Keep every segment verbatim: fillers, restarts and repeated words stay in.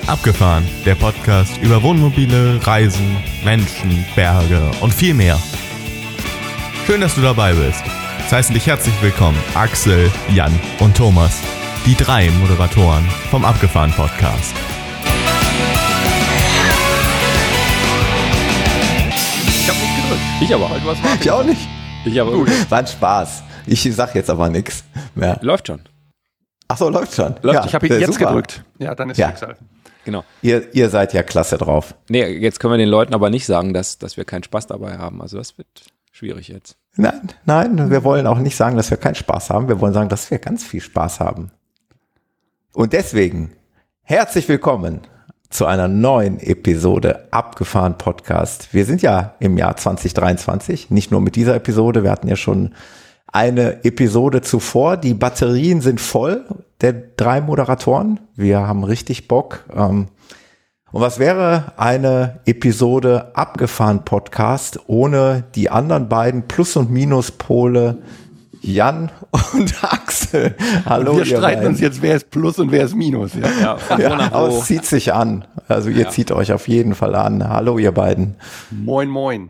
Abgefahren, der Podcast über Wohnmobile, Reisen, Menschen, Berge und viel mehr. Schön, dass du dabei bist. Es heißen dich herzlich willkommen Axel, Jan und Thomas, die drei Moderatoren vom Abgefahren Podcast. Ich hab nicht gedrückt. Ich aber. Weil du was warten. Ich auch nicht. Ich aber. Gut. War ein Spaß. Ich sag jetzt aber nichts mehr. Läuft schon. Ach so, läuft schon. Läuft. Ja, Ich habe ihn äh, jetzt super. gedrückt. Ja, dann ist Ja. Schicksal. Genau. Ihr, ihr seid ja klasse drauf. Nee, jetzt können wir den Leuten aber nicht sagen, dass, dass wir keinen Spaß dabei haben. Also das wird schwierig jetzt. Nein, nein, wir wollen auch nicht sagen, dass wir keinen Spaß haben. Wir wollen sagen, dass wir ganz viel Spaß haben. Und deswegen herzlich willkommen zu einer neuen Episode Abgefahren Podcast. Wir sind ja im Jahr zwanzig dreiundzwanzig, nicht nur mit dieser Episode. Wir hatten ja schon eine Episode zuvor. Die Batterien sind voll, der drei Moderatoren. Wir haben richtig Bock. Und was wäre eine Episode Abgefahren Podcast ohne die anderen beiden Plus- und Minuspole Jan und Axel? Hallo, Und wir ihr streiten beiden. uns jetzt, wer ist Plus und wer ist Minus. Ja. Ja, von wo Ja, nach aber wo. es zieht sich an. Also ihr Ja. zieht euch auf jeden Fall an. Hallo, ihr beiden. Moin, moin.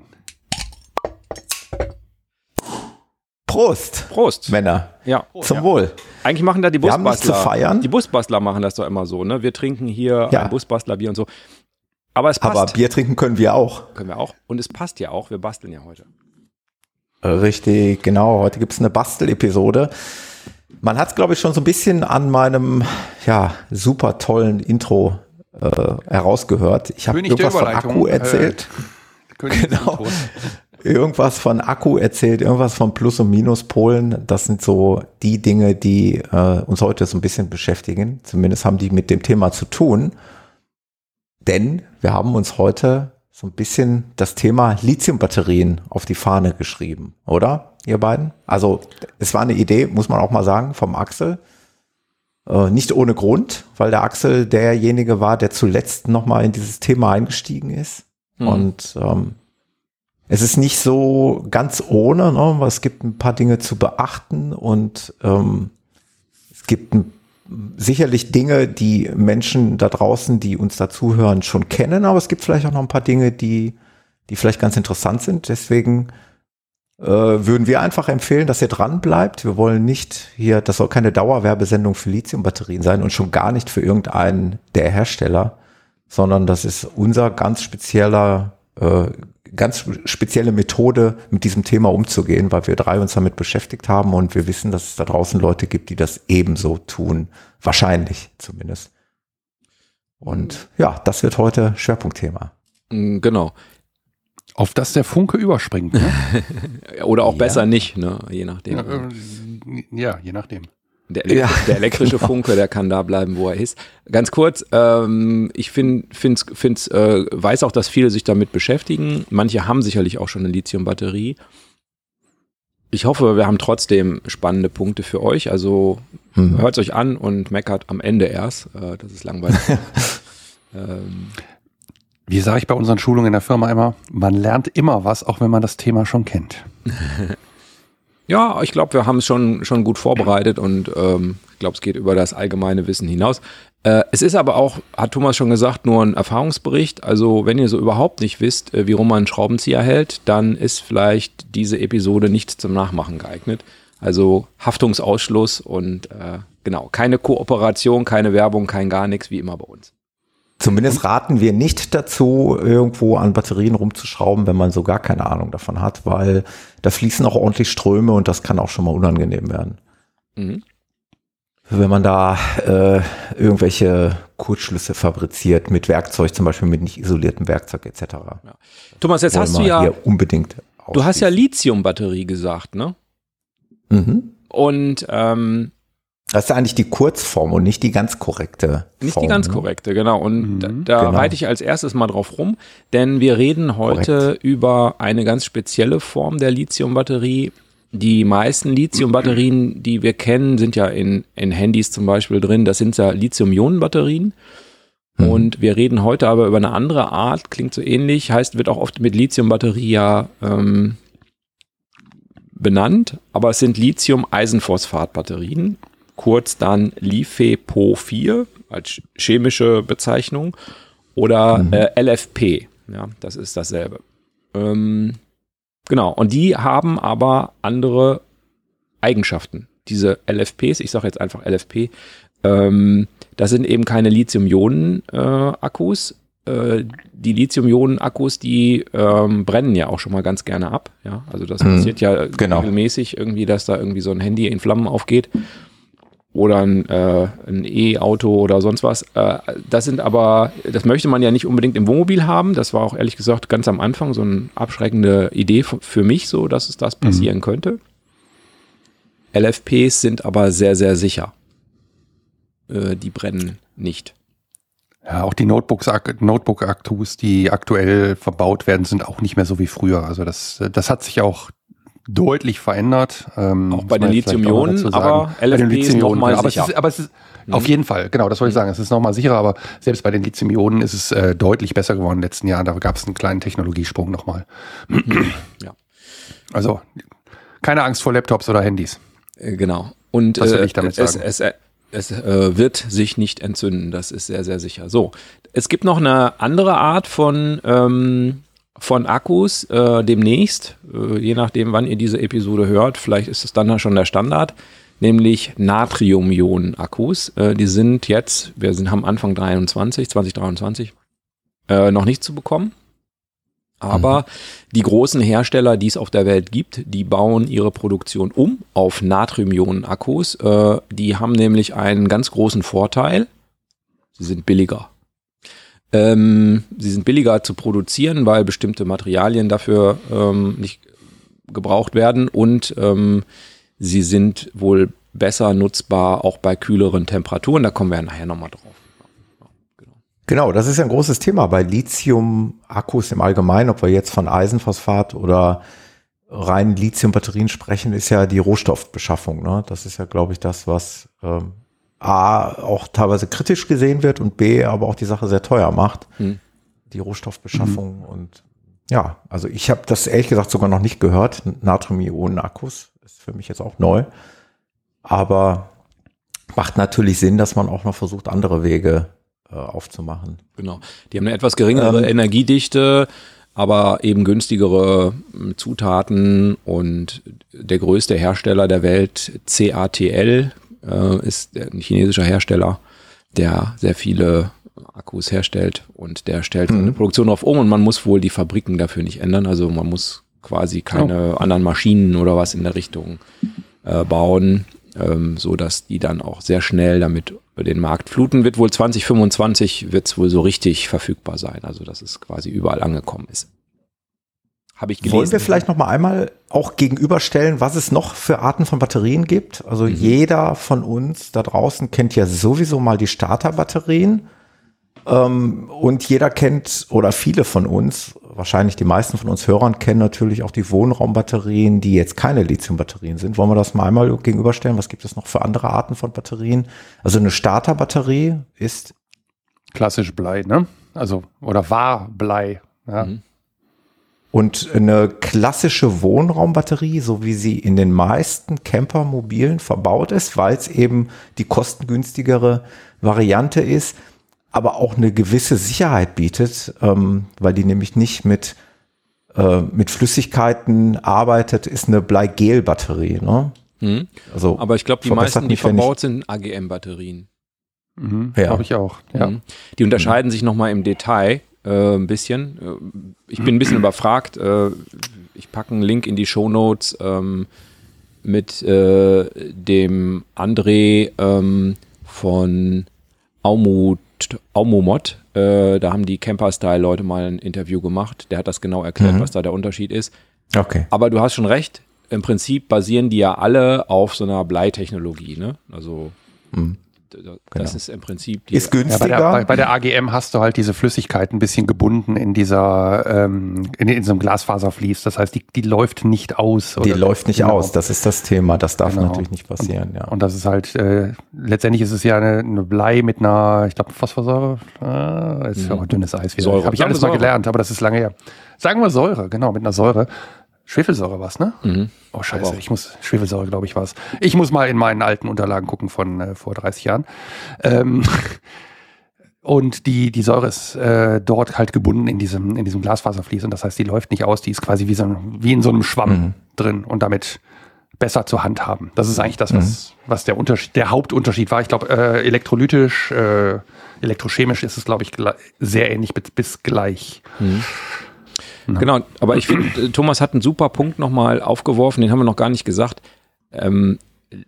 Prost, Prost. Männer. Ja. Zum Wohl. Eigentlich machen da die Wir haben nichts Busbastler. zu feiern. Die Busbastler machen das doch immer so, ne? Wir trinken hier Ja. ein Busbastlerbier und so. Aber es passt. Aber Bier trinken können wir auch. Können wir auch. Und es passt ja auch. Wir basteln ja heute. Richtig, genau. Heute gibt's eine Bastel-Episode. Man hat es, glaube ich, schon so ein bisschen an meinem ja, super tollen Intro äh, herausgehört. Ich habe König der irgendwas von Überleitung, Akku erzählt. Äh, König des Genau. Intros. Irgendwas von Akku erzählt, irgendwas von Plus- und Minuspolen. Das sind so die Dinge, die äh, uns heute so ein bisschen beschäftigen. Zumindest haben die mit dem Thema zu tun. Denn wir haben uns heute so ein bisschen das Thema Lithiumbatterien auf die Fahne geschrieben, oder, ihr beiden? Also es war eine Idee, muss man auch mal sagen, vom Axel. Äh, nicht ohne Grund, weil der Axel derjenige war, der zuletzt nochmal in dieses Thema eingestiegen ist. Mhm. Und ähm, es ist nicht so ganz ohne, ne? Es gibt ein paar Dinge zu beachten und ähm, es gibt ein, sicherlich Dinge, die Menschen da draußen, die uns da zuhören, schon kennen, aber es gibt vielleicht auch noch ein paar Dinge, die, die vielleicht ganz interessant sind. Deswegen äh, würden wir einfach empfehlen, dass ihr dran bleibt. Wir wollen nicht hier, das soll keine Dauerwerbesendung für Lithiumbatterien sein und schon gar nicht für irgendeinen der Hersteller, sondern das ist unser ganz spezieller äh, ganz spezielle Methode, mit diesem Thema umzugehen, weil wir drei uns damit beschäftigt haben und wir wissen, dass es da draußen Leute gibt, die das ebenso tun. Wahrscheinlich zumindest. Und ja, das wird heute Schwerpunktthema. Mm, Genau. Auf das der Funke überspringt. Ne? Oder auch Ja. besser nicht, ne? Je nachdem. ja, äh, ja, je nachdem. Der, Elektri- Ja, der elektrische genau. Funke, der kann da bleiben, wo er ist. Ganz kurz, ähm, ich find, find's, find's, äh, weiß auch, dass viele sich damit beschäftigen. Manche haben sicherlich auch schon eine Lithiumbatterie. Ich hoffe, wir haben trotzdem spannende Punkte für euch. Also Hm. hört euch an und meckert am Ende erst. Äh, das ist langweilig. ähm, Wie sage ich bei unseren Schulungen in der Firma immer, man lernt immer was, auch wenn man das Thema schon kennt. Ja, ich glaube, wir haben es schon, schon gut vorbereitet und ähm, ich glaube, es geht über das allgemeine Wissen hinaus. Äh, es ist aber auch, hat Thomas schon gesagt, nur ein Erfahrungsbericht. Also wenn ihr so überhaupt nicht wisst, äh, wie rum man einen Schraubenzieher hält, dann ist vielleicht diese Episode nicht zum Nachmachen geeignet. Also Haftungsausschluss und äh, genau, keine Kooperation, keine Werbung, kein gar nichts, wie immer bei uns. Zumindest raten wir nicht dazu, irgendwo an Batterien rumzuschrauben, wenn man so gar keine Ahnung davon hat, weil da fließen auch ordentlich Ströme und das kann auch schon mal unangenehm werden. Mhm. Wenn man da äh, irgendwelche Kurzschlüsse fabriziert mit Werkzeug, zum Beispiel mit nicht isoliertem Werkzeug et cetera. Ja. Thomas, jetzt Wollen hast du wir ja, hier unbedingt du hast ja ausschließen. Lithiumbatterie gesagt, ne? Mhm. Und ähm, Das ist eigentlich die Kurzform und nicht die ganz korrekte Nicht Form, die ganz ne? korrekte, genau. Und Mhm, da, da genau. reite ich als erstes mal drauf rum, denn wir reden heute Korrekt. über eine ganz spezielle Form der Lithiumbatterie. Die meisten Lithiumbatterien, die wir kennen, sind ja in, in Handys zum Beispiel drin. Das sind ja Lithium-Ionen-Batterien. Mhm. Und wir reden heute aber über eine andere Art, klingt so ähnlich, heißt, wird auch oft mit Lithiumbatterie ja ähm, benannt, aber es sind Lithium-Eisenphosphat-Batterien, kurz dann Li F E P O vier, als chemische Bezeichnung. Oder Mhm. äh, L F P, ja, das ist dasselbe. Ähm, genau, und die haben aber andere Eigenschaften. Diese L F Ps, ich sage jetzt einfach L F P, ähm, das sind eben keine Lithium-Ionen-Akkus. Äh, die Lithium-Ionen-Akkus, die ähm, brennen ja auch schon mal ganz gerne ab. Ja? Also das Mhm, passiert ja genau. regelmäßig irgendwie, dass da irgendwie so ein Handy in Flammen aufgeht. Oder ein, äh, ein E-Auto oder sonst was. Äh, das sind aber, das möchte man ja nicht unbedingt im Wohnmobil haben. Das war auch ehrlich gesagt ganz am Anfang so eine abschreckende Idee f- für mich, so dass es das passieren mhm. könnte. L F Ps sind aber sehr, sehr sicher. Äh, die brennen nicht. Ja, auch die Notebooks, Notebook-Aktus, die aktuell verbaut werden, sind auch nicht mehr so wie früher. Also das, das hat sich auch deutlich verändert. Ähm, auch bei den Lithium-Ionen, aber L F P ist nochmal aber sicher. Es ist, aber es ist mhm. auf jeden Fall, genau, das wollte ich sagen. Es ist nochmal sicherer, aber selbst bei den Lithium-Ionen ist es äh, deutlich besser geworden in den letzten Jahren. Da gab es einen kleinen Technologiesprung nochmal. ja. Also keine Angst vor Laptops oder Handys. Äh, genau. Und was will äh, ich damit es, sagen? es, es, es äh, wird sich nicht entzünden. Das ist sehr, sehr sicher. So, es gibt noch eine andere Art von ähm, von Akkus äh, demnächst, äh, je nachdem, wann ihr diese Episode hört, vielleicht ist es dann schon der Standard, nämlich Natrium-Ionen-Akkus. Äh, die sind jetzt, wir sind, haben Anfang dreiundzwanzig, zwanzig dreiundzwanzig, äh, noch nicht zu bekommen. Aber mhm. die großen Hersteller, die es auf der Welt gibt, die bauen ihre Produktion um auf Natrium-Ionen-Akkus. Äh, die haben nämlich einen ganz großen Vorteil. Sie sind billiger. Ähm, sie sind billiger zu produzieren, weil bestimmte Materialien dafür ähm, nicht gebraucht werden und ähm, sie sind wohl besser nutzbar auch bei kühleren Temperaturen. Da kommen wir ja nachher nochmal drauf. Ja, genau. Genau, das ist ja ein großes Thema bei Lithium-Akkus im Allgemeinen, ob wir jetzt von Eisenphosphat oder rein Lithium-Batterien sprechen, ist ja die Rohstoffbeschaffung. Ne? Das ist ja, glaube ich, das, was ähm, A, auch teilweise kritisch gesehen wird und B, aber auch die Sache sehr teuer macht, hm. die Rohstoffbeschaffung. Hm. Und ja, also ich habe das ehrlich gesagt sogar noch nicht gehört. Natrium-Ionen-Akkus ist für mich jetzt auch neu. Aber macht natürlich Sinn, dass man auch noch versucht, andere Wege äh, aufzumachen. Genau. Die haben eine etwas geringere ähm, Energiedichte, aber eben günstigere Zutaten und der größte Hersteller der Welt, C A T L, ist ein chinesischer Hersteller, der sehr viele Akkus herstellt und der stellt seine mhm. Produktion drauf um und man muss wohl die Fabriken dafür nicht ändern. Also man muss quasi keine oh. anderen Maschinen oder was in der Richtung äh, bauen, ähm, so dass die dann auch sehr schnell damit den Markt fluten. Wird wohl zwanzig fünfundzwanzig wird es wohl so richtig verfügbar sein. Also dass es quasi überall angekommen ist. Habe ich gelesen. Wollen wir vielleicht noch mal einmal auch gegenüberstellen, was es noch für Arten von Batterien gibt? Also mhm. jeder von uns da draußen kennt ja sowieso mal die Starterbatterien. Ähm, und jeder kennt, oder viele von uns, wahrscheinlich die meisten von uns Hörern kennen natürlich auch die Wohnraumbatterien, die jetzt keine Lithiumbatterien sind. Wollen wir das mal einmal gegenüberstellen? Was gibt es noch für andere Arten von Batterien? Also eine Starterbatterie ist klassisch Blei, ne? Also, oder war Blei, ja. Mhm. Und eine klassische Wohnraumbatterie, so wie sie in den meisten Campermobilen verbaut ist, weil es eben die kostengünstigere Variante ist, aber auch eine gewisse Sicherheit bietet, ähm, weil die nämlich nicht mit, äh, mit Flüssigkeiten arbeitet, ist eine Bleigel-Batterie. Ne? Mhm. Also aber ich glaube, die meisten, die verbaut sind, A G M-Batterien. Mhm, ja. Glaube ich auch. Ja. Mhm. Die unterscheiden mhm. sich nochmal im Detail. Äh, ein bisschen. Ich bin ein bisschen überfragt. Äh, ich packe einen Link in die Shownotes ähm, mit äh, dem André ähm, von Aumut, Aumumod. Äh, da haben die Camper-Style-Leute mal ein Interview gemacht. Der hat das genau erklärt, mhm. was da der Unterschied ist. Okay. Aber du hast schon recht. Im Prinzip basieren die ja alle auf so einer Bleitechnologie. Ne? Also mhm. Das genau. ist im Prinzip die ist günstiger. Ja, bei, der, bei, bei der A G M hast du halt diese Flüssigkeit ein bisschen gebunden in dieser ähm, in, in so einem Glasfaservlies. Das heißt, die, die läuft nicht aus. Die oder? läuft nicht genau. aus. Das ist das Thema. Das darf genau. natürlich nicht passieren. Und, ja. und das ist halt äh, letztendlich ist es ja eine, eine Blei mit einer, ich glaube, Phosphorsäure. Ah, das ist ja auch dünnes Eis. Habe ich alles mal gelernt, aber das ist lange her. Sagen wir Säure, genau, mit einer Säure. Schwefelsäure war's, ne? Mhm. Oh scheiße, ich muss, Schwefelsäure, glaube ich, war's. Ich muss mal in meinen alten Unterlagen gucken von äh, vor dreißig Jahren. Ähm, und die, die Säure ist äh, dort halt gebunden in diesem, in diesem Glasfaservlies. Und das heißt, die läuft nicht aus, die ist quasi wie, so ein, wie in so einem Schwamm mhm. drin und damit besser zur Hand haben. Das ist eigentlich das, was, mhm. was der Unterschied, der Hauptunterschied war. Ich glaube, äh, elektrolytisch, äh, elektrochemisch ist es, glaube ich, sehr ähnlich bis, bis gleich. Mhm. Genau, aber ich finde, Thomas hat einen super Punkt nochmal aufgeworfen, den haben wir noch gar nicht gesagt. Ähm,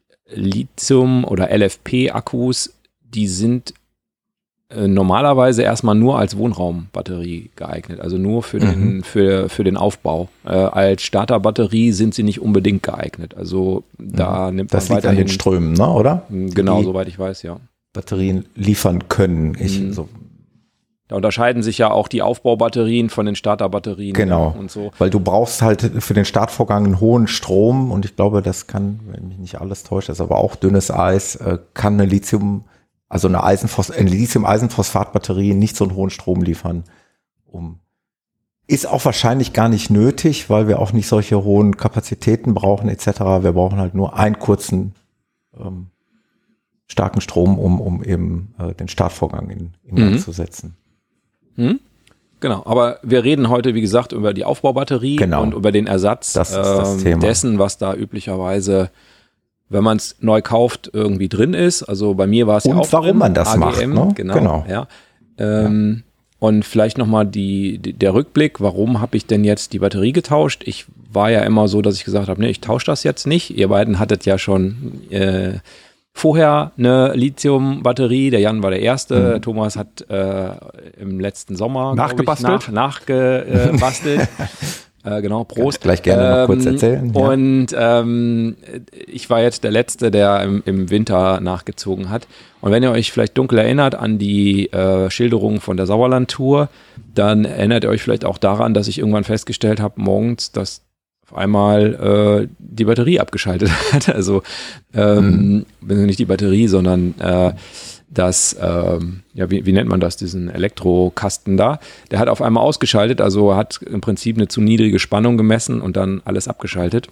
Lithium- oder L F P-Akkus, die sind äh, normalerweise erstmal nur als Wohnraumbatterie geeignet, also nur für den, mhm. für, für den Aufbau. Äh, als Starterbatterie sind sie nicht unbedingt geeignet. Also da mhm. nimmt man das liegt weiterhin an den Strömen, ne, oder? Genau, soweit ich weiß, ja. Batterien liefern können. Ich, mhm. so. Da unterscheiden sich ja auch die Aufbaubatterien von den Starterbatterien. Genau, und so. Weil du brauchst halt für den Startvorgang einen hohen Strom und ich glaube, das kann, wenn mich nicht alles täuscht, das ist aber auch dünnes Eis, kann eine Lithium, also eine, Eisenphos- eine Lithium-Eisenphosphat-Batterie nicht so einen hohen Strom liefern. Um. Ist auch wahrscheinlich gar nicht nötig, weil wir auch nicht solche hohen Kapazitäten brauchen et cetera. Wir brauchen halt nur einen kurzen ähm, starken Strom, um, um eben äh, den Startvorgang in, in Gang mhm. zu setzen. Hm? Genau, aber wir reden heute, wie gesagt, über die Aufbaubatterie genau. und über den Ersatz das ist das ähm, Thema. dessen, was da üblicherweise, wenn man es neu kauft, irgendwie drin ist. Also bei mir war es ja auch warum drin, man das A G M, macht. Ne? Genau, genau. Ja. Ähm, ja. Und vielleicht nochmal die, die, der Rückblick, warum habe ich denn jetzt die Batterie getauscht? Ich war ja immer so, dass ich gesagt habe, nee, ich tausche das jetzt nicht. Ihr beiden hattet ja schon äh, vorher eine Lithium-Batterie, der Jan war der Erste, mhm. Thomas hat äh, im letzten Sommer nachgebastelt, ich, nach, nachgebastelt. äh, genau, Prost. Kann ich gleich gerne ähm, noch kurz erzählen. Ja. Und ähm, ich war jetzt der Letzte, der im, im Winter nachgezogen hat. Und wenn ihr euch vielleicht dunkel erinnert an die äh, Schilderung von der Sauerland-Tour, dann erinnert ihr euch vielleicht auch daran, dass ich irgendwann festgestellt habe, morgens, dass auf einmal äh, die Batterie abgeschaltet hat. Also ähm, mhm. nicht die Batterie, sondern äh, das, ähm, ja, wie, wie nennt man das, diesen Elektrokasten da, der hat auf einmal ausgeschaltet, also hat im Prinzip eine zu niedrige Spannung gemessen und dann alles abgeschaltet.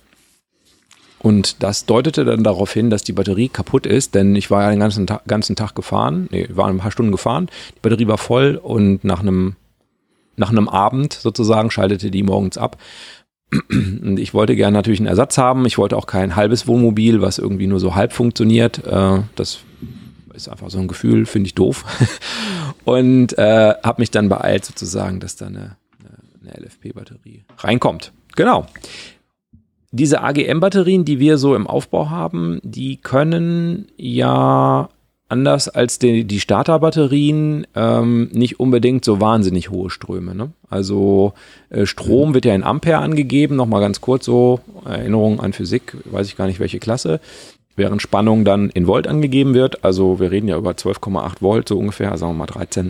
Und das deutete dann darauf hin, dass die Batterie kaputt ist, denn ich war ja den ganzen, Ta- ganzen Tag gefahren, nee, war ein paar Stunden gefahren, die Batterie war voll und nach einem, nach einem Abend sozusagen schaltete die morgens ab. Und ich wollte gerne natürlich einen Ersatz haben. Ich wollte auch kein halbes Wohnmobil, was irgendwie nur so halb funktioniert. Das ist einfach so ein Gefühl, finde ich doof. Und äh, habe mich dann beeilt sozusagen, dass da eine, eine L F P-Batterie reinkommt. Genau. Diese A G M-Batterien, die wir so im Aufbau haben, die können ja anders als die, die Starterbatterien ähm, nicht unbedingt so wahnsinnig hohe Ströme. Ne? Also äh, Strom wird ja in Ampere angegeben, nochmal ganz kurz so, Erinnerung an Physik, weiß ich gar nicht welche Klasse, während Spannung dann in Volt angegeben wird. Also wir reden ja über zwölf Komma acht Volt so ungefähr, sagen wir mal dreizehn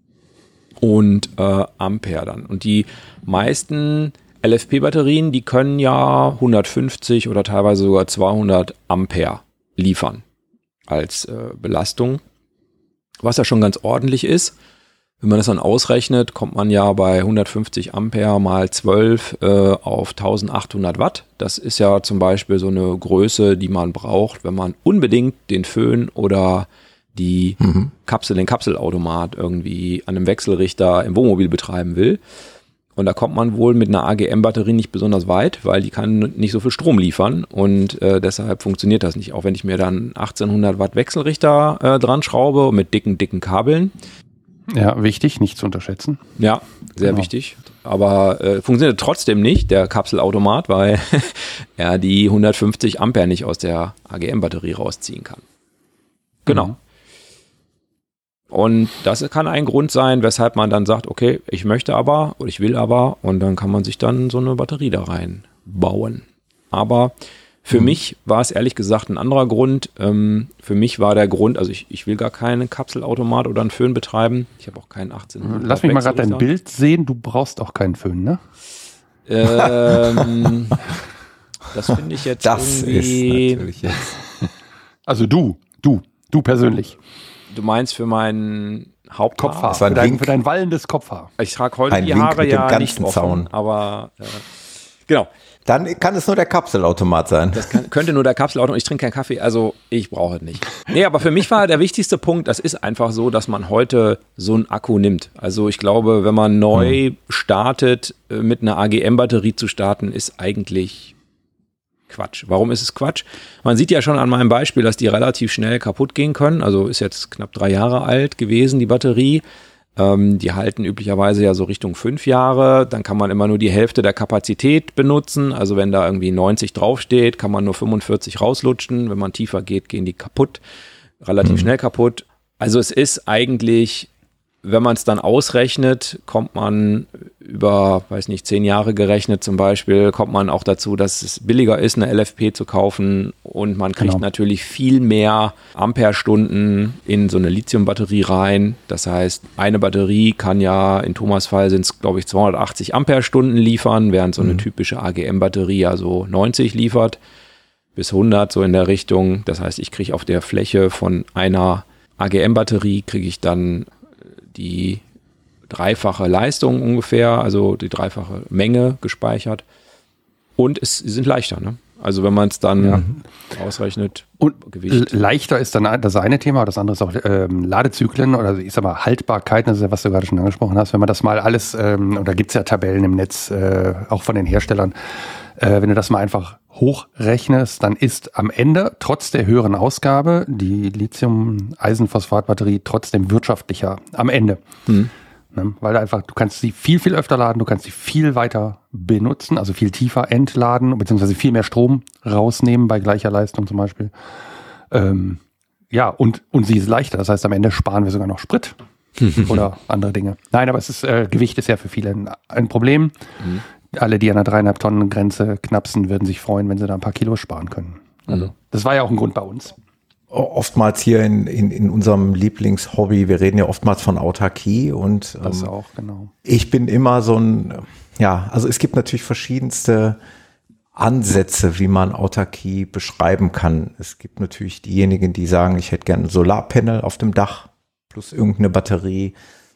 und äh, Ampere dann. Und die meisten L F P-Batterien, die können ja hundertfünfzig oder teilweise sogar zweihundert Ampere liefern als äh, Belastung, was ja schon ganz ordentlich ist. Wenn man das dann ausrechnet, kommt man ja bei hundertfünfzig Ampere mal zwölf äh, auf eintausendachthundert Watt. Das ist ja zum Beispiel so eine Größe, die man braucht, wenn man unbedingt den Föhn oder die mhm. Kapsel, den Kapselautomat irgendwie an einem Wechselrichter im Wohnmobil betreiben will. Und da kommt man wohl mit einer A G M-Batterie nicht besonders weit, weil die kann nicht so viel Strom liefern und äh, deshalb funktioniert das nicht. Auch wenn ich mir dann achtzehnhundert Watt Wechselrichter äh, dran schraube mit dicken, dicken Kabeln. Ja, wichtig, nicht zu unterschätzen. Ja, sehr genau. wichtig. Aber äh, funktioniert trotzdem nicht, der Kapselautomat, weil er die hundertfünfzig Ampere nicht aus der A G M-Batterie rausziehen kann. Genau. Mhm. Und das kann ein Grund sein, weshalb man dann sagt, okay, ich möchte aber oder ich will aber und dann kann man sich dann so eine Batterie da reinbauen. Aber für mhm. mich war es ehrlich gesagt ein anderer Grund. Ähm, für mich war der Grund, also ich, ich will gar keinen Kapselautomat oder einen Föhn betreiben. Ich habe auch keinen achtzehn. Lass mich mal gerade dein Bild sehen. Du brauchst auch keinen Föhn, ne? Ähm, das finde ich jetzt das irgendwie... ist natürlich jetzt... Also du, du, du persönlich. Du meinst für meinen Haupthaar? Kopfhaar, für dein, für dein wallendes Kopfhaar. Ich trage heute ein die Wink Haare mit ja dem nicht offen, Zaun. aber äh, genau. Dann kann es nur der Kapselautomat sein. Das kann, könnte nur der Kapselautomat. Ich trinke keinen Kaffee, also ich brauche es nicht. Nee, aber für mich war der wichtigste Punkt, das ist einfach so, dass man heute so einen Akku nimmt. Also ich glaube, wenn man neu startet, mit einer A G M-Batterie zu starten, ist eigentlich Quatsch. Warum ist es Quatsch? Man sieht ja schon an meinem Beispiel, dass die relativ schnell kaputt gehen können. Also ist jetzt knapp drei Jahre alt gewesen, die Batterie. Ähm, die halten üblicherweise ja so Richtung fünf Jahre. Dann kann man immer nur die Hälfte der Kapazität benutzen. Also wenn da irgendwie neunzig draufsteht, kann man nur fünfundvierzig rauslutschen. Wenn man tiefer geht, gehen die kaputt. Relativ mhm. schnell kaputt. Also es ist eigentlich, wenn man es dann ausrechnet, kommt man über, weiß nicht, zehn Jahre gerechnet zum Beispiel, kommt man auch dazu, dass es billiger ist, eine L F P zu kaufen und man kriegt genau. natürlich viel mehr Amperestunden in so eine Lithiumbatterie rein. Das heißt, eine Batterie kann ja, in Thomas' Fall sind es, glaube ich, zweihundertachtzig Amperestunden liefern, während so eine mhm. typische A G M-Batterie ja so neunzig liefert, bis hundert, so in der Richtung. Das heißt, ich kriege auf der Fläche von einer A G M-Batterie, kriege ich dann die dreifache Leistung ungefähr, also die dreifache Menge gespeichert. Und es sie sind leichter, ne? Also wenn man es dann ja. ausrechnet, und Gewicht. Leichter ist dann das eine Thema, das andere ist auch ähm, Ladezyklen oder ich sag mal Haltbarkeit, das ist ja, was du gerade schon angesprochen hast. Wenn man das mal alles, ähm, und da gibt es ja Tabellen im Netz, äh, auch von den Herstellern, äh, wenn du das mal einfach hochrechnest, dann ist am Ende trotz der höheren Ausgabe die Lithium-Eisenphosphat-Batterie trotzdem wirtschaftlicher am Ende. Mhm. Ne? Weil du einfach, du kannst sie viel, viel öfter laden, du kannst sie viel weiter benutzen, also viel tiefer entladen, beziehungsweise viel mehr Strom rausnehmen bei gleicher Leistung zum Beispiel. Ähm, ja, und, und sie ist leichter, das heißt am Ende sparen wir sogar noch Sprit oder andere Dinge. Nein, aber es ist, äh, Gewicht ist ja für viele ein, ein Problem. Mhm. Alle, die an der dreieinhalb Tonnen Grenze knapsen, würden sich freuen, wenn sie da ein paar Kilo sparen können. Also, mhm. das war ja auch ein Grund bei uns. Oftmals hier in, in, in unserem Lieblingshobby, wir reden ja oftmals von Autarkie und das ähm, auch, genau. Ich bin immer so ein, ja, also es gibt natürlich verschiedenste Ansätze, wie man Autarkie beschreiben kann. Es gibt natürlich diejenigen, die sagen, ich hätte gerne ein Solarpanel auf dem Dach plus irgendeine Batterie.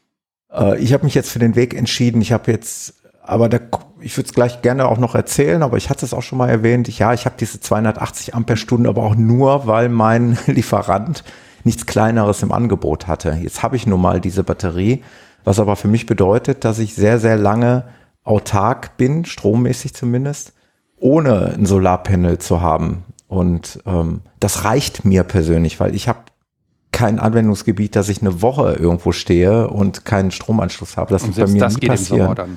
Äh, ich habe mich jetzt für den Weg entschieden. Ich habe jetzt Aber da, ich würde es gleich gerne auch noch erzählen, aber ich hatte es auch schon mal erwähnt. Ich, ja, ich habe diese zweihundertachtzig Amperestunden, aber auch nur, weil mein Lieferant nichts Kleineres im Angebot hatte. Jetzt habe ich nun mal diese Batterie, was aber für mich bedeutet, dass ich sehr, sehr lange autark bin, strommäßig zumindest, ohne ein Solarpanel zu haben. Und ähm, das reicht mir persönlich, weil ich habe kein Anwendungsgebiet, dass ich eine Woche irgendwo stehe und keinen Stromanschluss habe. Das und wird bei mir das nie geht passieren. Im Sommer dann.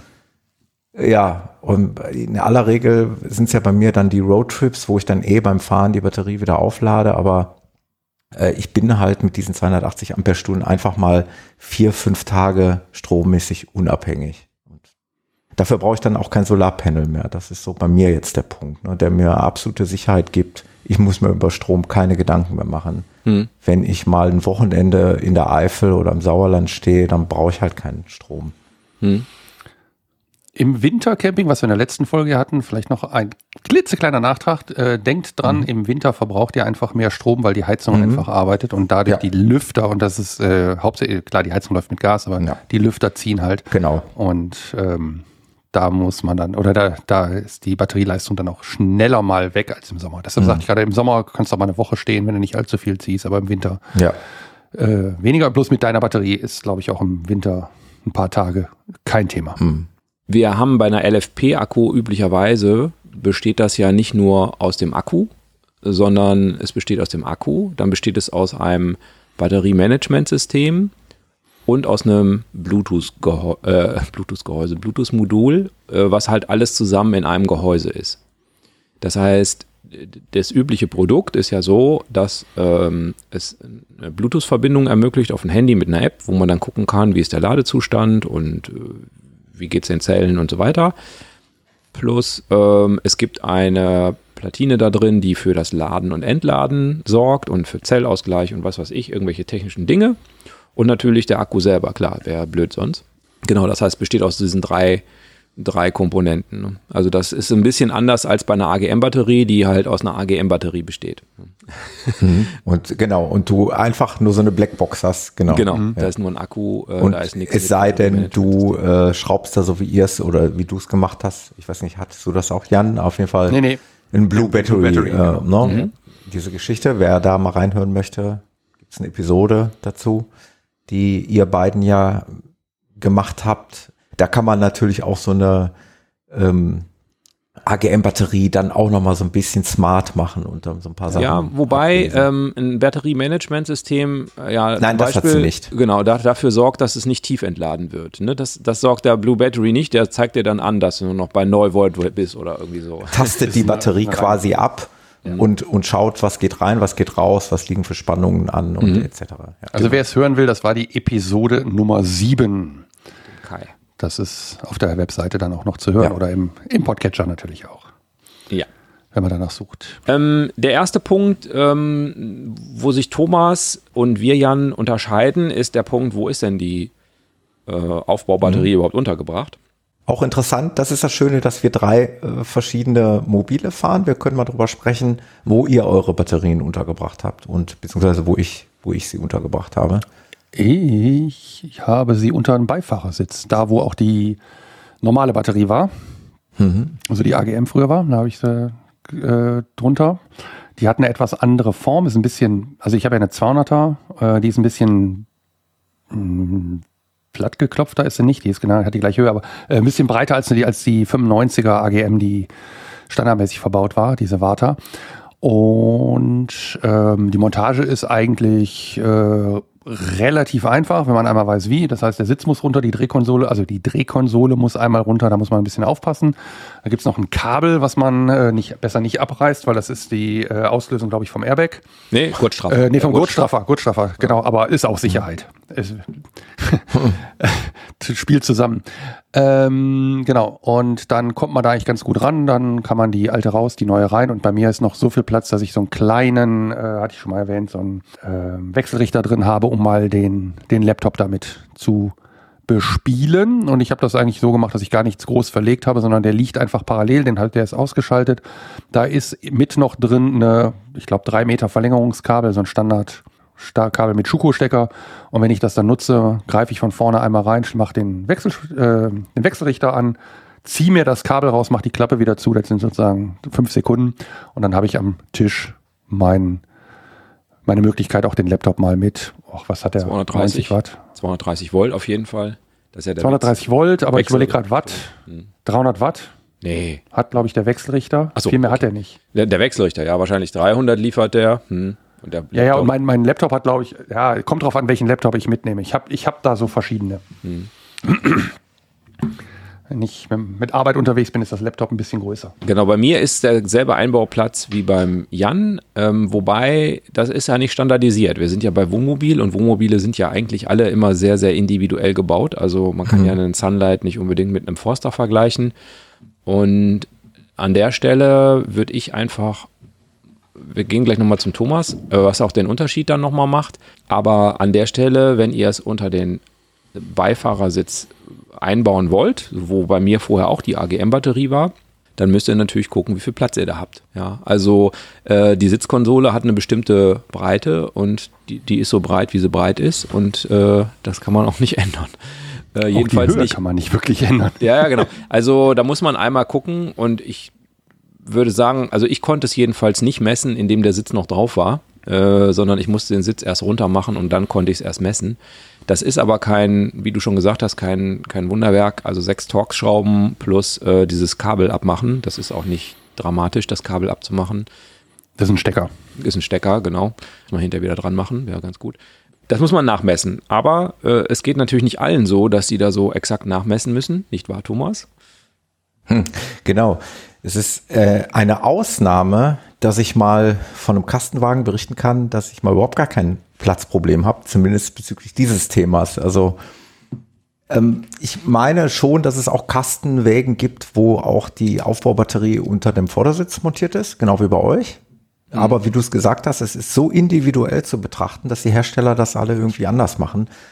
Ja, und in aller Regel sind es ja bei mir dann die Roadtrips, wo ich dann eh beim Fahren die Batterie wieder auflade, aber äh, ich bin halt mit diesen zweihundertachtzig Amperestunden einfach mal vier, fünf Tage strommäßig unabhängig. Und dafür brauche ich dann auch kein Solarpanel mehr. Das ist so bei mir jetzt der Punkt, ne, der mir absolute Sicherheit gibt. Ich muss mir über Strom keine Gedanken mehr machen. Hm. Wenn ich mal ein Wochenende in der Eifel oder im Sauerland stehe, dann brauche ich halt keinen Strom. Hm. Im Wintercamping, was wir in der letzten Folge hatten, vielleicht noch ein klitzekleiner Nachtrag. Äh, denkt dran, mhm. im Winter verbraucht ihr einfach mehr Strom, weil die Heizung mhm. einfach arbeitet und dadurch ja. die Lüfter, und das ist äh, hauptsächlich, klar, die Heizung läuft mit Gas, aber ja. die Lüfter ziehen halt. Genau. Und ähm, da muss man dann, oder da, da ist die Batterieleistung dann auch schneller mal weg als im Sommer. Deshalb mhm. sage ich gerade, im Sommer kannst du auch mal eine Woche stehen, wenn du nicht allzu viel ziehst, aber im Winter ja. äh, weniger. Bloß mit deiner Batterie ist, glaube ich, auch im Winter ein paar Tage kein Thema. Mhm. Wir haben bei einer L F P-Akku üblicherweise, besteht das ja nicht nur aus dem Akku, sondern es besteht aus dem Akku, dann besteht es aus einem Batteriemanagementsystem und aus einem Bluetooth-Gehäuse, äh, Bluetooth-Gehäuse, Bluetooth-Modul, äh, was halt alles zusammen in einem Gehäuse ist. Das heißt, das übliche Produkt ist ja so, dass ähm, es eine Bluetooth-Verbindung ermöglicht auf ein Handy mit einer App, wo man dann gucken kann, wie ist der Ladezustand und äh, wie geht es den Zellen und so weiter. Plus ähm, es gibt eine Platine da drin, die für das Laden und Entladen sorgt und für Zellausgleich und was weiß ich, irgendwelche technischen Dinge. Und natürlich der Akku selber, klar, wäre blöd sonst. Genau, das heißt, besteht aus diesen drei drei Komponenten. Ne? Also das ist ein bisschen anders als bei einer A G M-Batterie, die halt aus einer A G M-Batterie besteht. Mhm. Und genau, und du einfach nur so eine Blackbox hast, genau. Genau, ja. da ist nur ein Akku, äh, und da ist nichts. es sei denn, du äh, schraubst da so wie ihr es oder wie du es gemacht hast, ich weiß nicht, hattest du das auch, Jan? Auf jeden Fall Nee, nee. ein Blue Battery, Blue Battery, äh, genau. ne? Mhm. Diese Geschichte, wer da mal reinhören möchte, gibt es eine Episode dazu, die ihr beiden ja gemacht habt. Da kann man natürlich auch so eine ähm, A G M-Batterie dann auch nochmal so ein bisschen smart machen und dann so ein paar Sachen. Ja, wobei ähm, ein Batteriemanagementsystem, äh, ja, Nein, das Beispiel, hat sie nicht. Genau, da, dafür sorgt, dass es nicht tief entladen wird. Ne? Das, das sorgt der Blue Battery nicht, der zeigt dir dann an, dass du nur noch bei null Volt bist oder irgendwie so. Tastet die Batterie quasi ab ja. und, und schaut, was geht rein, was geht raus, was liegen für Spannungen an und mhm. et cetera. Ja. Also wer es hören will, das war die Episode Nummer sieben. Kai. Das ist auf der Webseite dann auch noch zu hören ja. oder im, im Podcatcher natürlich auch. Ja. Wenn man danach sucht. Ähm, der erste Punkt, ähm, wo sich Thomas und wir, Jan, unterscheiden, ist der Punkt, wo ist denn die äh, Aufbaubatterie mhm. überhaupt untergebracht? Auch interessant, das ist das Schöne, dass wir drei äh, verschiedene Mobile fahren. Wir können mal drüber sprechen, wo ihr eure Batterien untergebracht habt und beziehungsweise wo ich, wo ich sie untergebracht habe. Ich habe sie unter einem Beifahrersitz, da wo auch die normale Batterie war, mhm. also die A G M früher war, da habe ich sie äh, drunter. Die hat eine etwas andere Form, ist ein bisschen, also ich habe ja eine zweihunderter, äh, die ist ein bisschen mh, platt geklopfter ist sie nicht, die ist genau, hat die gleiche Höhe, aber äh, ein bisschen breiter als die, als die fünfundneunziger A G M, die standardmäßig verbaut war, diese Warta. Und ähm, die Montage ist eigentlich äh, relativ einfach, wenn man einmal weiß wie. Das heißt, der Sitz muss runter, die Drehkonsole, also die Drehkonsole muss einmal runter, da muss man ein bisschen aufpassen. Da gibt's noch ein Kabel, was man äh, nicht, besser nicht abreißt, weil das ist die äh, Auslösung, glaube ich, vom Airbag. Nee, Gurtstraffer. Äh, nee, vom ja, Gurtstraffer, Gurtstraffer, genau, aber ist auch Sicherheit. Es spielt zusammen. Ähm, genau, und dann kommt man da eigentlich ganz gut ran, dann kann man die alte raus, die neue rein und bei mir ist noch so viel Platz, dass ich so einen kleinen, äh, hatte ich schon mal erwähnt, so einen äh, Wechselrichter drin habe, um mal den, den Laptop damit zu bespielen und ich habe das eigentlich so gemacht, dass ich gar nichts groß verlegt habe, sondern der liegt einfach parallel, den halt, der ist ausgeschaltet. Da ist mit noch drin eine, ich glaube, drei Meter Verlängerungskabel, so ein Standard Kabel mit Schuko-Stecker und wenn ich das dann nutze, greife ich von vorne einmal rein, mache den, Wechsel, äh, den Wechselrichter an, ziehe mir das Kabel raus, mache die Klappe wieder zu, das sind sozusagen fünf Sekunden und dann habe ich am Tisch mein, meine Möglichkeit, auch den Laptop mal mit, och, was hat der? zweihundertdreißig Watt. zweihundertdreißig Volt auf jeden Fall. Das ist ja der zweihundertdreißig Volt, aber ich überlege gerade Watt, hm. dreihundert Watt. Nee. Hat, glaube ich, der Wechselrichter. Ach so, viel mehr okay. hat er nicht. Der, der Wechselrichter, ja, wahrscheinlich dreihundert liefert der. Hm. Und der ja, ja, und mein, mein Laptop hat, glaube ich, ja, kommt drauf an, welchen Laptop ich mitnehme. Ich habe ich hab da so verschiedene. Hm. Wenn ich mit Arbeit unterwegs bin, ist das Laptop ein bisschen größer. Genau, bei mir ist derselbe Einbauplatz wie beim Jan, ähm, wobei das ist ja nicht standardisiert. Wir sind ja bei Wohnmobil und Wohnmobile sind ja eigentlich alle immer sehr, sehr individuell gebaut. Also man kann hm. ja einen Sunlight nicht unbedingt mit einem Forster vergleichen. Und an der Stelle würde ich einfach wir gehen gleich nochmal zum Thomas, was auch den Unterschied dann nochmal macht. Aber an der Stelle, wenn ihr es unter den Beifahrersitz einbauen wollt, wo bei mir vorher auch die A G M-Batterie war, dann müsst ihr natürlich gucken, wie viel Platz ihr da habt. Ja, also äh, die Sitzkonsole hat eine bestimmte Breite und die, die ist so breit, wie sie breit ist und äh, das kann man auch nicht ändern. Äh, jedenfalls die Höhe nicht. Kann man nicht wirklich ändern. Ja, ja, genau. Also da muss man einmal gucken und ich würde sagen, also ich konnte es jedenfalls nicht messen, indem der Sitz noch drauf war, äh, sondern ich musste den Sitz erst runter machen und dann konnte ich es erst messen. Das ist aber kein, wie du schon gesagt hast, kein, kein Wunderwerk. Also sechs Torx-Schrauben plus äh, dieses Kabel abmachen. Das ist auch nicht dramatisch, das Kabel abzumachen. Das ist ein Stecker. Ist ein Stecker, genau. Muss man hinterher wieder dran machen, wäre ganz gut. Das muss man nachmessen. Aber äh, es geht natürlich nicht allen so, dass sie da so exakt nachmessen müssen. Nicht wahr, Thomas? Hm, genau. Es ist äh, eine Ausnahme, dass ich mal von einem Kastenwagen berichten kann, dass ich mal überhaupt gar kein Platzproblem habe, zumindest bezüglich dieses Themas. Also ähm, ich meine schon, dass es auch Kastenwägen gibt, wo auch die Aufbaubatterie unter dem Vordersitz montiert ist, genau wie bei euch. Mhm. Aber wie du es gesagt hast, es ist so individuell zu betrachten, dass die Hersteller das alle irgendwie anders machen.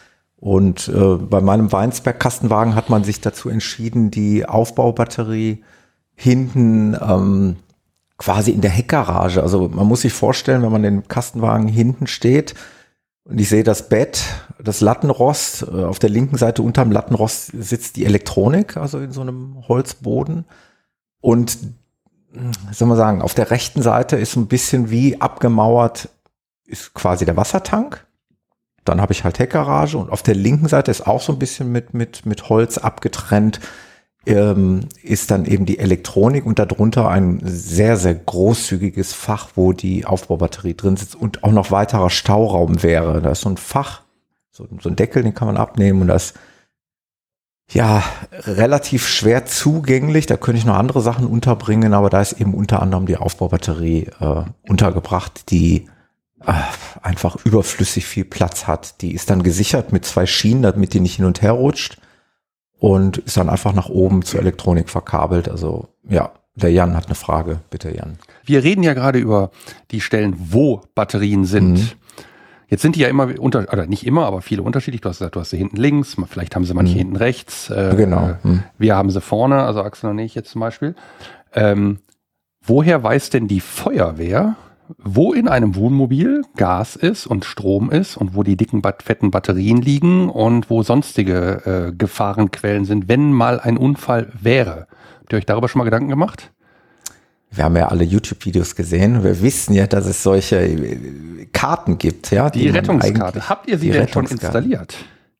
Und äh, bei meinem Weinsberg-Kastenwagen hat man sich dazu entschieden, die Aufbaubatterie hinten ähm, quasi in der Heckgarage. Also man muss sich vorstellen, wenn man den Kastenwagen hinten steht und ich sehe das Bett, das Lattenrost, äh, auf der linken Seite unterm Lattenrost sitzt die Elektronik, also in so einem Holzboden. Und, wie soll man sagen, auf der rechten Seite ist ein bisschen wie abgemauert, ist quasi der Wassertank. Dann habe ich halt Heckgarage und auf der linken Seite ist auch so ein bisschen mit, mit, mit Holz abgetrennt, ähm, ist dann eben die Elektronik und darunter ein sehr, sehr großzügiges Fach, wo die Aufbaubatterie drin sitzt und auch noch weiterer Stauraum wäre. Da ist so ein Fach, so, so ein Deckel, den kann man abnehmen und das ja relativ schwer zugänglich. Da könnte ich noch andere Sachen unterbringen, aber da ist eben unter anderem die Aufbaubatterie äh, untergebracht, die einfach überflüssig viel Platz hat. Die ist dann gesichert mit zwei Schienen, damit die nicht hin und her rutscht und ist dann einfach nach oben zur Elektronik verkabelt. Also ja, der Jan hat eine Frage. Bitte, Jan. Wir reden ja gerade über die Stellen, wo Batterien sind. Mhm. Jetzt sind die ja immer unter, oder nicht immer, aber viele unterschiedlich. Du hast gesagt, du hast sie hinten links, vielleicht haben sie manche mhm. hinten rechts. Äh, genau. Mhm. Wir haben sie vorne, also Axel und ich jetzt zum Beispiel. Ähm, woher weiß denn die Feuerwehr, wo in einem Wohnmobil Gas ist und Strom ist und wo die dicken, fetten Batterien liegen und wo sonstige äh, Gefahrenquellen sind, wenn mal ein Unfall wäre? Habt ihr euch darüber schon mal Gedanken gemacht? Wir haben ja alle YouTube-Videos gesehen. Wir wissen ja, dass es solche Karten gibt. Ja, die, die Rettungskarte. Habt ihr sie denn schon installiert?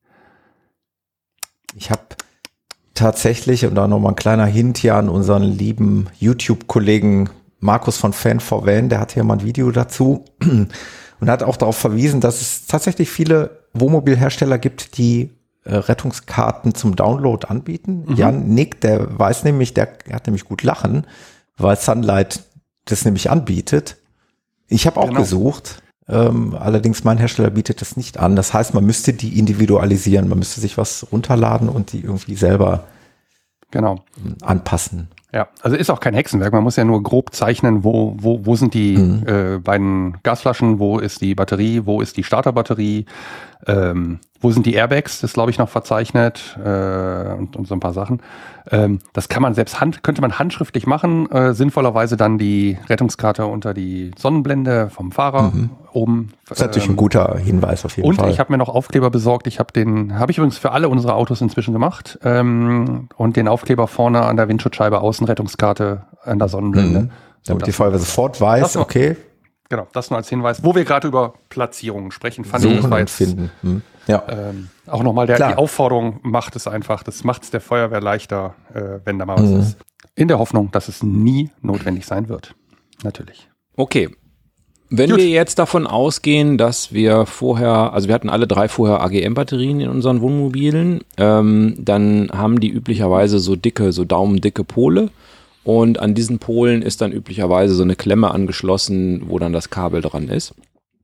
Ich habe tatsächlich, und da nochmal ein kleiner Hint hier an unseren lieben YouTube-Kollegen Markus von Fan for Van, der hat hier mal ein Video dazu und hat auch darauf verwiesen, dass es tatsächlich viele Wohnmobilhersteller gibt, die äh, Rettungskarten zum Download anbieten. Mhm. Jan nickt, der weiß nämlich, der hat nämlich gut lachen, weil Sunlight das nämlich anbietet. Ich habe auch genau. gesucht, ähm, allerdings mein Hersteller bietet das nicht an. Das heißt, man müsste die individualisieren, man müsste sich was runterladen und die irgendwie selber genau. anpassen. Ja, also ist auch kein Hexenwerk. Man muss ja nur grob zeichnen, wo wo wo sind die mhm. äh, beiden Gasflaschen, wo ist die Batterie, wo ist die Starterbatterie, ähm, wo sind die Airbags, das glaube ich noch verzeichnet äh, und, und so ein paar Sachen. Ähm, das kann man selbst hand könnte man handschriftlich machen, äh, sinnvollerweise dann die Rettungskarte unter die Sonnenblende vom Fahrer mhm. oben. Das ist natürlich ähm, ein guter Hinweis auf jeden und Fall. Und ich habe mir noch Aufkleber besorgt. Ich habe den, habe ich übrigens für alle unsere Autos inzwischen gemacht ähm, und den Aufkleber vorne an der Windschutzscheibe außen Rettungskarte an der Sonnenblende. Mhm. Damit so, die Feuerwehr sofort weiß, noch, okay. Genau, das nur als Hinweis. Wo wir gerade über Platzierungen sprechen, fand Suchen ich das war jetzt, finden. Hm. Ja. Ähm, auch nochmal der, die Aufforderung, macht es einfach. Das macht es der Feuerwehr leichter, äh, wenn da mal was mhm. ist. In der Hoffnung, dass es nie notwendig sein wird. Natürlich. Okay. Wenn Gut. wir jetzt davon ausgehen, dass wir vorher, also wir hatten alle drei vorher A G M-Batterien in unseren Wohnmobilen, ähm, dann haben die üblicherweise so dicke, so daumendicke Pole. Und an diesen Polen ist dann üblicherweise so eine Klemme angeschlossen, wo dann das Kabel dran ist.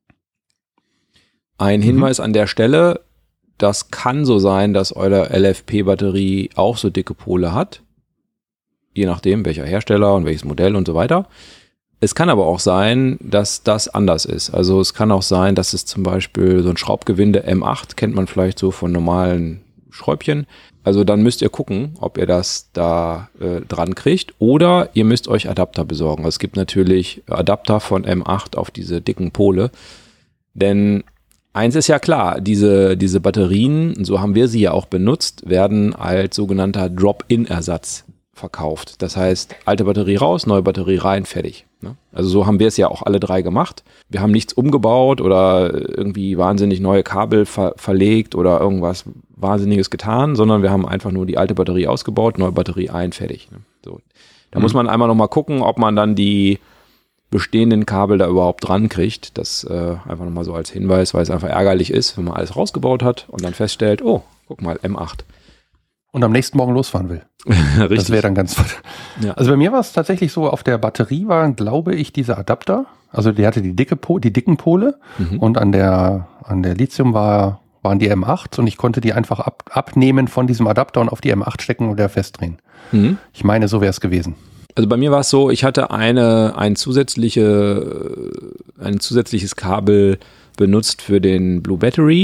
Ein Hinweis mhm. an der Stelle, das kann so sein, dass eure L F P-Batterie auch so dicke Pole hat. Je nachdem, welcher Hersteller und welches Modell und so weiter. Es kann aber auch sein, dass das anders ist. Also es kann auch sein, dass es zum Beispiel so ein Schraubgewinde M acht, kennt man vielleicht so von normalen Schräubchen. Also dann müsst ihr gucken, ob ihr das da äh, dran kriegt oder ihr müsst euch Adapter besorgen. Also es gibt natürlich Adapter von M acht auf diese dicken Pole. Denn eins ist ja klar, diese, diese Batterien, so haben wir sie ja auch benutzt, werden als sogenannter Drop-in-Ersatz verkauft. Das heißt, alte Batterie raus, neue Batterie rein, fertig. Ne? Also so haben wir es ja auch alle drei gemacht. Wir haben nichts umgebaut oder irgendwie wahnsinnig neue Kabel ver- verlegt oder irgendwas Wahnsinniges getan, sondern wir haben einfach nur die alte Batterie ausgebaut, neue Batterie ein, fertig. Ne? So. Da mhm. muss man einmal nochmal gucken, ob man dann die bestehenden Kabel da überhaupt dran kriegt. Das äh, einfach nochmal so als Hinweis, weil es einfach ärgerlich ist, wenn man alles rausgebaut hat und dann feststellt, oh, guck mal, M acht. Und am nächsten Morgen losfahren will. Richtig. Das wäre dann ganz... Ja. Also bei mir war es tatsächlich so, auf der Batterie waren, glaube ich, diese Adapter. Also die hatte die dicke po- die dicken Pole mhm. und an der an der Lithium war, waren die M acht und ich konnte die einfach ab, abnehmen von diesem Adapter und auf die M acht stecken und der festdrehen. Mhm. Ich meine, so wäre es gewesen. Also bei mir war es so, ich hatte eine ein zusätzliche ein zusätzliches Kabel benutzt für den Blue Battery.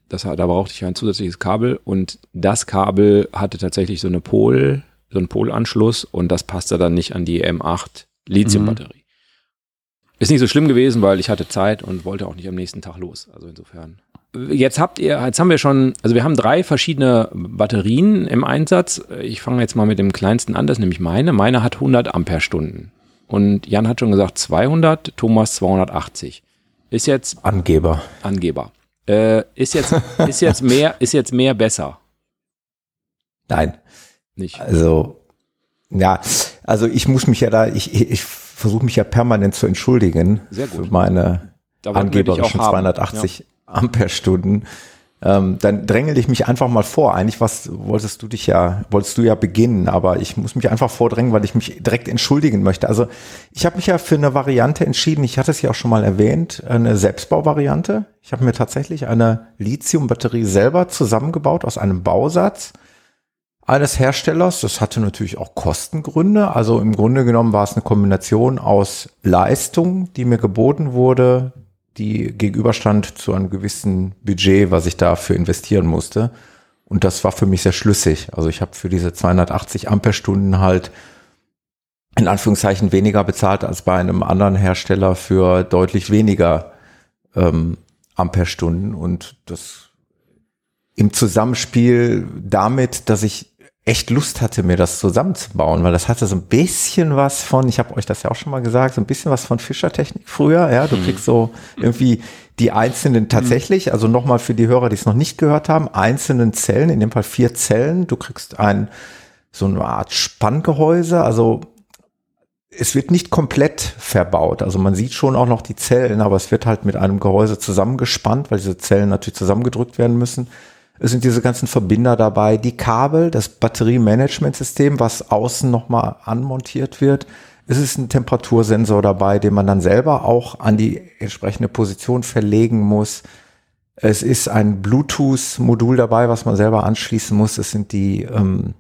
Das, da brauchte ich ein zusätzliches Kabel und das Kabel hatte tatsächlich so eine Pol, so einen Polanschluss und das passte dann nicht an die M acht Lithium-Batterie. Mhm. Ist nicht so schlimm gewesen, weil ich hatte Zeit und wollte auch nicht am nächsten Tag los. Also insofern. Jetzt habt ihr, jetzt haben wir schon, also wir haben drei verschiedene Batterien im Einsatz. Ich fange jetzt mal mit dem kleinsten an, das ist nämlich meine. Meine hat hundert Ampere-Stunden. Und Jan hat schon gesagt zweihundert, Thomas zweihundertachtzig. Ist jetzt Angeber. Angeber. Äh, ist jetzt ist jetzt mehr ist jetzt mehr besser? Nein. Nicht. Also ja, also ich muss mich ja da, ich, ich versuche mich ja permanent zu entschuldigen Sehr gut. für meine angeberischen zweihundertachtzig ja. Amperestunden. Ähm, dann drängel ich mich einfach mal vor. Eigentlich was wolltest du dich ja, wolltest du ja beginnen, aber ich muss mich einfach vordrängen, weil ich mich direkt entschuldigen möchte. Also ich habe mich ja für eine Variante entschieden, ich hatte es ja auch schon mal erwähnt, eine Selbstbauvariante. Ich habe mir tatsächlich eine Lithium-Batterie selber zusammengebaut aus einem Bausatz eines Herstellers. Das hatte natürlich auch Kostengründe. Also im Grunde genommen war es eine Kombination aus Leistung, die mir geboten wurde, die gegenüberstand zu einem gewissen Budget, was ich dafür investieren musste. Und das war für mich sehr schlüssig. Also ich habe für diese zweihundertachtzig Amperestunden halt in Anführungszeichen weniger bezahlt als bei einem anderen Hersteller für deutlich weniger ähm, Amperestunden. Und das im Zusammenspiel damit, dass ich echt Lust hatte, mir das zusammenzubauen, weil das hatte so ein bisschen was von, ich habe euch das ja auch schon mal gesagt, so ein bisschen was von Fischertechnik früher, ja, du kriegst so irgendwie die einzelnen tatsächlich, also nochmal für die Hörer, die es noch nicht gehört haben, einzelnen Zellen, in dem Fall vier Zellen, du kriegst ein, so eine Art Spanngehäuse, also es wird nicht komplett verbaut, also man sieht schon auch noch die Zellen, aber es wird halt mit einem Gehäuse zusammengespannt, weil diese Zellen natürlich zusammengedrückt werden müssen. Es sind diese ganzen Verbinder dabei, die Kabel, das Batteriemanagementsystem, was außen nochmal anmontiert wird. Es ist ein Temperatursensor dabei, den man dann selber auch an die entsprechende Position verlegen muss. Es ist ein Bluetooth-Modul dabei, was man selber anschließen muss. Es sind die, ähm,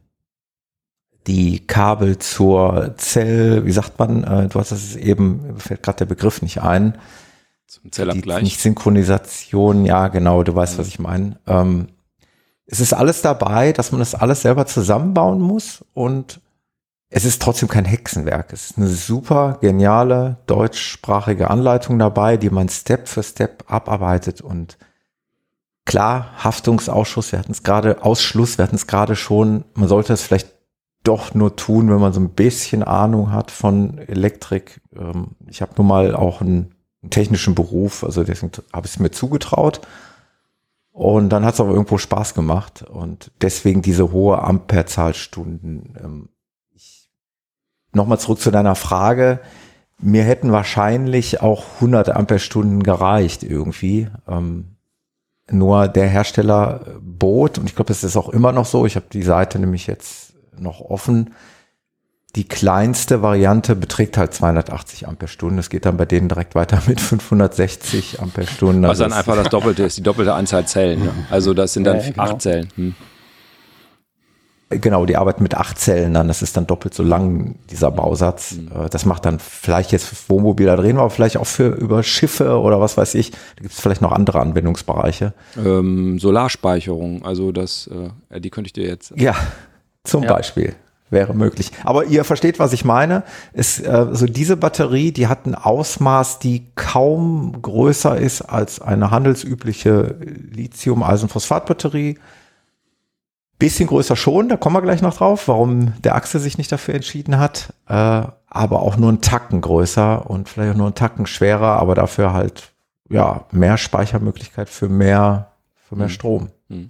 die Kabel zur Zell, wie sagt man, äh, du hast das eben, mir fällt gerade der Begriff nicht ein. Zum Zellabgleich. Die, nicht Synchronisation, ja genau, du weißt, was ich meine. Ähm, Es ist alles dabei, dass man das alles selber zusammenbauen muss und es ist trotzdem kein Hexenwerk. Es ist eine super geniale deutschsprachige Anleitung dabei, die man Step für Step abarbeitet und klar, Haftungsausschuss, wir hatten es gerade, Ausschluss, wir hatten es gerade schon, man sollte es vielleicht doch nur tun, wenn man so ein bisschen Ahnung hat von Elektrik. Ich habe nun mal auch einen, einen technischen Beruf, also deswegen habe ich es mir zugetraut. Und dann hat es aber irgendwo Spaß gemacht und deswegen diese hohe Amperezahlstunden. Ich, nochmal zurück zu deiner Frage. Mir hätten wahrscheinlich auch hundert Amperestunden gereicht irgendwie. Ähm, nur der Hersteller bot, und ich glaube, das ist auch immer noch so, ich habe die Seite nämlich jetzt noch offen, die kleinste Variante beträgt halt zweihundertachtzig Amperestunden. Es geht dann bei denen direkt weiter mit fünfhundertsechzig Amperestunden. Was dann einfach das Doppelte ist, die doppelte Anzahl Zellen. Ja. Also das sind dann ja, genau. acht Zellen. Hm. Genau, die arbeiten mit acht Zellen dann. Das ist dann doppelt so lang, dieser Bausatz. Hm. Das macht dann vielleicht jetzt für Wohnmobil, da drehen wir aber vielleicht auch für über Schiffe oder was weiß ich. Da gibt es vielleicht noch andere Anwendungsbereiche. Ähm, Solarspeicherung, also das, äh, die könnte ich dir jetzt... Ja, zum ja. Beispiel. Wäre möglich. Aber ihr versteht, was ich meine. Ist, äh, also diese Batterie, die hat ein Ausmaß, die kaum größer ist als eine handelsübliche Lithium-Eisenphosphat-Batterie. Bisschen größer schon, da kommen wir gleich noch drauf, warum der Axel sich nicht dafür entschieden hat. Äh, aber auch nur einen Tacken größer und vielleicht auch nur einen Tacken schwerer, aber dafür halt ja mehr Speichermöglichkeit für mehr, für mehr mhm. Strom. Mhm.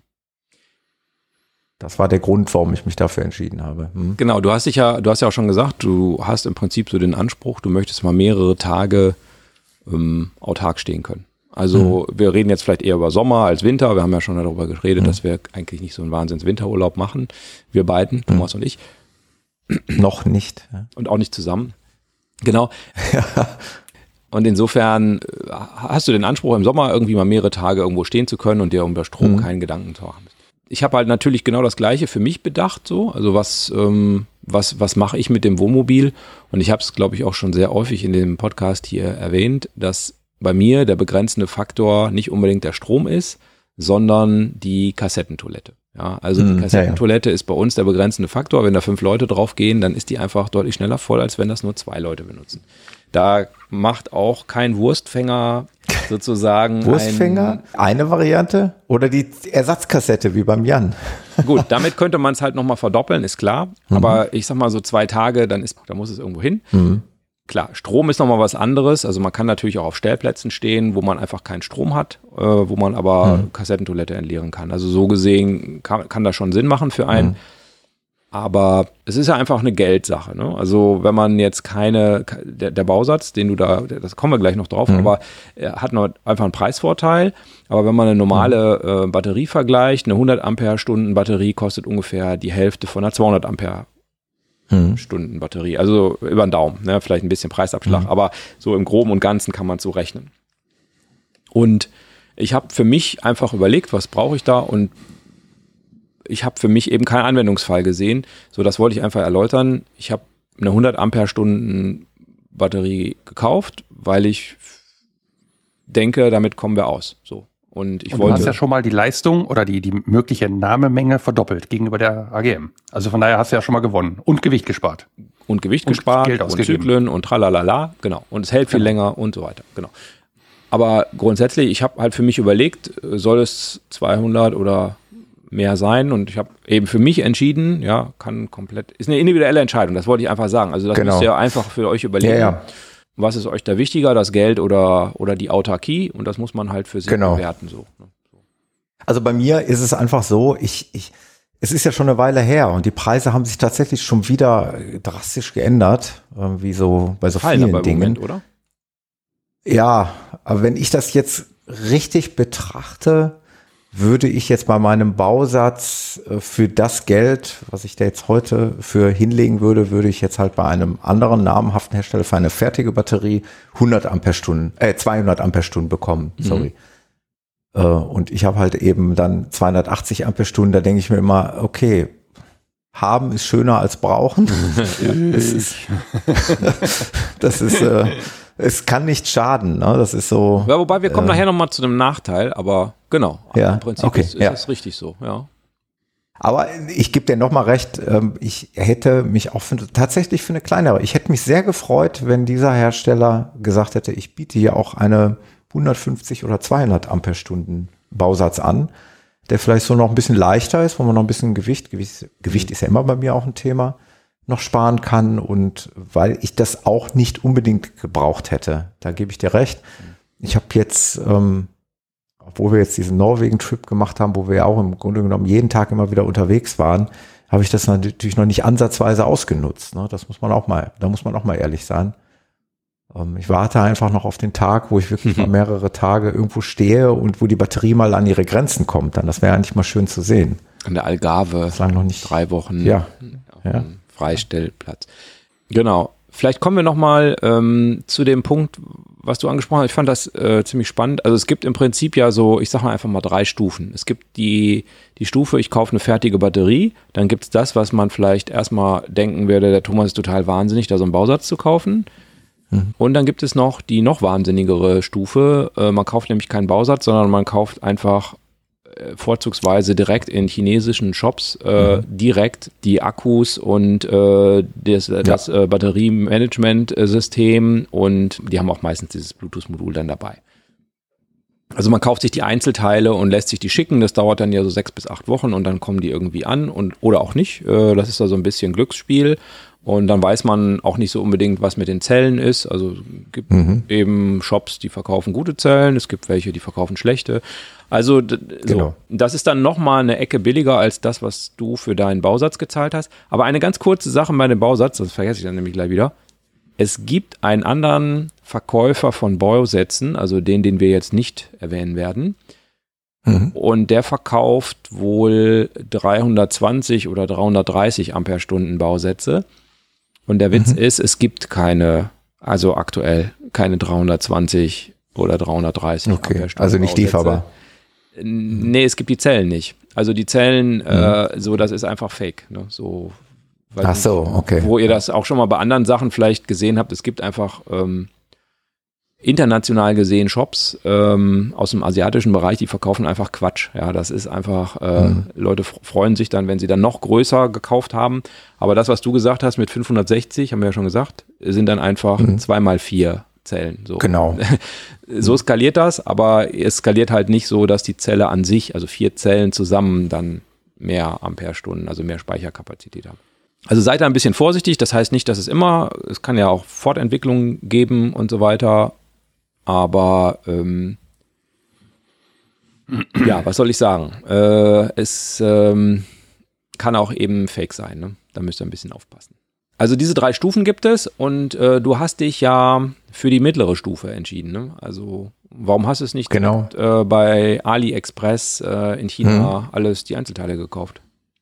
Das war der Grund, warum ich mich dafür entschieden habe. Hm. Genau, du hast dich ja, du hast ja auch schon gesagt, du hast im Prinzip so den Anspruch, du möchtest mal mehrere Tage ähm, autark stehen können. Also hm. wir reden jetzt vielleicht eher über Sommer als Winter. Wir haben ja schon darüber geredet, hm. dass wir eigentlich nicht so einen Wahnsinns-Winterurlaub machen. Wir beiden, hm. Thomas und ich. Noch nicht. Ja. Und auch nicht zusammen. Genau. Und insofern hast du den Anspruch, im Sommer irgendwie mal mehrere Tage irgendwo stehen zu können und dir um den Strom hm. keinen Gedanken zu machen. Ich habe halt natürlich genau das Gleiche für mich bedacht, so. Also was, ähm, was, was mache ich mit dem Wohnmobil? Und ich habe es, glaube ich, auch schon sehr häufig in dem Podcast hier erwähnt, dass bei mir der begrenzende Faktor nicht unbedingt der Strom ist, sondern die Kassettentoilette. Ja, also die Hm, Kassettentoilette ja, ja. ist bei uns der begrenzende Faktor. Wenn da fünf Leute drauf gehen, dann ist die einfach deutlich schneller voll, als wenn das nur zwei Leute benutzen. Da macht auch kein Wurstfänger sozusagen Wurstfänger, ein, eine Variante oder die Ersatzkassette wie beim Jan. Gut, damit könnte man es halt nochmal verdoppeln, ist klar. Mhm. Aber ich sag mal so zwei Tage, dann ist, da muss es irgendwo hin. Mhm. Klar, Strom ist nochmal was anderes. Also man kann natürlich auch auf Stellplätzen stehen, wo man einfach keinen Strom hat, äh, wo man aber mhm. Kassettentoilette entleeren kann. Also so gesehen kann, kann das schon Sinn machen für einen. Mhm. Aber es ist ja einfach eine Geldsache. Ne? Also wenn man jetzt keine, der, der Bausatz, den du da, das kommen wir gleich noch drauf, mhm. aber er hat noch einfach einen Preisvorteil. Aber wenn man eine normale äh, Batterie vergleicht, eine hundert Ampere-Stunden Batterie kostet ungefähr die Hälfte von einer zweihundert Ampere-Stunden Batterie. Also über den Daumen, ne? Vielleicht ein bisschen Preisabschlag, mhm. aber so im Groben und Ganzen kann man es so rechnen. Und ich habe für mich einfach überlegt, was brauche ich da, und ich habe für mich eben keinen Anwendungsfall gesehen. So, das wollte ich einfach erläutern. Ich habe eine hundert Ampere-Stunden Batterie gekauft, weil ich denke, damit kommen wir aus. So. Und ich und wollte. Du hast ja schon mal die Leistung oder die, die mögliche Nahmemenge verdoppelt gegenüber der A G M. Also von daher hast du ja schon mal gewonnen und Gewicht gespart. Und Gewicht und gespart Geld und Zyklen und tralalala, genau. Und es hält viel genau. länger und so weiter, genau. Aber grundsätzlich, ich habe halt für mich überlegt, soll es zweihundert oder mehr sein, und ich habe eben für mich entschieden, ja, kann komplett, ist eine individuelle Entscheidung, das wollte ich einfach sagen. Also das genau. müsst ihr einfach für euch überlegen. Ja, ja. Was ist euch da wichtiger, das Geld oder, oder die Autarkie, und das muss man halt für sich genau. bewerten. So. Also bei mir ist es einfach so, ich, ich, es ist ja schon eine Weile her und die Preise haben sich tatsächlich schon wieder drastisch geändert, wie so bei so Fallen vielen Dingen. Moment, oder? Ja, aber wenn ich das jetzt richtig betrachte, würde ich jetzt bei meinem Bausatz für das Geld, was ich da jetzt heute für hinlegen würde, würde ich jetzt halt bei einem anderen namhaften Hersteller für eine fertige Batterie hundert Ampere-Stunden, äh, zweihundert Ampere-Stunden bekommen, sorry. Mhm. Äh, und ich habe halt eben dann zweihundertachtzig Ampere-Stunden, da denke ich mir immer, okay, haben ist schöner als brauchen. das ist, das ist äh, es kann nicht schaden, ne? Das ist so. Ja, wobei wir kommen äh, nachher nochmal zu einem Nachteil, aber genau, ja, im Prinzip okay, ist, ist ja. das richtig so, ja. Aber ich gebe dir nochmal recht, ich hätte mich auch für, tatsächlich für eine kleinere, ich hätte mich sehr gefreut, wenn dieser Hersteller gesagt hätte, ich biete hier auch eine hundertfünfzig oder zweihundert Ampere-Stunden Bausatz an, der vielleicht so noch ein bisschen leichter ist, wo man noch ein bisschen Gewicht, Gewicht, Gewicht ist ja immer bei mir auch ein Thema, noch sparen kann, und weil ich das auch nicht unbedingt gebraucht hätte. Da gebe ich dir recht. Ich habe jetzt, ähm, obwohl wir jetzt diesen Norwegen-Trip gemacht haben, wo wir ja auch im Grunde genommen jeden Tag immer wieder unterwegs waren, habe ich das natürlich noch nicht ansatzweise ausgenutzt. Ne? Das muss man auch mal, da muss man auch mal ehrlich sein. Ähm, ich warte einfach noch auf den Tag, wo ich wirklich mal mehrere Tage irgendwo stehe und wo die Batterie mal an ihre Grenzen kommt. Dann, das wäre eigentlich mal schön zu sehen. An der Algarve. Bislang noch nicht. Drei Wochen. Ja. Ja. Freistellplatz. Genau. Vielleicht kommen wir nochmal ähm, zu dem Punkt, was du angesprochen hast. Ich fand das äh, ziemlich spannend. Also es gibt im Prinzip ja so, ich sag mal einfach mal drei Stufen. Es gibt die, die Stufe, ich kaufe eine fertige Batterie. Dann gibt es das, was man vielleicht erstmal denken würde, der Thomas ist total wahnsinnig, da so einen Bausatz zu kaufen. Mhm. Und dann gibt es noch die noch wahnsinnigere Stufe. Äh, man kauft nämlich keinen Bausatz, sondern man kauft einfach vorzugsweise direkt in chinesischen Shops äh, mhm. direkt die Akkus und äh, das, das ja. äh, Batteriemanagement-System, und die haben auch meistens dieses Bluetooth-Modul dann dabei. Also man kauft sich die Einzelteile und lässt sich die schicken, das dauert dann ja so sechs bis acht Wochen und dann kommen die irgendwie an und oder auch nicht. Äh, das ist da so ein bisschen Glücksspiel. Und dann weiß man auch nicht so unbedingt, was mit den Zellen ist. Also es gibt mhm. eben Shops, die verkaufen gute Zellen, es gibt welche, die verkaufen schlechte. Also d- genau. so. Das ist dann nochmal eine Ecke billiger als das, was du für deinen Bausatz gezahlt hast. Aber eine ganz kurze Sache bei dem Bausatz, das vergesse ich dann nämlich gleich wieder. Es gibt einen anderen Verkäufer von Bausätzen, also den, den wir jetzt nicht erwähnen werden. Mhm. Und der verkauft wohl dreihundertzwanzig oder dreihundertdreißig Ampere-Stunden Bausätze. Und der Witz mhm. ist, es gibt keine, also aktuell keine dreihundertzwanzig oder dreihundertdreißig okay. Ampere-Stunden also nicht Bausätze. lieferbar. Nee, es gibt die Zellen nicht. Also die Zellen, mhm. äh, so, das ist einfach Fake. Ne? So, weil Ach so, okay. Wo ihr das auch schon mal bei anderen Sachen vielleicht gesehen habt, es gibt einfach ähm, international gesehen Shops ähm, aus dem asiatischen Bereich, die verkaufen einfach Quatsch. Ja, das ist einfach, äh, mhm. Leute f- freuen sich dann, wenn sie dann noch größer gekauft haben. Aber das, was du gesagt hast mit fünfhundertsechzig, haben wir ja schon gesagt, sind dann einfach mhm. zwei mal vier Zellen. So. Genau. So skaliert das, aber es skaliert halt nicht so, dass die Zelle an sich, also vier Zellen zusammen, dann mehr Amperestunden, also mehr Speicherkapazität haben. Also seid da ein bisschen vorsichtig, das heißt nicht, dass es immer, es kann ja auch Fortentwicklungen geben und so weiter, aber ähm, ja, was soll ich sagen? Äh, es ähm, kann auch eben Fake sein, ne? Da müsst ihr ein bisschen aufpassen. Also diese drei Stufen gibt es und äh, du hast dich ja für die mittlere Stufe entschieden, ne? Also warum hast du es nicht genau. direkt, äh, bei AliExpress äh, in China hm. alles die Einzelteile gekauft?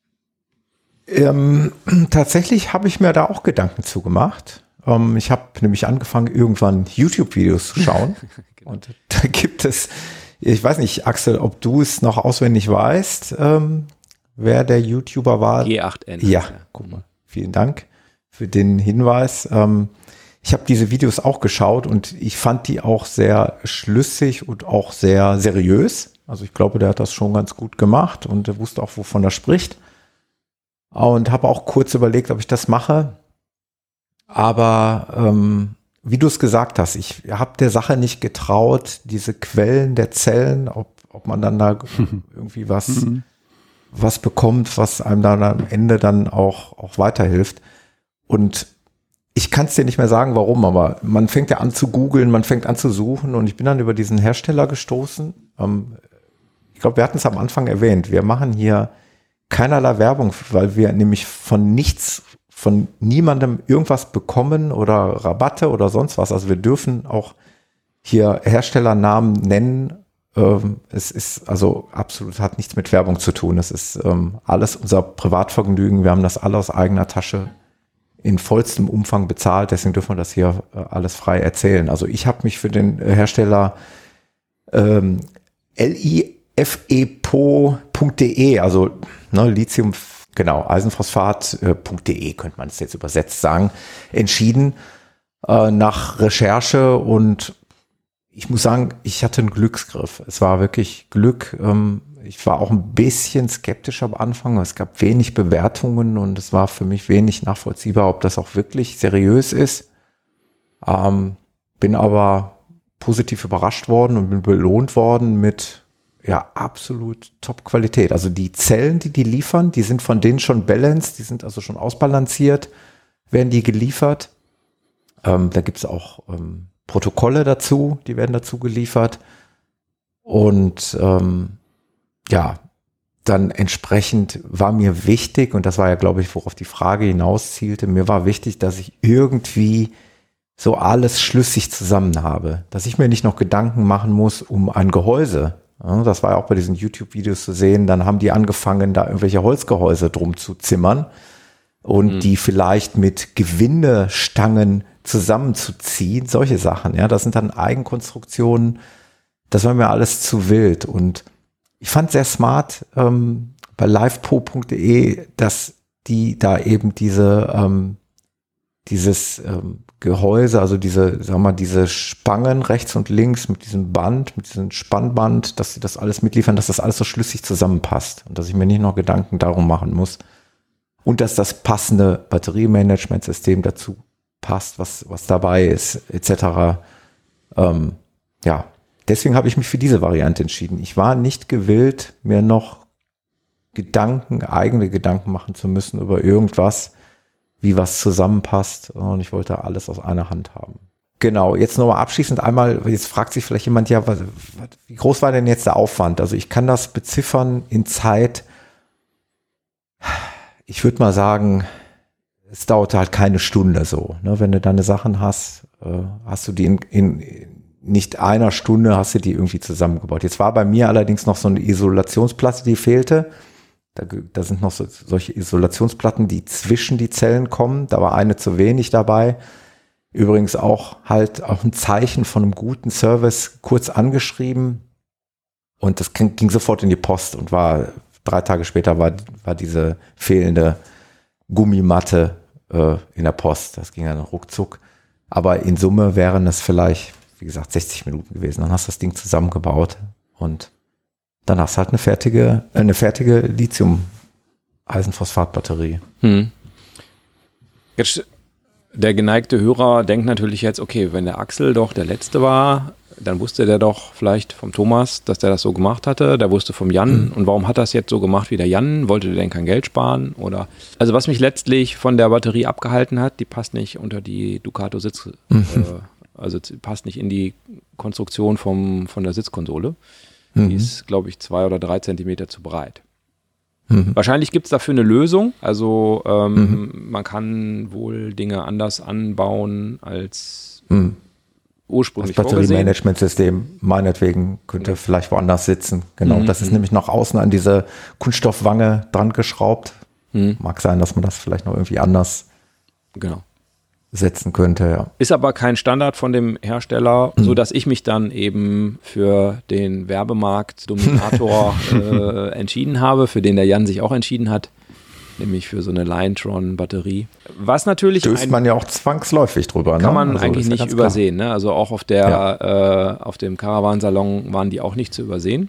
Ähm, tatsächlich habe ich mir da auch Gedanken zu gemacht. Ähm, ich habe nämlich angefangen, irgendwann YouTube-Videos zu schauen. Genau. Und da gibt es, ich weiß nicht, Axel, ob du es noch auswendig weißt, ähm, wer der YouTuber war. G acht N. Ja, guck mal. Vielen Dank für den Hinweis. Ähm, ich habe diese Videos auch geschaut und ich fand die auch sehr schlüssig und auch sehr seriös. Also ich glaube, der hat das schon ganz gut gemacht und er wusste auch, wovon er spricht. Und habe auch kurz überlegt, ob ich das mache. Aber ähm, wie du es gesagt hast, ich habe der Sache nicht getraut, diese Quellen der Zellen, ob, ob man dann da irgendwie was, was bekommt, was einem dann am Ende dann auch, auch weiterhilft. Und ich kann es dir nicht mehr sagen, warum, aber man fängt ja an zu googeln, man fängt an zu suchen und ich bin dann über diesen Hersteller gestoßen. Ähm, ich glaube, wir hatten es am Anfang erwähnt. Wir machen hier keinerlei Werbung, weil wir nämlich von nichts, von niemandem irgendwas bekommen oder Rabatte oder sonst was. Also wir dürfen auch hier Herstellernamen nennen. Ähm, es ist also absolut, hat nichts mit Werbung zu tun. Es ist ähm, alles unser Privatvergnügen. Wir haben das alle aus eigener Tasche in vollstem Umfang bezahlt. Deswegen dürfen wir das hier äh, alles frei erzählen. Also ich habe mich für den Hersteller ähm, life.po punkt de, also ne, Lithium, genau, Eisenphosphat punkt de könnte man es jetzt übersetzt sagen, entschieden äh, nach Recherche und ich muss sagen, ich hatte einen Glücksgriff. Es war wirklich Glück. Ähm, ich war auch ein bisschen skeptisch am Anfang. Es gab wenig Bewertungen und es war für mich wenig nachvollziehbar, ob das auch wirklich seriös ist. Ähm, bin aber positiv überrascht worden und bin belohnt worden mit ja, absolut Top-Qualität. Also die Zellen, die die liefern, die sind von denen schon balanced, die sind also schon ausbalanciert, werden die geliefert. Ähm, da gibt es auch ähm, Protokolle dazu, die werden dazu geliefert. Und ähm, ja, dann entsprechend war mir wichtig, und das war ja, glaube ich, worauf die Frage hinaus zielte, mir war wichtig, dass ich irgendwie so alles schlüssig zusammen habe, dass ich mir nicht noch Gedanken machen muss um ein Gehäuse. Ja, das war ja auch bei diesen YouTube-Videos zu sehen. Dann haben die angefangen, da irgendwelche Holzgehäuse drum zu zimmern und mhm. die vielleicht mit Gewindestangen zusammenzuziehen. Solche Sachen. Ja, das sind dann Eigenkonstruktionen. Das war mir alles zu wild. Und ich fand sehr smart ähm, bei life.po punkt de, dass die da eben diese ähm, dieses ähm, Gehäuse, also diese, sagen wir mal, diese Spangen rechts und links mit diesem Band, mit diesem Spannband, dass sie das alles mitliefern, dass das alles so schlüssig zusammenpasst und dass ich mir nicht noch Gedanken darum machen muss und dass das passende Batteriemanagementsystem dazu passt, was was dabei ist, et cetera. Ähm, ja, deswegen habe ich mich für diese Variante entschieden. Ich war nicht gewillt, mir noch Gedanken, eigene Gedanken machen zu müssen über irgendwas, wie was zusammenpasst, und ich wollte alles aus einer Hand haben. Genau, jetzt nochmal abschließend einmal, jetzt fragt sich vielleicht jemand, ja, was, wie groß war denn jetzt der Aufwand? Also ich kann das beziffern in Zeit, ich würde mal sagen, es dauerte halt keine Stunde so. Ne? Wenn du deine Sachen hast, äh, hast du die in, in nicht einer Stunde, hast du die irgendwie zusammengebaut. Jetzt war bei mir allerdings noch so eine Isolationsplatte, die fehlte. Da, da sind noch so, solche Isolationsplatten, die zwischen die Zellen kommen. Da war eine zu wenig dabei. Übrigens auch halt auch ein Zeichen von einem guten Service kurz angeschrieben. Und das ging, ging sofort in die Post und war drei Tage später war, war diese fehlende Gummimatte äh, in der Post. Das ging dann ruckzuck. Aber in Summe wären es vielleicht, wie gesagt, sechzig Minuten gewesen. Dann hast du das Ding zusammengebaut und dann hast du halt eine fertige, eine fertige Lithium-Eisenphosphat-Batterie. Hm. Jetzt, der geneigte Hörer denkt natürlich jetzt, okay, wenn der Axel doch der Letzte war, dann wusste der doch vielleicht vom Thomas, dass der das so gemacht hatte. Der wusste vom Jan. Mhm. Und warum hat er das jetzt so gemacht wie der Jan? Wollte der denn kein Geld sparen? Oder also was mich letztlich von der Batterie abgehalten hat, die passt nicht unter die Ducato Sitz, mhm. äh, also passt nicht in die Konstruktion vom, von der Sitzkonsole. Mhm. Die ist, glaube ich, zwei oder drei Zentimeter zu breit. Mhm. Wahrscheinlich gibt es dafür eine Lösung. Also ähm, mhm. man kann wohl Dinge anders anbauen als mhm. ursprünglich das Batteriemanagementsystem meinetwegen könnte ja. vielleicht woanders sitzen. Genau, mhm. das ist nämlich nach außen an diese Kunststoffwange dran geschraubt. Mhm. Mag sein, dass man das vielleicht noch irgendwie anders genau. setzen könnte. Ja. Ist aber kein Standard von dem Hersteller, mhm. so dass ich mich dann eben für den Werbemarkt Dominator äh, entschieden habe, für den der Jan sich auch entschieden hat. Nämlich für so eine Liontron-Batterie. Was natürlich. Stößt man ja auch zwangsläufig drüber. Kann ne? man also eigentlich nicht übersehen. Ne? Also auch auf, der, ja. äh, auf dem Caravan-Salon waren die auch nicht zu übersehen.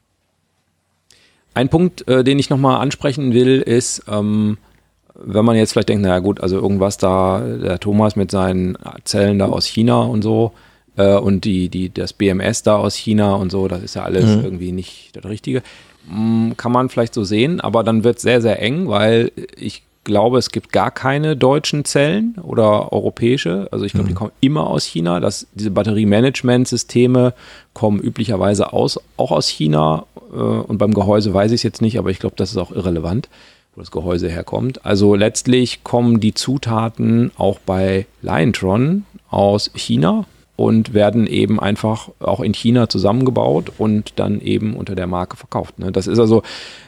Ein Punkt, äh, den ich nochmal ansprechen will, ist, ähm, wenn man jetzt vielleicht denkt, naja gut, also irgendwas da, der Thomas mit seinen Zellen da aus China und so äh, und die, die, das B M S da aus China und so, das ist ja alles mhm. irgendwie nicht das Richtige. Kann man vielleicht so sehen, aber dann wird es sehr, sehr eng, weil ich glaube, es gibt gar keine deutschen Zellen oder europäische. Also ich glaube, mhm. die kommen immer aus China. Das, diese Batteriemanagementsysteme kommen üblicherweise aus, auch aus China. Und beim Gehäuse weiß ich es jetzt nicht, aber ich glaube, das ist auch irrelevant, wo das Gehäuse herkommt. Also letztlich kommen die Zutaten auch bei Liontron aus China und werden eben einfach auch in China zusammengebaut und dann eben unter der Marke verkauft. Ne? Das ist also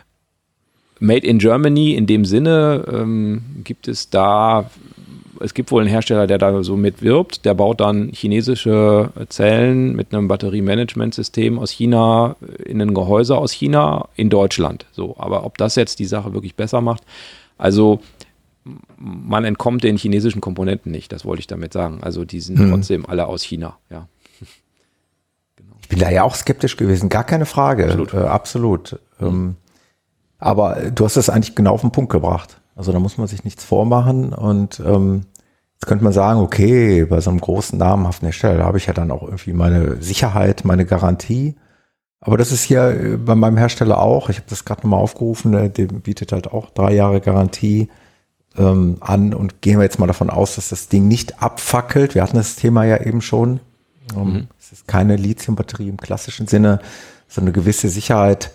Made in Germany in dem Sinne, ähm, gibt es da, es gibt wohl einen Hersteller, der da so mitwirbt, der baut dann chinesische Zellen mit einem Batteriemanagementsystem aus China in ein Gehäuse aus China in Deutschland. So, aber ob das jetzt die Sache wirklich besser macht, also man entkommt den chinesischen Komponenten nicht, das wollte ich damit sagen. Also die sind hm. trotzdem alle aus China, ja. Genau. Ich bin da ja auch skeptisch gewesen, gar keine Frage. Absolut. Äh, absolut. Mhm. Ähm, aber du hast das eigentlich genau auf den Punkt gebracht. Also da muss man sich nichts vormachen und ähm, jetzt könnte man sagen, okay, bei so einem großen namhaften Hersteller, da habe ich ja dann auch irgendwie meine Sicherheit, meine Garantie. Aber das ist hier bei meinem Hersteller auch. Ich habe das gerade nochmal aufgerufen, der, der bietet halt auch drei Jahre Garantie an und gehen wir jetzt mal davon aus, dass das Ding nicht abfackelt. Wir hatten das Thema ja eben schon. Mhm. Es ist keine Lithiumbatterie im klassischen Sinne, sondern eine gewisse Sicherheit,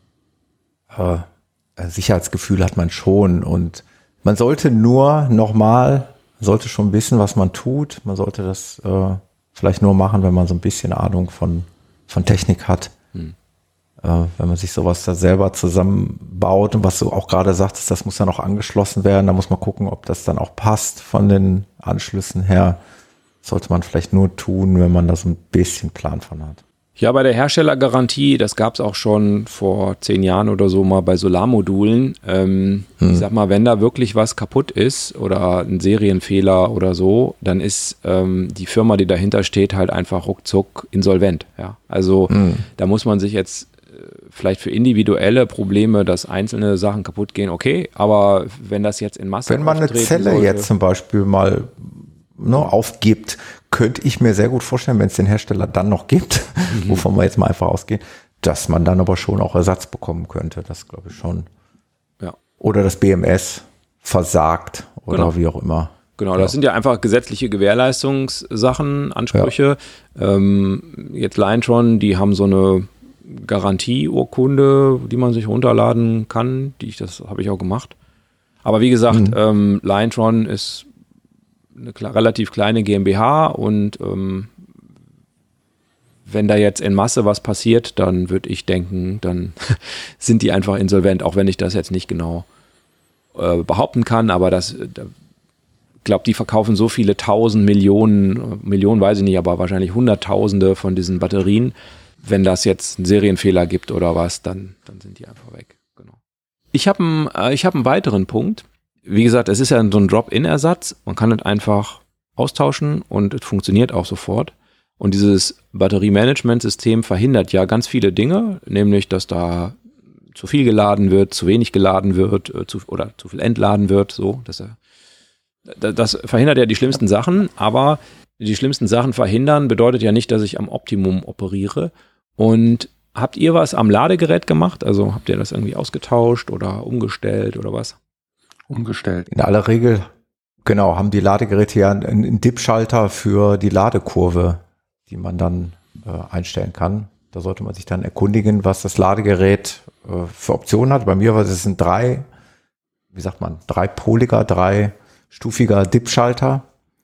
äh, Sicherheitsgefühl hat man schon und man sollte nur nochmal, sollte schon wissen, was man tut. Man sollte das äh, vielleicht nur machen, wenn man so ein bisschen Ahnung von, von Technik hat. Mhm. Wenn man sich sowas da selber zusammenbaut und was du auch gerade sagtest, das muss ja noch angeschlossen werden, da muss man gucken, ob das dann auch passt von den Anschlüssen her. Sollte man vielleicht nur tun, wenn man da so ein bisschen Plan von hat. Ja, bei der Herstellergarantie, das gab es auch schon vor zehn Jahren oder so mal bei Solarmodulen. Ähm, hm. Ich sag mal, wenn da wirklich was kaputt ist oder ein Serienfehler oder so, dann ist ähm, die Firma, die dahinter steht, halt einfach ruckzuck insolvent. Ja? Also hm. da muss man sich jetzt vielleicht für individuelle Probleme, dass einzelne Sachen kaputt gehen, okay, aber wenn das jetzt in Masse Wenn man eine Zelle sollte, jetzt zum Beispiel mal ne, aufgibt, könnte ich mir sehr gut vorstellen, wenn es den Hersteller dann noch gibt, mhm. wovon wir jetzt mal einfach ausgehen, dass man dann aber schon auch Ersatz bekommen könnte, das glaube ich schon. Ja. Oder das B M S versagt oder genau. wie auch immer. Genau, das sind ja einfach gesetzliche Gewährleistungssachen, Ansprüche. Ja. Ähm, jetzt Liontron, die haben so eine Garantieurkunde, die man sich runterladen kann, die ich, das habe ich auch gemacht. Aber wie gesagt, mhm. ähm, Liontron ist eine kle- relativ kleine GmbH und ähm, wenn da jetzt in Masse was passiert, dann würde ich denken, dann sind die einfach insolvent, auch wenn ich das jetzt nicht genau äh, behaupten kann, aber das, da, ich glaube, die verkaufen so viele tausend Millionen, Millionen weiß ich nicht, aber wahrscheinlich Hunderttausende von diesen Batterien. Wenn das jetzt einen Serienfehler gibt oder was, dann, dann sind die einfach weg. Genau. Ich habe einen, äh, ich hab einen weiteren Punkt. Wie gesagt, es ist ja so ein Drop-in-Ersatz. Man kann es einfach austauschen und es funktioniert auch sofort. Und dieses Batteriemanagementsystem verhindert ja ganz viele Dinge, nämlich, dass da zu viel geladen wird, zu wenig geladen wird äh, zu, oder zu viel entladen wird. So, dass er, das verhindert ja die schlimmsten Sachen, aber die schlimmsten Sachen verhindern bedeutet ja nicht, dass ich am Optimum operiere. Und habt ihr was am Ladegerät gemacht? Also habt ihr das irgendwie ausgetauscht oder umgestellt oder was? Umgestellt. In aller Regel, genau, haben die Ladegeräte ja einen, einen Dip-Schalter für die Ladekurve, die man dann äh, einstellen kann. Da sollte man sich dann erkundigen, was das Ladegerät äh, für Optionen hat. Bei mir war es ein drei, wie sagt man, dreipoliger, dreistufiger Dip-Schalter.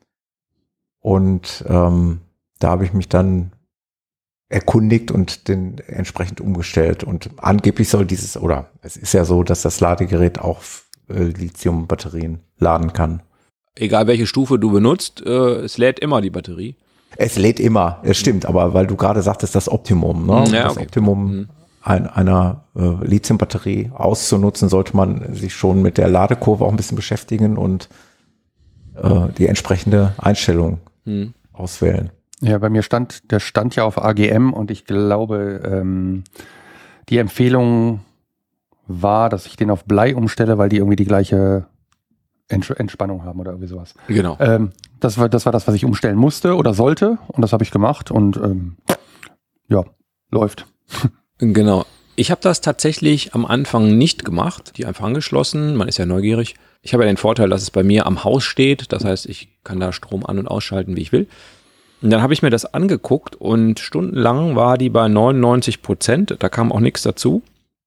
Und ähm, da habe ich mich dann erkundigt und den entsprechend umgestellt. Und angeblich soll dieses, oder es ist ja so, dass das Ladegerät auch äh, Lithium-Batterien laden kann. Egal welche Stufe du benutzt, äh, es lädt immer die Batterie. Es lädt immer, es stimmt, aber weil du gerade sagtest, das Optimum, ne? Ja, das okay. Optimum Mhm. ein, einer äh, Lithium-Batterie auszunutzen, sollte man sich schon mit der Ladekurve auch ein bisschen beschäftigen und äh, die entsprechende Einstellung Mhm. auswählen. Ja, bei mir stand, der stand ja auf A G M und ich glaube, ähm, die Empfehlung war, dass ich den auf Blei umstelle, weil die irgendwie die gleiche Ents- Entspannung haben oder irgendwie sowas. Genau. Ähm, das war, das war das, was ich umstellen musste oder sollte und das habe ich gemacht und ähm, ja, läuft. Genau. Ich habe das tatsächlich am Anfang nicht gemacht, die einfach angeschlossen, man ist ja neugierig. Ich habe ja den Vorteil, dass es bei mir am Haus steht, das heißt, ich kann da Strom an- und ausschalten, wie ich will. Und dann habe ich mir das angeguckt und stundenlang war die bei neunundneunzig Prozent, da kam auch nichts dazu.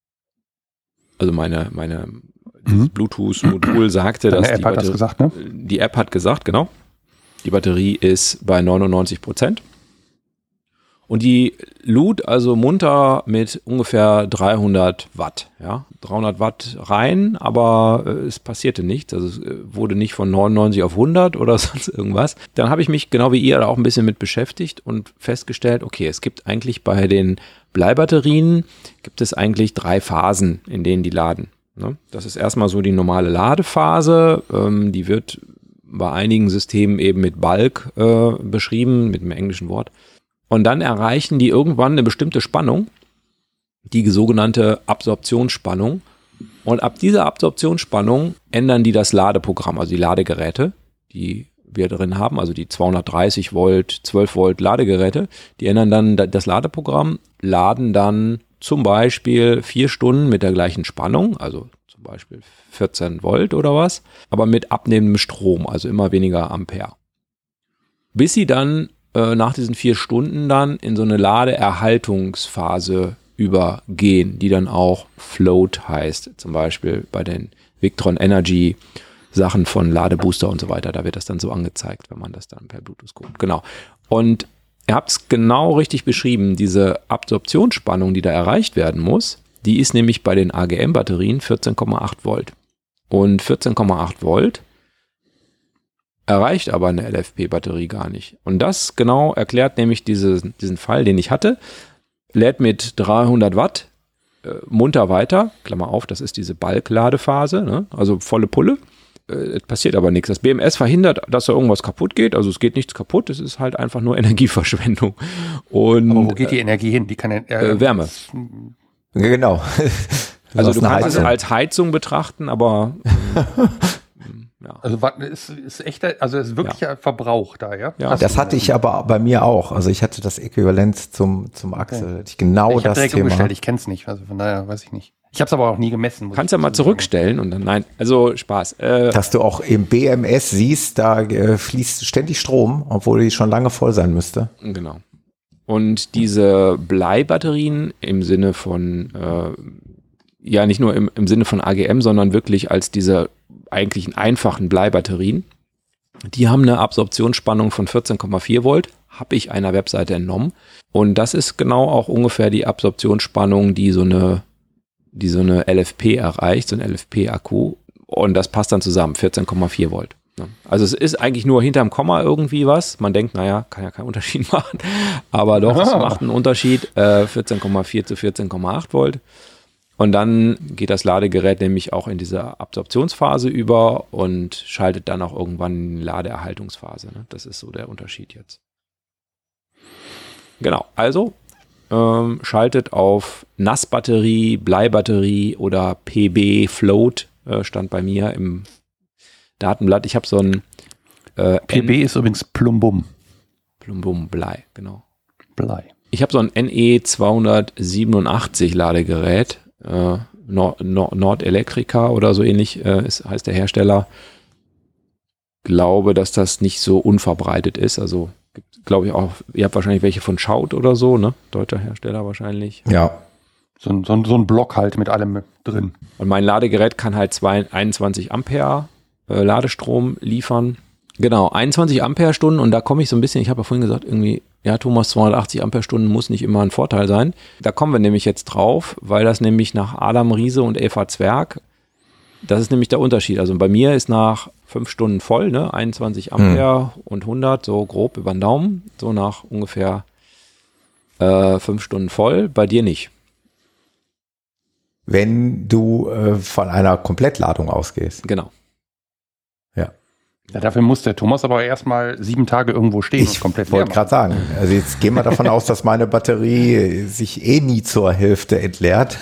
Also meine, meine Mhm. Bluetooth-Modul sagte, Deine dass App die hat das Batterie- gesagt, ne? Die App hat gesagt, genau. Die Batterie ist bei neunundneunzig Prozent. Und die lud also munter mit ungefähr dreihundert Watt. Ja? dreihundert Watt rein, aber äh, es passierte nichts. Also es äh, wurde nicht von neunundneunzig auf hundert oder sonst irgendwas. Dann habe ich mich genau wie ihr da auch ein bisschen mit beschäftigt und festgestellt, okay, es gibt eigentlich bei den Bleibatterien, gibt es eigentlich drei Phasen, in denen die laden. Ne? Das ist erstmal so die normale Ladephase. Ähm, die wird bei einigen Systemen eben mit Bulk äh, beschrieben, mit dem englischen Wort. Und dann erreichen die irgendwann eine bestimmte Spannung, die sogenannte Absorptionsspannung. Und ab dieser Absorptionsspannung ändern die das Ladeprogramm, also die Ladegeräte, die wir drin haben, also die zweihundertdreißig Volt, zwölf Volt Ladegeräte, die ändern dann das Ladeprogramm, laden dann zum Beispiel vier Stunden mit der gleichen Spannung, also zum Beispiel vierzehn Volt oder was, aber mit abnehmendem Strom, also immer weniger Ampere. Bis sie dann äh, nach diesen vier Stunden dann in so eine Ladeerhaltungsphase übergehen, die dann auch Float heißt, zum Beispiel bei den Victron Energy Sachen von Ladebooster und so weiter, da wird das dann so angezeigt, wenn man das dann per Bluetooth guckt. Genau. Und ihr habt es genau richtig beschrieben, diese Absorptionsspannung, die da erreicht werden muss, die ist nämlich bei den A G M-Batterien vierzehn Komma acht Volt. Und vierzehn Komma acht Volt erreicht aber eine L F P-Batterie gar nicht. Und das genau erklärt nämlich diese, diesen Fall, den ich hatte. Lädt mit dreihundert Watt äh, munter weiter, Klammer auf, das ist diese Bulk-Ladephase, ne? Also volle Pulle. Äh, es passiert aber nichts. Das B M S verhindert, dass da irgendwas kaputt geht. Also es geht nichts kaputt, es ist halt einfach nur Energieverschwendung. Und, Aber wo geht die Energie hin? Die kann äh, äh, Wärme. Genau. Also du eine kannst es Heizung. als Heizung betrachten, aber ähm, ja. Also wa- ist, ist echter, also ist wirklicher Verbrauch da, ja? Ja. Hast Das du- hatte ich aber bei mir auch. Also ich hatte das Äquivalent zum, zum Axel. Hatte ich genau ich habe das direkt Thema. umgestellt, ich kenn's nicht, also von daher weiß ich nicht. Ich habe es aber auch nie gemessen. muss Kannst ja ich mal dazu sagen. zurückstellen und dann, nein, also Spaß. Äh, Dass du auch im B M S siehst, da äh, fließt ständig Strom, obwohl die schon lange voll sein müsste. Genau. Und diese Bleibatterien im Sinne von, äh, ja nicht nur im, im Sinne von A G M, sondern wirklich als diese eigentlichen einfachen Bleibatterien, die haben eine Absorptionsspannung von vierzehn Komma vier Volt, habe ich einer Webseite entnommen. Und das ist genau auch ungefähr die Absorptionsspannung, die so eine, die so eine L F P erreicht, so ein L F P-Akku. Und das passt dann zusammen, vierzehn Komma vier Volt. Also es ist eigentlich nur hinterm Komma irgendwie was. Man denkt, naja, kann ja keinen Unterschied machen. Aber doch, es Ah. macht einen Unterschied. Äh, vierzehn Komma vier zu vierzehn Komma acht Volt. Und dann geht das Ladegerät nämlich auch in diese Absorptionsphase über und schaltet dann auch irgendwann in die Ladeerhaltungsphase. Ne? Das ist so der Unterschied jetzt. Genau, also ähm, schaltet auf Nassbatterie, Bleibatterie oder P B Float, äh, stand bei mir im Datenblatt. Ich habe so ein äh, P B N- ist übrigens Plumbum. Plumbum, Blei, genau. Blei. Ich habe so ein N E zweihundertsiebenundachtzig Ladegerät, äh, Nord, Nord, Nord Electrica oder so ähnlich äh, ist, heißt der Hersteller. Glaube, dass das nicht so unverbreitet ist. Also glaube ich auch, ihr habt wahrscheinlich welche von Schaut oder so, ne? Deutscher Hersteller wahrscheinlich. Ja. So ein, so, ein, so ein Block halt mit allem drin. Und mein Ladegerät kann halt zwei, einundzwanzig Ampere äh, Ladestrom liefern. Genau, einundzwanzig Amperestunden und da komme ich so ein bisschen, ich habe ja vorhin gesagt, irgendwie, ja Thomas, zweihundertachtzig Amperestunden muss nicht immer ein Vorteil sein. Da kommen wir nämlich jetzt drauf, weil das nämlich nach Adam Riese und Eva Zwerg, das ist nämlich der Unterschied. Also bei mir ist nach fünf Stunden voll, ne, einundzwanzig Ampere hm. und hundert, so grob über den Daumen, so nach ungefähr äh, fünf Stunden voll, bei dir nicht. Wenn du äh, von einer Komplettladung ausgehst. Genau. Ja. Ja, dafür muss der Thomas aber erstmal sieben Tage irgendwo stehen Ich und komplett wollte gerade sagen, also jetzt gehen wir davon aus, dass meine Batterie sich eh nie zur Hälfte entleert.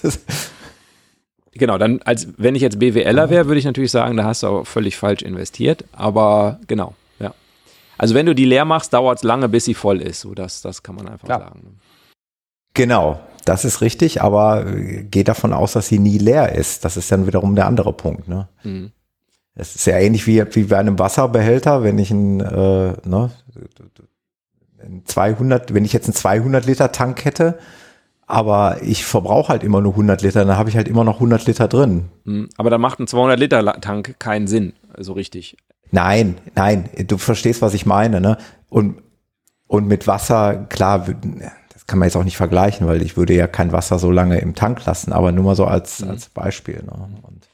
Genau, dann als wenn ich jetzt BWLer wäre, würde ich natürlich sagen, da hast du auch völlig falsch investiert, aber genau, ja. Also wenn du die leer machst, dauert es lange, bis sie voll ist, so das, das kann man einfach Klar. sagen. Genau, das ist richtig, aber geht davon aus, dass sie nie leer ist. Das ist dann wiederum der andere Punkt, ne? Mhm. Es ist ja ähnlich wie, wie bei einem Wasserbehälter, wenn ich ein, äh, ne, ein zweihundert, wenn ich jetzt einen zweihundert Liter Tank hätte, aber ich verbrauche halt immer nur hundert Liter, dann habe ich halt immer noch hundert Liter drin. Mhm. Aber da macht ein zweihundert Liter Tank keinen Sinn, so richtig. Nein, nein, du verstehst, was ich meine, ne? Und, und mit Wasser, klar, das kann man jetzt auch nicht vergleichen, weil ich würde ja kein Wasser so lange im Tank lassen, aber nur mal so als, mhm. als Beispiel, ne? Und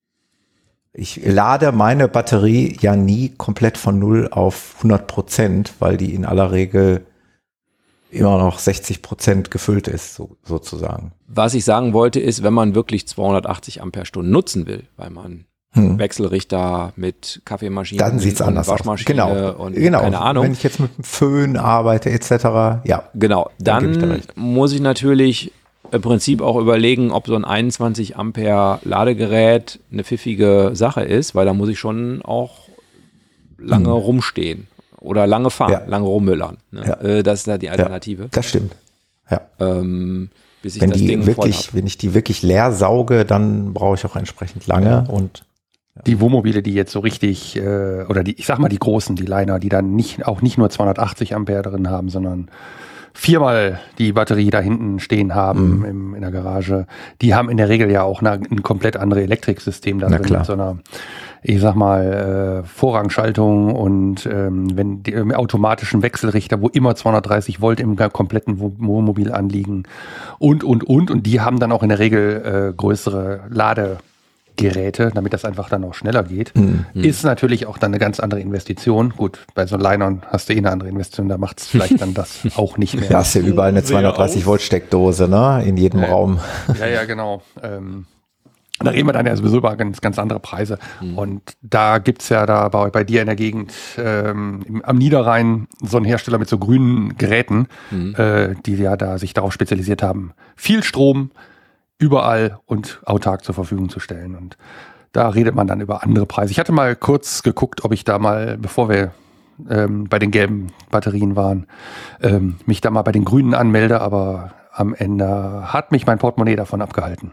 ich lade meine Batterie ja nie komplett von null auf hundert Prozent, weil die in aller Regel immer noch sechzig Prozent gefüllt ist, so, sozusagen. Was ich sagen wollte ist, wenn man wirklich zweihundertachtzig Amperestunden nutzen will, weil man hm. Wechselrichter mit Kaffeemaschine dann sieht's anders aus. Waschmaschine Genau. und genau. keine Ahnung. Wenn ich jetzt mit dem Föhn arbeite et cetera, ja. Genau, dann, dann ich muss ich natürlich im Prinzip auch überlegen, ob so ein einundzwanzig Ampere Ladegerät eine pfiffige Sache ist, weil da muss ich schon auch lange hm. rumstehen oder lange fahren, ja. lange rummüllern. Ne? Ja. Äh, das ist ja die Alternative. Ja, das stimmt. Ja. Ähm, bis ich wenn das die Ding wirklich, voll hab. wenn ich die wirklich leer sauge, dann brauche ich auch entsprechend lange Ja. und die Wohnmobile, die jetzt so richtig, äh, oder die, ich sag mal die großen, die Liner, die dann nicht, auch nicht nur zweihundertachtzig Ampere drin haben, sondern viermal die Batterie da hinten stehen haben mhm. im, in der Garage, die haben in der Regel ja auch eine, ein komplett anderes Elektriksystem da Na drin klar. mit so einer, ich sag mal, äh, Vorrangschaltung und ähm, wenn die ähm, automatischen Wechselrichter, wo immer zweihundertdreißig Volt im kompletten Wohnmobil anliegen und, und, und, und die haben dann auch in der Regel äh, größere Lade Geräte, damit das einfach dann auch schneller geht, mhm. ist natürlich auch dann eine ganz andere Investition. Gut, bei so Linern hast du eh eine andere Investition, da macht es vielleicht dann das auch nicht mehr. da hast du überall eine zweihundertdreißig Volt Steckdose, ne, in jedem Ja. Raum. Ja, ja, genau. Ähm, da reden wir dann ja sowieso über ganz, ganz andere Preise. Mhm. Und da gibt's ja da bei, bei dir in der Gegend ähm, im, am Niederrhein so einen Hersteller mit so grünen Geräten, Mhm. äh, die ja da sich darauf spezialisiert haben, viel Strom überall und autark zur Verfügung zu stellen. Und da redet man dann über andere Preise. Ich hatte mal kurz geguckt, ob ich da mal, bevor wir ähm, bei den gelben Batterien waren, ähm, mich da mal bei den grünen anmelde, aber am Ende hat mich mein Portemonnaie davon abgehalten.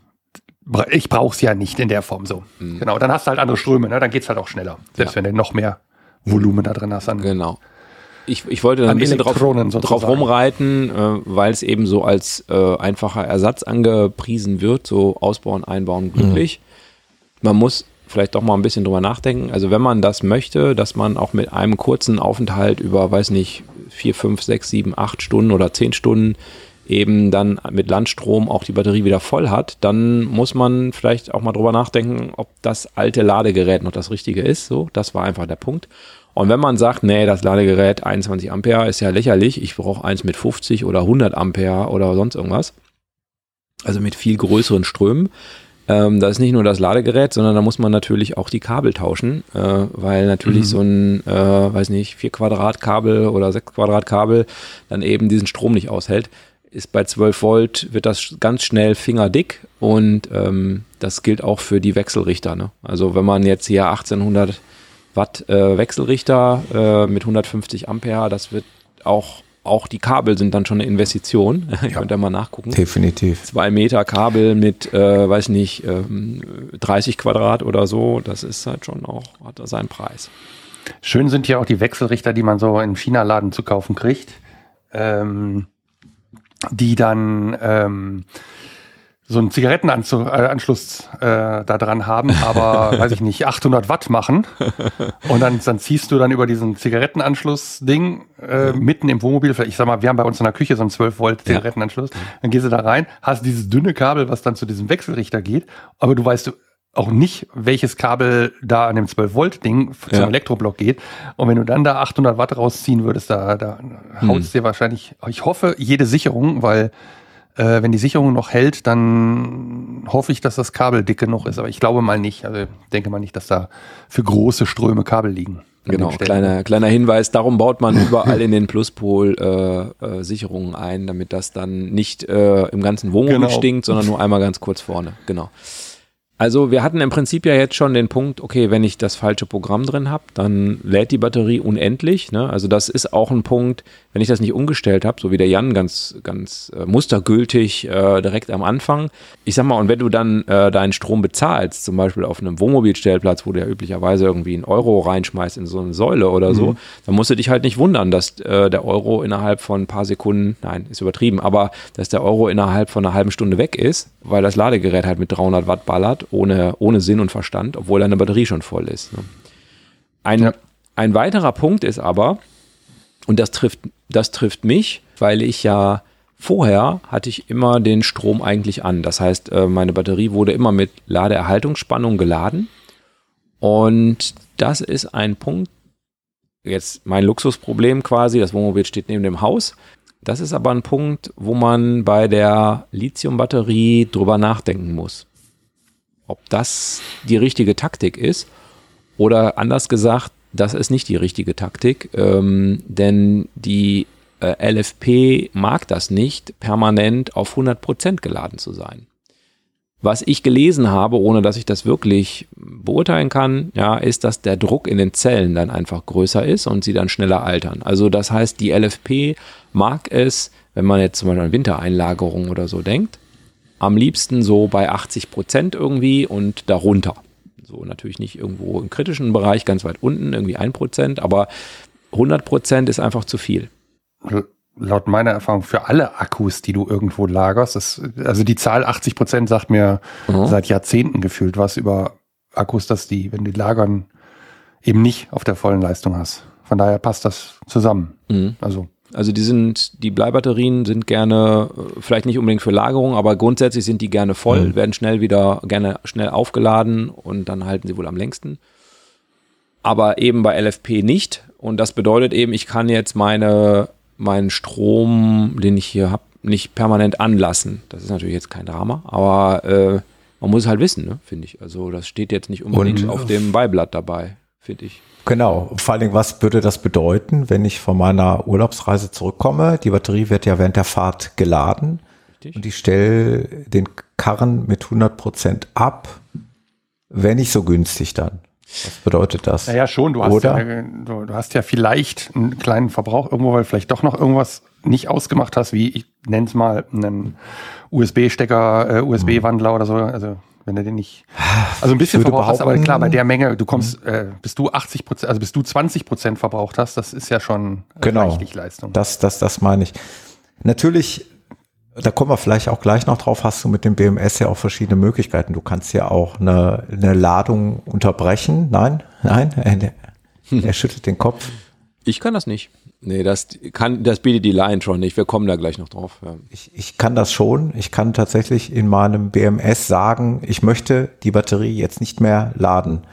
Ich brauch's ja nicht in der Form so. Mhm. Genau, dann hast du halt andere Ströme, ne? Dann geht's halt auch schneller. Selbst Ja. wenn du noch mehr Volumen da drin hast. An, Genau. Ich, ich wollte da ein An bisschen drauf, Elektronen drauf sozusagen. rumreiten, äh, weil es eben so als äh, einfacher Ersatz angepriesen wird, so ausbauen, einbauen, glücklich. Man muss vielleicht doch mal ein bisschen drüber nachdenken. Also wenn man das möchte, dass man auch mit einem kurzen Aufenthalt über, weiß nicht, vier, fünf, sechs, sieben, acht Stunden oder zehn Stunden eben dann mit Landstrom auch die Batterie wieder voll hat, dann muss man vielleicht auch mal drüber nachdenken, ob das alte Ladegerät noch das Richtige ist. So, das war einfach der Punkt. Und wenn man sagt, nee, das Ladegerät einundzwanzig Ampere ist ja lächerlich, ich brauche eins mit fünfzig oder hundert Ampere oder sonst irgendwas, also mit viel größeren Strömen, Ähm, da ist nicht nur das Ladegerät, sondern da muss man natürlich auch die Kabel tauschen, äh, weil natürlich mhm. so ein, äh, weiß nicht, vier Quadrat Kabel oder sechs Quadrat Kabel dann eben diesen Strom nicht aushält. Ist bei zwölf Volt, wird das ganz schnell fingerdick und ähm, das gilt auch für die Wechselrichter. Ne? Also wenn man jetzt hier achtzehnhundert Watt äh, Wechselrichter äh, mit hundertfünfzig Ampere, das wird auch, auch die Kabel sind dann schon eine Investition. Ihr ja. könnt da mal nachgucken. Definitiv. Zwei Meter Kabel mit, äh, weiß nicht, ähm, dreißig Quadrat oder so, das ist halt schon auch, hat da seinen Preis. Schön sind ja auch die Wechselrichter, die man so im China-Laden zu kaufen kriegt. Ähm, die dann ähm, so einen Zigarettenanschluss äh, da dran haben, aber, weiß ich nicht, achthundert Watt machen. Und dann, dann ziehst du dann über diesen Zigarettenanschluss-Ding äh, mitten im Wohnmobil, ich sag mal, wir haben bei uns in der Küche so einen zwölf Volt Zigarettenanschluss, dann gehst du da rein, hast dieses dünne Kabel, was dann zu diesem Wechselrichter geht, aber du weißt auch nicht, welches Kabel da an dem zwölf Volt Ding zum ja. Elektroblock geht. Und wenn du dann da achthundert Watt rausziehen würdest, da, da hm. haut es dir wahrscheinlich, ich hoffe, jede Sicherung, weil äh, wenn die Sicherung noch hält, dann hoffe ich, dass das Kabel dick genug ist. Aber ich glaube mal nicht. Also ich denke mal nicht, dass da für große Ströme Kabel liegen. Genau, kleiner, kleiner Hinweis. Darum baut man überall in den Pluspol äh, äh, Sicherungen ein, damit das dann nicht äh, im ganzen Wohnmobil genau. stinkt, sondern nur einmal ganz kurz vorne. Genau. Also wir hatten im Prinzip ja jetzt schon den Punkt, okay, wenn ich das falsche Programm drin habe, dann lädt die Batterie unendlich. Ne? Also das ist auch ein Punkt, wenn ich das nicht umgestellt habe, so wie der Jan ganz, ganz äh, mustergültig äh, direkt am Anfang. Ich sag mal, und wenn du dann äh, deinen Strom bezahlst, zum Beispiel auf einem Wohnmobilstellplatz, wo du ja üblicherweise irgendwie einen Euro reinschmeißt in so eine Säule oder mhm. so, dann musst du dich halt nicht wundern, dass äh, der Euro innerhalb von ein paar Sekunden, nein, ist übertrieben, aber dass der Euro innerhalb von einer halben Stunde weg ist, weil das Ladegerät halt mit dreihundert Watt ballert, ohne, ohne Sinn und Verstand, obwohl deine Batterie schon voll ist. Ne? Ein, ja. ein weiterer Punkt ist aber, und das trifft, das trifft mich, weil ich ja vorher hatte ich immer den Strom eigentlich an. Das heißt, meine Batterie wurde immer mit Ladeerhaltungsspannung geladen. Und das ist ein Punkt, jetzt mein Luxusproblem quasi, das Wohnmobil steht neben dem Haus. Das ist aber ein Punkt, wo man bei der Lithiumbatterie drüber nachdenken muss. Ob das die richtige Taktik ist oder anders gesagt, das ist nicht die richtige Taktik, ähm, denn die äh, L F P mag das nicht, permanent auf hundert Prozent geladen zu sein. Was ich gelesen habe, ohne dass ich das wirklich beurteilen kann, ja, ist, dass der Druck in den Zellen dann einfach größer ist und sie dann schneller altern. Also das heißt, die L F P mag es, wenn man jetzt zum Beispiel an Wintereinlagerung oder so denkt, am liebsten so bei achtzig Prozent irgendwie und darunter. So natürlich nicht irgendwo im kritischen Bereich, ganz weit unten, irgendwie ein Prozent, aber hundert Prozent ist einfach zu viel. Laut meiner Erfahrung für alle Akkus, die du irgendwo lagerst, ist, also die Zahl achtzig Prozent sagt mir mhm. seit Jahrzehnten gefühlt was über Akkus, dass die, wenn die lagern, eben nicht auf der vollen Leistung hast. Von daher passt das zusammen. Mhm. Also Also die sind, die Bleibatterien sind gerne, vielleicht nicht unbedingt für Lagerung, aber grundsätzlich sind die gerne voll, mhm. werden schnell wieder, gerne schnell aufgeladen und dann halten sie wohl am längsten. Aber eben bei L F P nicht. Und das bedeutet eben, ich kann jetzt meine, meinen Strom, den ich hier habe, nicht permanent anlassen. Das ist natürlich jetzt kein Drama, aber äh, man muss es halt wissen, ne, finde ich. Also das steht jetzt nicht unbedingt und auf dem Beiblatt dabei, finde ich. Genau, vor allen Dingen, was würde das bedeuten, wenn ich von meiner Urlaubsreise zurückkomme? Die Batterie wird ja während der Fahrt geladen. Richtig. Und ich stelle den Karren mit hundert Prozent ab, wäre nicht so günstig dann. Was bedeutet das? Naja, schon, du hast, ja, du, du hast ja vielleicht einen kleinen Verbrauch irgendwo, weil vielleicht doch noch irgendwas nicht ausgemacht hast, wie, ich nenne es mal, einen U S B-Stecker, äh, U S B-Wandler oder so, also wenn du den nicht, also ein bisschen verbraucht hast, aber klar, bei der Menge, du kommst, äh, bis du achtzig Prozent, also bis du zwanzig Prozent verbraucht hast, das ist ja schon genau, reichlich Leistung. Das, das, das meine ich. Natürlich, da kommen wir vielleicht auch gleich noch drauf, hast du mit dem B M S ja auch verschiedene Möglichkeiten. Du kannst ja auch eine, eine Ladung unterbrechen. Nein, nein, er, er schüttelt den Kopf. Ich kann das nicht. Nee, das kann, das bietet die Line schon nicht. Wir kommen da gleich noch drauf. Ja. Ich, ich kann das schon. Ich kann tatsächlich in meinem B M S sagen, ich möchte die Batterie jetzt nicht mehr laden.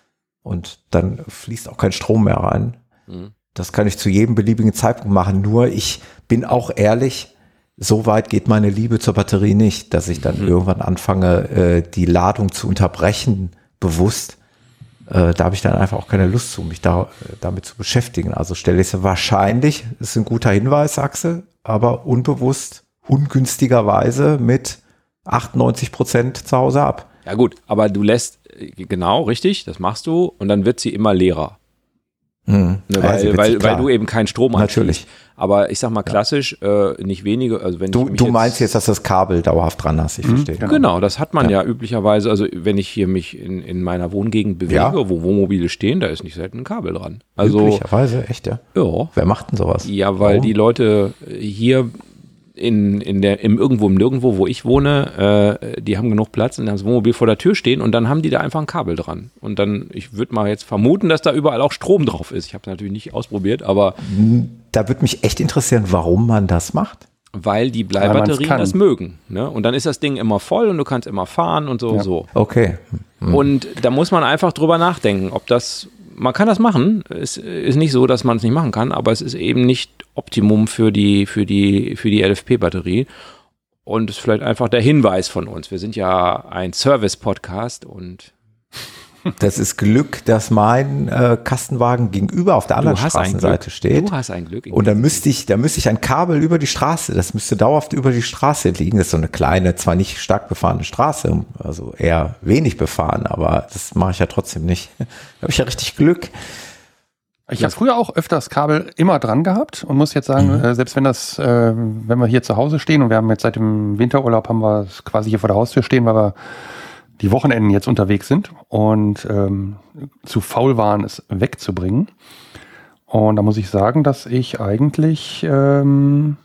Und dann fließt auch kein Strom mehr rein. Mhm. Das kann ich zu jedem beliebigen Zeitpunkt machen. Nur ich bin auch ehrlich, so weit geht meine Liebe zur Batterie nicht, dass ich dann mhm. irgendwann anfange, äh, die Ladung zu unterbrechen, bewusst. Äh, da habe ich dann einfach auch keine Lust zu, mich da, äh, damit zu beschäftigen. Also stelle ich es wahrscheinlich, das ist ein guter Hinweis, Axel, aber unbewusst, ungünstigerweise mit achtundneunzig Prozent zu Hause ab. Ja gut, aber du lässt, genau, richtig, das machst du und dann wird sie immer leerer. Hm. Ne, weil, ja, weil, weil du eben keinen Strom hast. Natürlich. Aber ich sag mal klassisch, ja. äh, nicht wenige. Also wenn du ich mich du jetzt, meinst jetzt, dass du das Kabel dauerhaft dran hast, ich mhm, verstehe. Genau. genau, das hat man ja. ja üblicherweise. Also wenn ich hier mich in, in meiner Wohngegend bewege, ja. wo Wohnmobile stehen, da ist nicht selten ein Kabel dran. Also, üblicherweise, echt, ja? Ja. Wer macht denn sowas? Ja, weil Warum? die Leute hier in, in der, im Irgendwo, im Nirgendwo, wo ich wohne, äh, die haben genug Platz und haben das Wohnmobil vor der Tür stehen und dann haben die da einfach ein Kabel dran. Und dann, ich würde mal jetzt vermuten, dass da überall auch Strom drauf ist. Ich habe es natürlich nicht ausprobiert, aber... Da würde mich echt interessieren, warum man das macht. Weil die Bleibatterien das mögen. Ne? Und dann ist das Ding immer voll und du kannst immer fahren und so ja. und so. Okay. Hm. Und da muss man einfach drüber nachdenken, ob das... Man kann das machen. Es ist nicht so, dass man es nicht machen kann, aber es ist eben nicht Optimum für die, für die, für die L F P-Batterie. Und es ist vielleicht einfach der Hinweis von uns. Wir sind ja ein Service-Podcast und das ist Glück, dass mein äh, Kastenwagen gegenüber auf der anderen Straßenseite steht. Du hast ein Glück. Und da müsste ich, da müsste ich ein Kabel über die Straße, das müsste dauerhaft über die Straße liegen. Das ist so eine kleine, zwar nicht stark befahrene Straße, also eher wenig befahren, aber das mache ich ja trotzdem nicht. Da habe ich ja richtig Glück. Ich habe früher auch öfters Kabel immer dran gehabt und muss jetzt sagen, mhm. äh, selbst wenn das, äh, wenn wir hier zu Hause stehen und wir haben jetzt seit dem Winterurlaub haben wir es quasi hier vor der Haustür stehen, weil wir die Wochenenden jetzt unterwegs sind und ähm, zu faul waren, es wegzubringen. Und da muss ich sagen, dass ich eigentlich ähm,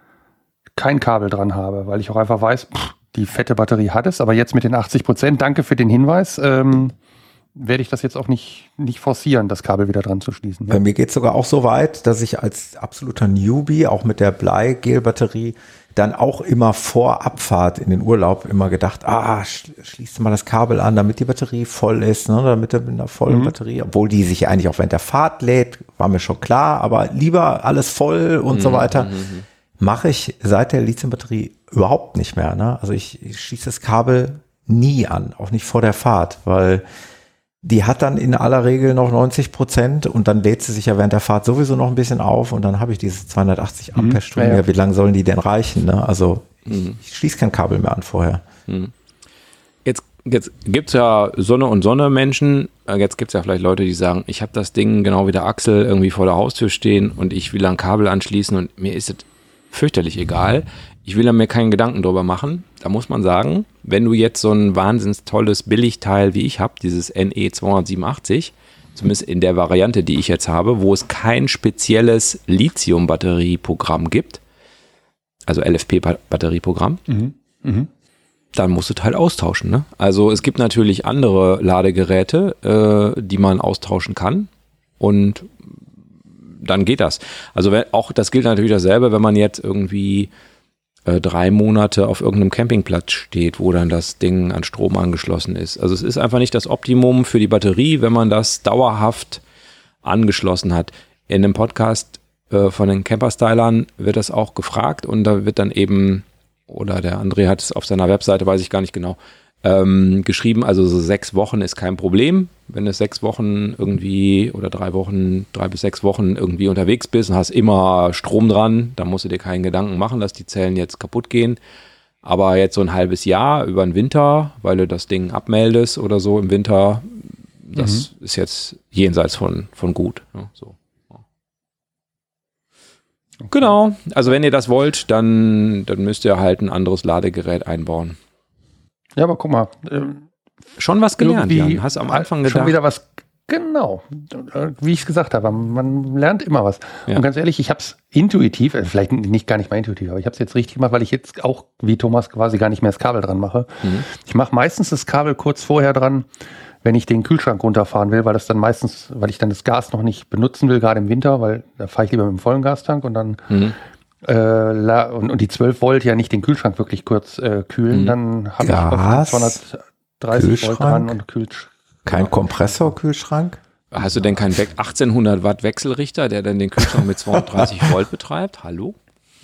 kein Kabel dran habe, weil ich auch einfach weiß, pff, die fette Batterie hat es, aber jetzt mit den achtzig Prozent, danke für den Hinweis, ähm, werde ich das jetzt auch nicht, nicht forcieren, das Kabel wieder dran zu schließen. Ja. Bei mir geht es sogar auch so weit, dass ich als absoluter Newbie, auch mit der Bleigel-Batterie, dann auch immer vor Abfahrt in den Urlaub immer gedacht, ah, schließt mal das Kabel an, damit die Batterie voll ist, ne, damit er mit einer vollen mhm. Batterie, obwohl die sich eigentlich auch während der Fahrt lädt, war mir schon klar, aber lieber alles voll und mhm. so weiter, mhm. mache ich seit der Lithium-Batterie überhaupt nicht mehr. Ne? Also ich, ich schließe das Kabel nie an, auch nicht vor der Fahrt, weil die hat dann in aller Regel noch neunzig Prozent und dann lädt sie sich ja während der Fahrt sowieso noch ein bisschen auf und dann habe ich diese zweihundertachtzig Ampere-Stunden. Ja, ja. Wie lange sollen die denn reichen? Ne? Also mhm. ich, ich schließe kein Kabel mehr an vorher. Mhm. Jetzt, jetzt gibt es ja Sonne und Sonne Menschen, jetzt gibt es ja vielleicht Leute, die sagen, ich habe das Ding genau wie der Axel irgendwie vor der Haustür stehen und ich will ein Kabel anschließen und mir ist es fürchterlich egal. Ich will da mir keinen Gedanken drüber machen. Da muss man sagen, wenn du jetzt so ein wahnsinnig tolles Billigteil wie ich habe, dieses N E zweihundertsiebenundachtzig, zumindest in der Variante, die ich jetzt habe, wo es kein spezielles Lithium-Batterieprogramm gibt, also L F P-Batterieprogramm, mhm. Mhm. dann musst du Teil austauschen. Ne? Also es gibt natürlich andere Ladegeräte, äh, die man austauschen kann und dann geht das. Also wenn, auch das gilt natürlich dasselbe, wenn man jetzt irgendwie äh, drei Monate auf irgendeinem Campingplatz steht, wo dann das Ding an Strom angeschlossen ist. Also es ist einfach nicht das Optimum für die Batterie, wenn man das dauerhaft angeschlossen hat. In dem Podcast äh, von den Camper-Stylern wird das auch gefragt und da wird dann eben, oder der André hat es auf seiner Webseite, weiß ich gar nicht genau, ähm, geschrieben, also so sechs Wochen ist kein Problem. Wenn du sechs Wochen irgendwie oder drei Wochen, drei bis sechs Wochen irgendwie unterwegs bist und hast immer Strom dran, dann musst du dir keinen Gedanken machen, dass die Zellen jetzt kaputt gehen. Aber jetzt so ein halbes Jahr über den Winter, weil du das Ding abmeldest oder so im Winter, das mhm. ist jetzt jenseits von, von gut. Ja, so. Okay. Genau, also wenn ihr das wollt, dann, dann müsst ihr halt ein anderes Ladegerät einbauen. Ja, aber guck mal. Ähm, schon was gelernt, Jan. Hast du am Anfang gedacht? Schon wieder was, genau. Wie ich es gesagt habe, man lernt immer was. Ja. Und ganz ehrlich, ich habe es intuitiv, vielleicht nicht gar nicht mal intuitiv, aber ich habe es jetzt richtig gemacht, weil ich jetzt auch, wie Thomas, quasi gar nicht mehr das Kabel dran mache. Mhm. Ich mache meistens das Kabel kurz vorher dran, wenn ich den Kühlschrank runterfahren will, weil das dann meistens, weil ich dann das Gas noch nicht benutzen will, gerade im Winter, weil da fahre ich lieber mit dem vollen Gastank und dann mhm. Äh, und, und die zwölf Volt ja nicht den Kühlschrank wirklich kurz äh, kühlen, mhm. dann habe ich zweihundertdreißig Volt dran und kühlt. Kein Kompressorkühlschrank? Hast du denn keinen achtzehnhundert Watt Wechselrichter, der dann den Kühlschrank mit zweihundertdreißig Volt betreibt? Hallo?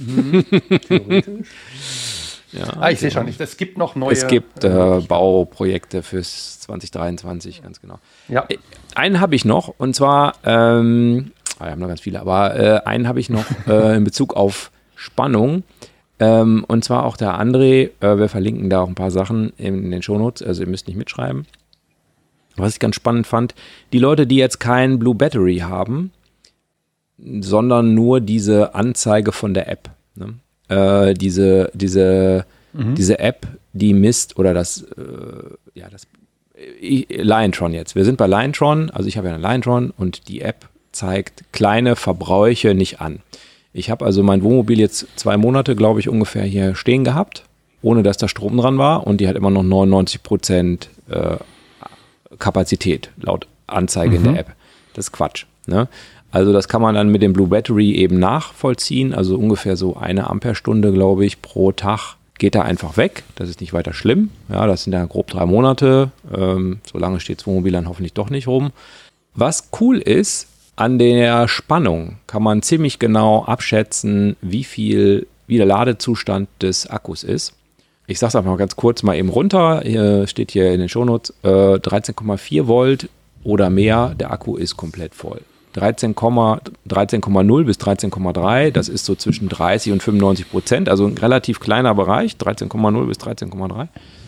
Theoretisch. Ja, ah, ich sehe schon, es gibt noch neue... Es gibt äh, Bauprojekte fürs zwanzig dreiundzwanzig, ganz genau. Ja. Einen habe ich noch, und zwar, ähm, wir haben noch ganz viele, aber äh, einen habe ich noch äh, in Bezug auf Spannung. Ähm, und zwar auch der André, äh, wir verlinken da auch ein paar Sachen in, in den Shownotes, also ihr müsst nicht mitschreiben. Was ich ganz spannend fand, die Leute, die jetzt kein Blue Battery haben, sondern nur diese Anzeige von der App, ne? Äh, diese, diese, mhm. diese App, die misst, oder das, äh, ja, das, ich, Liontron jetzt. Wir sind bei Liontron, also ich habe ja eine Liontron und die App zeigt kleine Verbräuche nicht an. Ich habe also mein Wohnmobil jetzt zwei Monate, glaube ich, ungefähr hier stehen gehabt, ohne dass da Strom dran war, und die hat immer noch neunundneunzig Prozent äh, Kapazität laut Anzeige mhm. in der App. Das ist Quatsch, ne? Also das kann man dann mit dem Blue Battery eben nachvollziehen, also ungefähr so eine Amperestunde, glaube ich, pro Tag geht da einfach weg. Das ist nicht weiter schlimm, ja, das sind ja grob drei Monate, ähm, so lange steht das Wohnmobil dann hoffentlich doch nicht rum. Was cool ist, an der Spannung kann man ziemlich genau abschätzen, wie viel, wie der Ladezustand des Akkus ist. Ich sage es einfach mal ganz kurz mal eben runter, hier steht hier in den Shownotes, äh, dreizehn Komma vier Volt oder mehr, der Akku ist komplett voll. dreizehn Komma null bis dreizehn Komma drei, das ist so zwischen dreißig und fünfundneunzig Prozent, also ein relativ kleiner Bereich, dreizehn Komma null bis dreizehn Komma drei.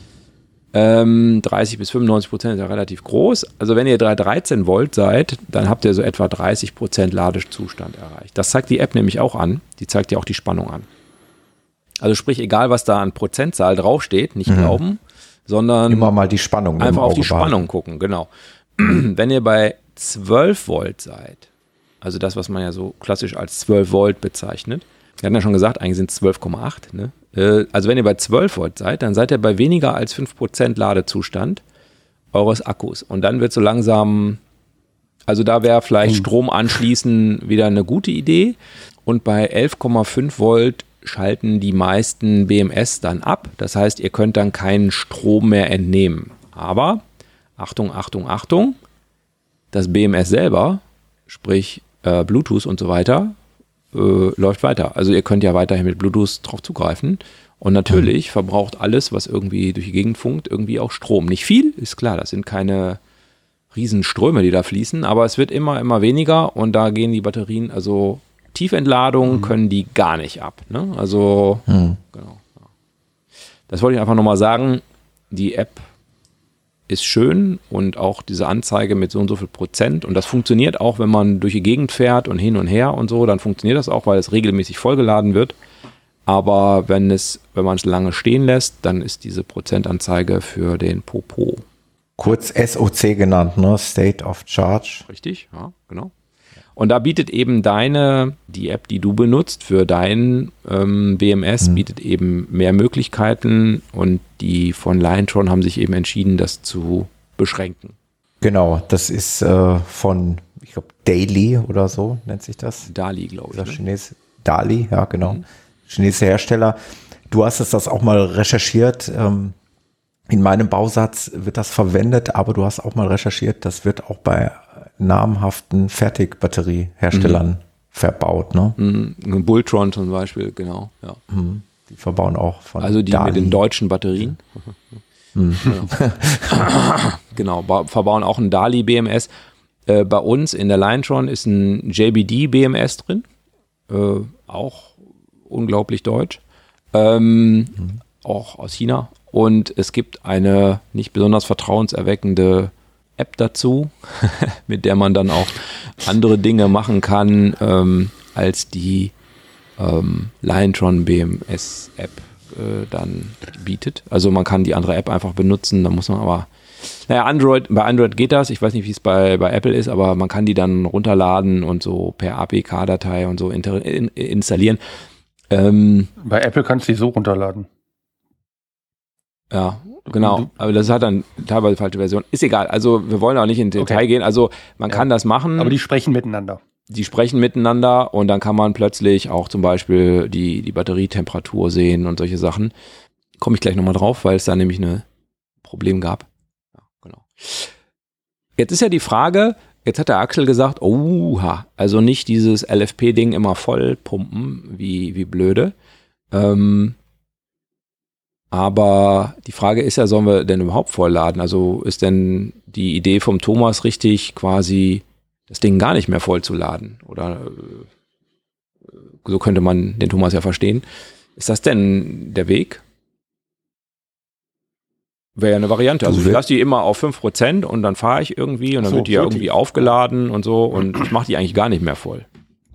Ähm, dreißig bis fünfundneunzig Prozent ist ja relativ groß. Also wenn ihr dreizehn Volt seid, dann habt ihr so etwa dreißig Prozent Ladezustand erreicht. Das zeigt die App nämlich auch an, die zeigt ja auch die Spannung an. Also sprich, egal was da an Prozentzahl draufsteht, nicht mhm. glauben, sondern immer mal die Spannung einfach auf die Spannung gucken, genau. Wenn ihr bei zwölf Volt seid, also das, was man ja so klassisch als zwölf Volt bezeichnet, wir hatten ja schon gesagt, eigentlich sind es zwölf Komma acht, ne? Also wenn ihr bei zwölf Volt seid, dann seid ihr bei weniger als fünf Prozent Ladezustand eures Akkus. Und dann wird so langsam, also da wäre vielleicht Strom anschließen wieder eine gute Idee. Und bei elf Komma fünf Volt schalten die meisten B M S dann ab. Das heißt, ihr könnt dann keinen Strom mehr entnehmen. Aber, Achtung, Achtung, Achtung, das B M S selber, sprich äh, Bluetooth und so weiter, äh, läuft weiter. Also ihr könnt ja weiterhin mit Bluetooth drauf zugreifen. Und natürlich mhm. verbraucht alles, was irgendwie durch die Gegend funkt, irgendwie auch Strom. Nicht viel, ist klar, das sind keine Riesenströme, die da fließen, aber es wird immer, immer weniger und da gehen die Batterien, also Tiefentladungen mhm. können die gar nicht ab. Ne? Also, mhm. genau. Ja. Das wollte ich einfach nochmal sagen. Die App ist schön und auch diese Anzeige mit so und so viel Prozent und das funktioniert auch, wenn man durch die Gegend fährt und hin und her und so, dann funktioniert das auch, weil es regelmäßig vollgeladen wird. Aber wenn es, wenn man es lange stehen lässt, dann ist diese Prozentanzeige für den Popo. Kurz S O C genannt, ne? State of Charge. Richtig, ja, genau. Und da bietet eben deine, die App, die du benutzt für dein ähm, B M S, mhm. bietet eben mehr Möglichkeiten und die von Liontron haben sich eben entschieden, das zu beschränken. Genau, das ist äh, von, ich glaube, Daily oder so nennt sich das. Dali, glaube ich. Das ne? Chines- Dali, ja genau. Mhm. Chinesischer Hersteller. Du hast es das auch mal recherchiert. Ähm, in meinem Bausatz wird das verwendet, aber du hast auch mal recherchiert, das wird auch bei namhaften Fertigbatterieherstellern mhm. verbaut, ne? Mhm. Bultron zum Beispiel, genau. Ja. Mhm. Die verbauen auch von Also die Dali. Mit den deutschen Batterien. Mhm. Genau, genau ba- verbauen auch ein Dali B M S. Äh, bei uns in der Liontron ist ein J B D B M S drin. Äh, auch unglaublich deutsch. Ähm, mhm. Auch aus China. Und es gibt eine nicht besonders vertrauenserweckende App dazu, mit der man dann auch andere Dinge machen kann, ähm, als die ähm, Liontron B M S App äh, dann bietet. Also man kann die andere App einfach benutzen, da muss man aber, naja, Android, bei Android geht das, ich weiß nicht, wie es bei, bei Apple ist, aber man kann die dann runterladen und so per A P K-Datei und so inter, in, installieren. Ähm, bei Apple kannst du die so runterladen. Ja, genau, aber das hat dann teilweise falsche Version. Ist egal, also wir wollen auch nicht in Detail okay. gehen, also man ja. kann das machen. Aber die sprechen miteinander. Die sprechen miteinander und dann kann man plötzlich auch zum Beispiel die, die Batterietemperatur sehen und solche Sachen. Komme ich gleich nochmal drauf, weil es da nämlich ein Problem gab. Ja, genau. Jetzt ist ja die Frage, Jetzt hat der Axel gesagt, oha, also nicht dieses L F P-Ding immer voll pumpen, wie, wie blöde. Ähm, aber die Frage ist ja, sollen wir denn überhaupt vollladen? Also ist denn die Idee vom Thomas richtig, quasi das Ding gar nicht mehr voll zu laden? Oder äh, so könnte man den Thomas ja verstehen. Ist das denn der Weg? Wäre ja eine Variante. Also ich lasse die immer auf fünf Prozent und dann fahre ich irgendwie und dann so, wird die ja so irgendwie tief. aufgeladen und so und ich mache die eigentlich gar nicht mehr voll.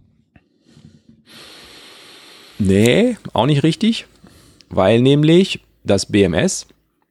Nee, auch nicht richtig, weil nämlich das B M S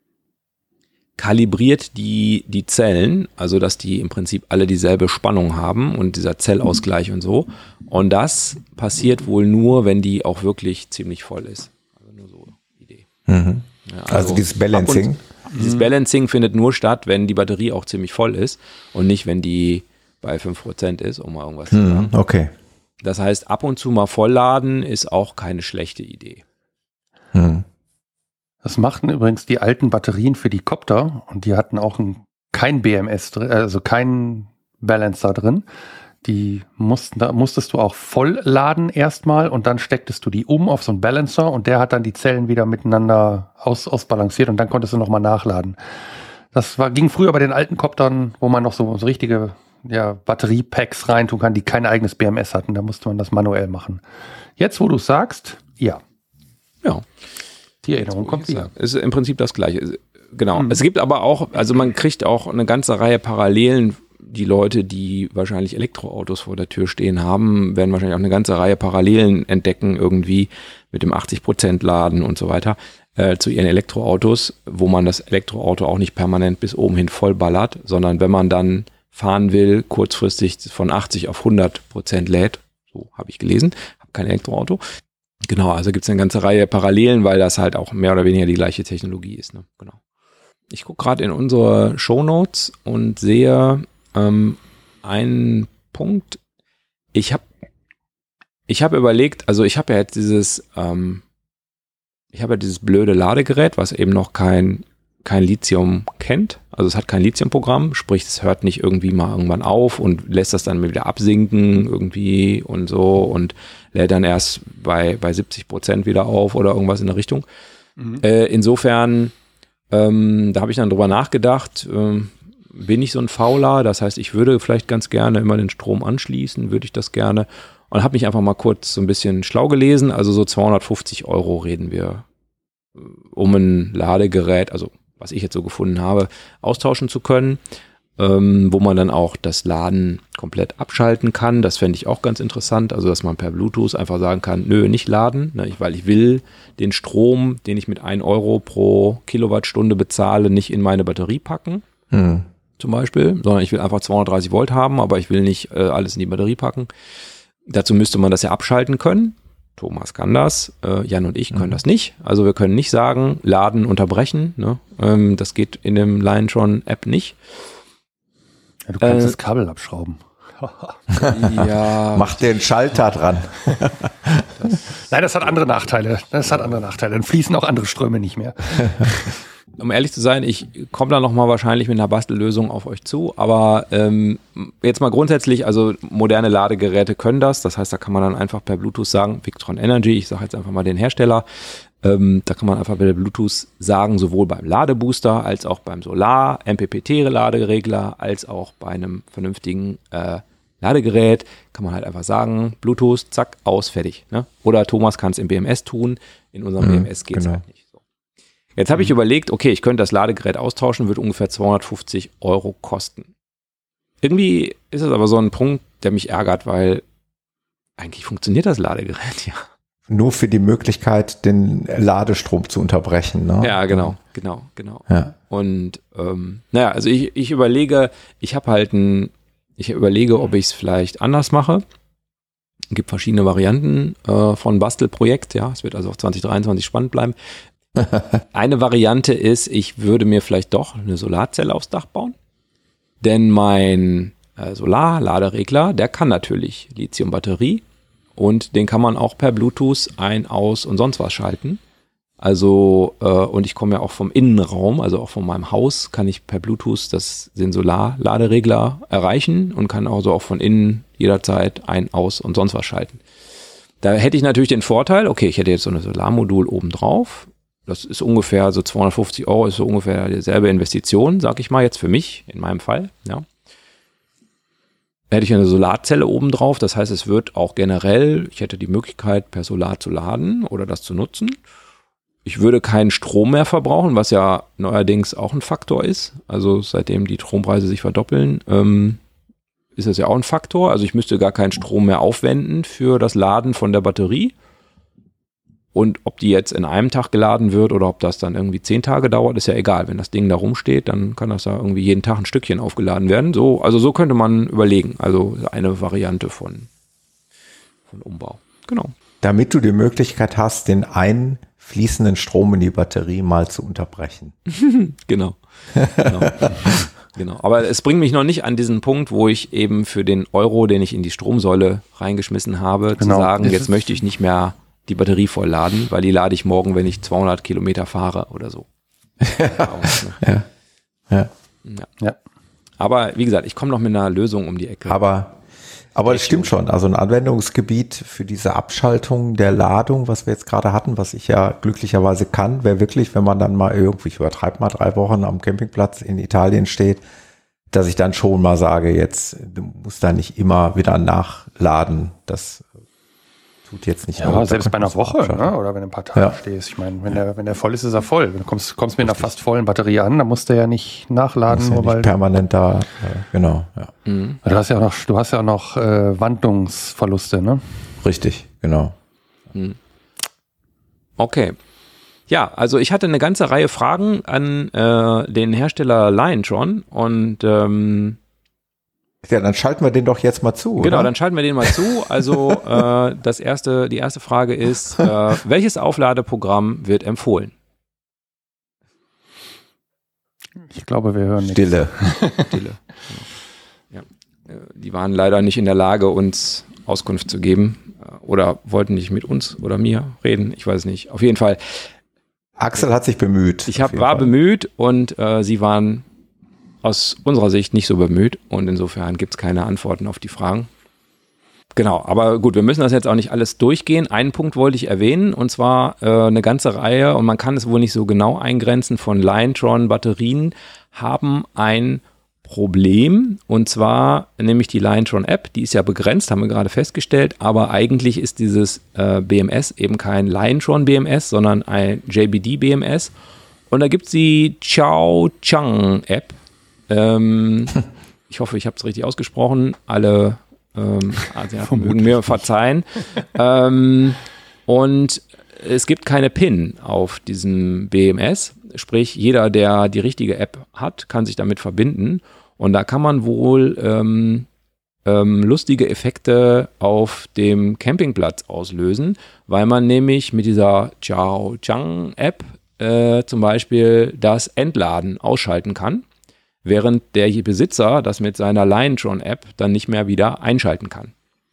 kalibriert die, die Zellen, also dass die im Prinzip alle dieselbe Spannung haben und dieser Zellausgleich und so. Und das passiert wohl nur, wenn die auch wirklich ziemlich voll ist. Also nur so Idee. Mhm. Ja, Also dieses Balancing. Dieses Balancing findet nur statt, wenn die Batterie auch ziemlich voll ist und nicht, wenn die bei fünf Prozent ist, um mal irgendwas zu sagen. Mhm, okay. Das heißt, ab und zu mal vollladen ist auch keine schlechte Idee. Mhm. Das machten übrigens die alten Batterien für die Copter und die hatten auch ein, kein B M S drin, also kein Balancer drin. Die mussten, da musstest du auch voll laden erstmal und dann stecktest du die um auf so einen Balancer und der hat dann die Zellen wieder miteinander aus, ausbalanciert und dann konntest du nochmal nachladen. Das war, ging früher bei den alten Coptern, wo man noch so, so richtige ja, Batteriepacks reintun kann, die kein eigenes B M S hatten. Da musste man das manuell machen. Jetzt, wo du es sagst, ja. Ja. Die Erinnerung kommt wieder. Ist im Prinzip das Gleiche. Genau. Mhm. Es gibt aber auch, also man kriegt auch eine ganze Reihe Parallelen. Die Leute, die wahrscheinlich Elektroautos vor der Tür stehen haben, werden wahrscheinlich auch eine ganze Reihe Parallelen entdecken, irgendwie mit dem achtzig Prozent Laden und so weiter, äh, zu ihren Elektroautos, wo man das Elektroauto auch nicht permanent bis oben hin vollballert, sondern wenn man dann fahren will, kurzfristig von achtzig auf hundert Prozent lädt. So habe ich gelesen, habe kein Elektroauto. Genau, also gibt es eine ganze Reihe Parallelen, weil das halt auch mehr oder weniger die gleiche Technologie ist. Ne? Genau. Ich gucke gerade in unsere Shownotes und sehe ähm, einen Punkt. Ich habe ich hab überlegt, also ich habe ja jetzt dieses, ähm, ich habe ja dieses blöde Ladegerät, was eben noch kein kein Lithium kennt. Also es hat kein Lithium-Programm, sprich es hört nicht irgendwie mal irgendwann auf und lässt das dann wieder absinken irgendwie und so und lädt dann erst bei, bei siebzig Prozent wieder auf oder irgendwas in der Richtung. Mhm. Äh, insofern, ähm, da habe ich dann drüber nachgedacht, ähm, bin ich so ein Fauler, das heißt, ich würde vielleicht ganz gerne immer den Strom anschließen, würde ich das gerne und habe mich einfach mal kurz so ein bisschen schlau gelesen, also so zweihundertfünfzig Euro reden wir, um ein Ladegerät, also was ich jetzt so gefunden habe, austauschen zu können, ähm, wo man dann auch das Laden komplett abschalten kann. Das fände ich auch ganz interessant, also dass man per Bluetooth einfach sagen kann, nö, nicht laden, ne, weil ich will den Strom, den ich mit ein Euro pro Kilowattstunde bezahle, nicht in meine Batterie packen, hm. zum Beispiel, sondern ich will einfach zweihundertdreißig Volt haben, aber ich will nicht äh, alles in die Batterie packen. Dazu müsste man das ja abschalten können. Thomas kann das, äh, Jan und ich können mhm. das nicht. Also wir können nicht sagen, laden, unterbrechen. Ne? Ähm, das geht in dem Liontron-App nicht. Ja, du kannst äh, das Kabel abschrauben. ja. Mach den Schalter dran. das, Nein, das hat andere Nachteile. Das hat andere Nachteile. Dann fließen auch andere Ströme nicht mehr. Um ehrlich zu sein, ich komme da nochmal wahrscheinlich mit einer Bastellösung auf euch zu, aber ähm, jetzt mal grundsätzlich, also moderne Ladegeräte können das, das heißt, da kann man dann einfach per Bluetooth sagen, Victron Energy, ich sage jetzt einfach mal den Hersteller, ähm, da kann man einfach per Bluetooth sagen, sowohl beim Ladebooster als auch beim Solar, M P P T-Laderegler, als auch bei einem vernünftigen äh, Ladegerät, kann man halt einfach sagen, Bluetooth, zack, aus, fertig. Ne? Oder Thomas kann es im B M S tun, in unserem mhm, B M S geht es genau. halt nicht. Jetzt habe ich überlegt, okay, ich könnte das Ladegerät austauschen, würde ungefähr zweihundertfünfzig Euro kosten. Irgendwie ist es aber so ein Punkt, der mich ärgert, weil eigentlich funktioniert das Ladegerät ja. Nur für die Möglichkeit, den Ladestrom zu unterbrechen. Ne? Ja, genau, genau, genau. Ja. Und ähm, naja, also ich, ich überlege, ich habe halt ein, ich überlege, ob ich es vielleicht anders mache. Es gibt verschiedene Varianten äh, von Bastelprojekt, ja, es wird also auch zwanzig dreiundzwanzig spannend bleiben. Eine Variante ist, ich würde mir vielleicht doch eine Solarzelle aufs Dach bauen, denn mein äh, Solar-Laderegler, der kann natürlich Lithium-Batterie und den kann man auch per Bluetooth ein, aus und sonst was schalten. Also, äh, und ich komme ja auch vom Innenraum, also auch von meinem Haus, kann ich per Bluetooth das, den Solarladeregler erreichen und kann also auch von innen jederzeit ein, aus und sonst was schalten. Da hätte ich natürlich den Vorteil, okay, ich hätte jetzt so ein Solarmodul oben drauf. Das ist ungefähr so zweihundertfünfzig Euro, ist so ungefähr dieselbe Investition, sag ich mal jetzt für mich, in meinem Fall, ja. Da hätte ich eine Solarzelle oben drauf, das heißt, es wird auch generell, ich hätte die Möglichkeit, per Solar zu laden oder das zu nutzen. Ich würde keinen Strom mehr verbrauchen, was ja neuerdings auch ein Faktor ist. Also seitdem die Strompreise sich verdoppeln, ähm, ist das ja auch ein Faktor. Also ich müsste gar keinen Strom mehr aufwenden für das Laden von der Batterie. Und ob die jetzt in einem Tag geladen wird oder ob das dann irgendwie zehn Tage dauert, ist ja egal. Wenn das Ding da rumsteht, dann kann das da irgendwie jeden Tag ein Stückchen aufgeladen werden. So, also so könnte man überlegen. Also eine Variante von, von Umbau. Genau. Damit du die Möglichkeit hast, den einen fließenden Strom in die Batterie mal zu unterbrechen. Genau. Genau. Genau. Aber es bringt mich noch nicht an diesen Punkt, wo ich eben für den Euro, den ich in die Stromsäule reingeschmissen habe, Genau. zu sagen, Das jetzt ist- möchte ich nicht mehr die Batterie voll laden, weil die lade ich morgen, wenn ich zweihundert Kilometer fahre oder so. Ja. Ja. Ja. Ja. Aber wie gesagt, ich komme noch mit einer Lösung um die Ecke. Aber, aber das stimmt schon. Also ein Anwendungsgebiet für diese Abschaltung der Ladung, was wir jetzt gerade hatten, was ich ja glücklicherweise kann, wäre wirklich, wenn man dann mal irgendwie, ich übertreibe mal drei Wochen am Campingplatz in Italien steht, dass ich dann schon mal sage, jetzt, du musst da nicht immer wieder nachladen. Das tut jetzt nicht. Ja, aber selbst bei einer Woche, abschalten. ne? Oder wenn du ein paar Tage Ja. stehst. Ich meine, wenn der, wenn der voll ist, ist er voll. Wenn du kommst, kommst mit einer fast vollen Batterie an, dann musst du ja nicht nachladen, Muss ja nur nicht weil permanent da, äh, genau, ja. Mhm. du hast ja auch noch, du hast ja auch noch äh, Wandlungsverluste, ne? Richtig, genau. Okay. Ja, also ich hatte eine ganze Reihe Fragen an äh, den Hersteller Liontron und ähm, Ja, dann schalten wir den doch jetzt mal zu, genau, oder? dann schalten wir den mal zu. Also äh, das erste, die erste Frage ist, äh, welches Aufladeprogramm wird empfohlen? Ich glaube, wir hören nichts. Stille. Stille. Ja. Äh, Die waren leider nicht in der Lage, uns Auskunft zu geben äh, oder wollten nicht mit uns oder mir reden. Ich weiß nicht. Auf jeden Fall. Axel hat sich bemüht. Ich auf hab, jeden war Fall. bemüht und äh, sie waren aus unserer Sicht nicht so bemüht und insofern gibt es keine Antworten auf die Fragen. Genau, aber gut, wir müssen das jetzt auch nicht alles durchgehen. Einen Punkt wollte ich erwähnen und zwar äh, eine ganze Reihe, und man kann es wohl nicht so genau eingrenzen, von Liontron-Batterien haben ein Problem, und zwar nämlich die Liontron-App, die ist ja begrenzt, haben wir gerade festgestellt, aber eigentlich ist dieses äh, B M S eben kein Liontron-B M S, sondern ein J B D-B M S, und da gibt es die Chao Chang-App. Ähm, ich hoffe, ich habe es richtig ausgesprochen. Alle ähm, Asiaten mögen mir verzeihen. ähm, und es gibt keine PIN auf diesem B M S. Sprich, jeder, der die richtige App hat, kann sich damit verbinden. Und da kann man wohl ähm, ähm, lustige Effekte auf dem Campingplatz auslösen, weil man nämlich mit dieser Chao Chang App äh, zum Beispiel das Entladen ausschalten kann, während der Besitzer das mit seiner Liontron-App dann nicht mehr wieder einschalten kann.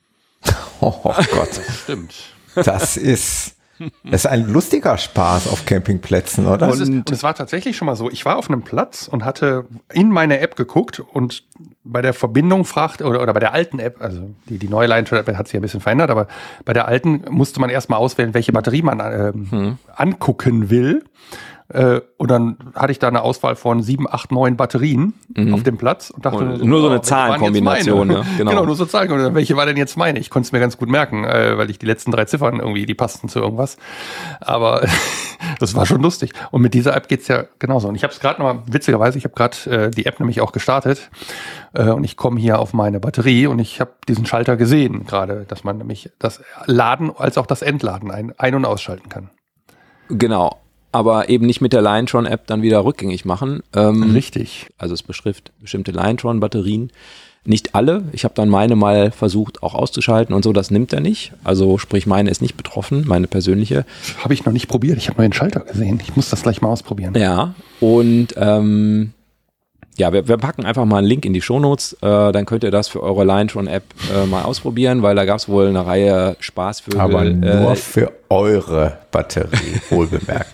Oh, oh Gott, Stimmt. das ist, das ist ein lustiger Spaß auf Campingplätzen, oder? Und, es ist, und es war tatsächlich schon mal so, ich war auf einem Platz und hatte in meine App geguckt und bei der Verbindung fragte, oder, oder bei der alten App, also die, die neue Liontron-App hat sich ein bisschen verändert, aber bei der alten musste man erstmal auswählen, welche Batterie man ähm, Hm. angucken will. Äh, und dann hatte ich da eine Auswahl von sieben, acht, neun Batterien Mhm. auf dem Platz und dachte Und nur so eine welche waren jetzt Zahlenkombination, meine? ne? Genau. Genau, nur so Zahlenkombination. Welche war denn jetzt meine? Ich konnte es mir ganz gut merken, äh, weil ich die letzten drei Ziffern irgendwie, die passten zu irgendwas. Aber das war schon lustig. Und mit dieser App geht's ja genauso. Und ich habe es gerade nochmal, witzigerweise, ich habe gerade äh, die App nämlich auch gestartet äh, und ich komme hier auf meine Batterie und ich habe diesen Schalter gesehen gerade, dass man nämlich das Laden als auch das Entladen ein-, ein- und ausschalten kann. Genau, aber eben nicht mit der Liontron-App dann wieder rückgängig machen. Ähm, Richtig. Also es beschrifft bestimmte Liontron-Batterien. Nicht alle. Ich habe dann meine mal versucht auch auszuschalten und so, das nimmt er nicht. Also sprich, meine ist nicht betroffen, meine persönliche. Habe ich noch nicht probiert. Ich habe nur den Schalter gesehen. Ich muss das gleich mal ausprobieren. Ja, und ähm, ja, wir, wir packen einfach mal einen Link in die Shownotes, äh, dann könnt ihr das für eure Liontron-App äh, mal ausprobieren, weil da gab es wohl eine Reihe Spaßvögel. Aber nur äh, für eure Batterie, wohlbemerkt.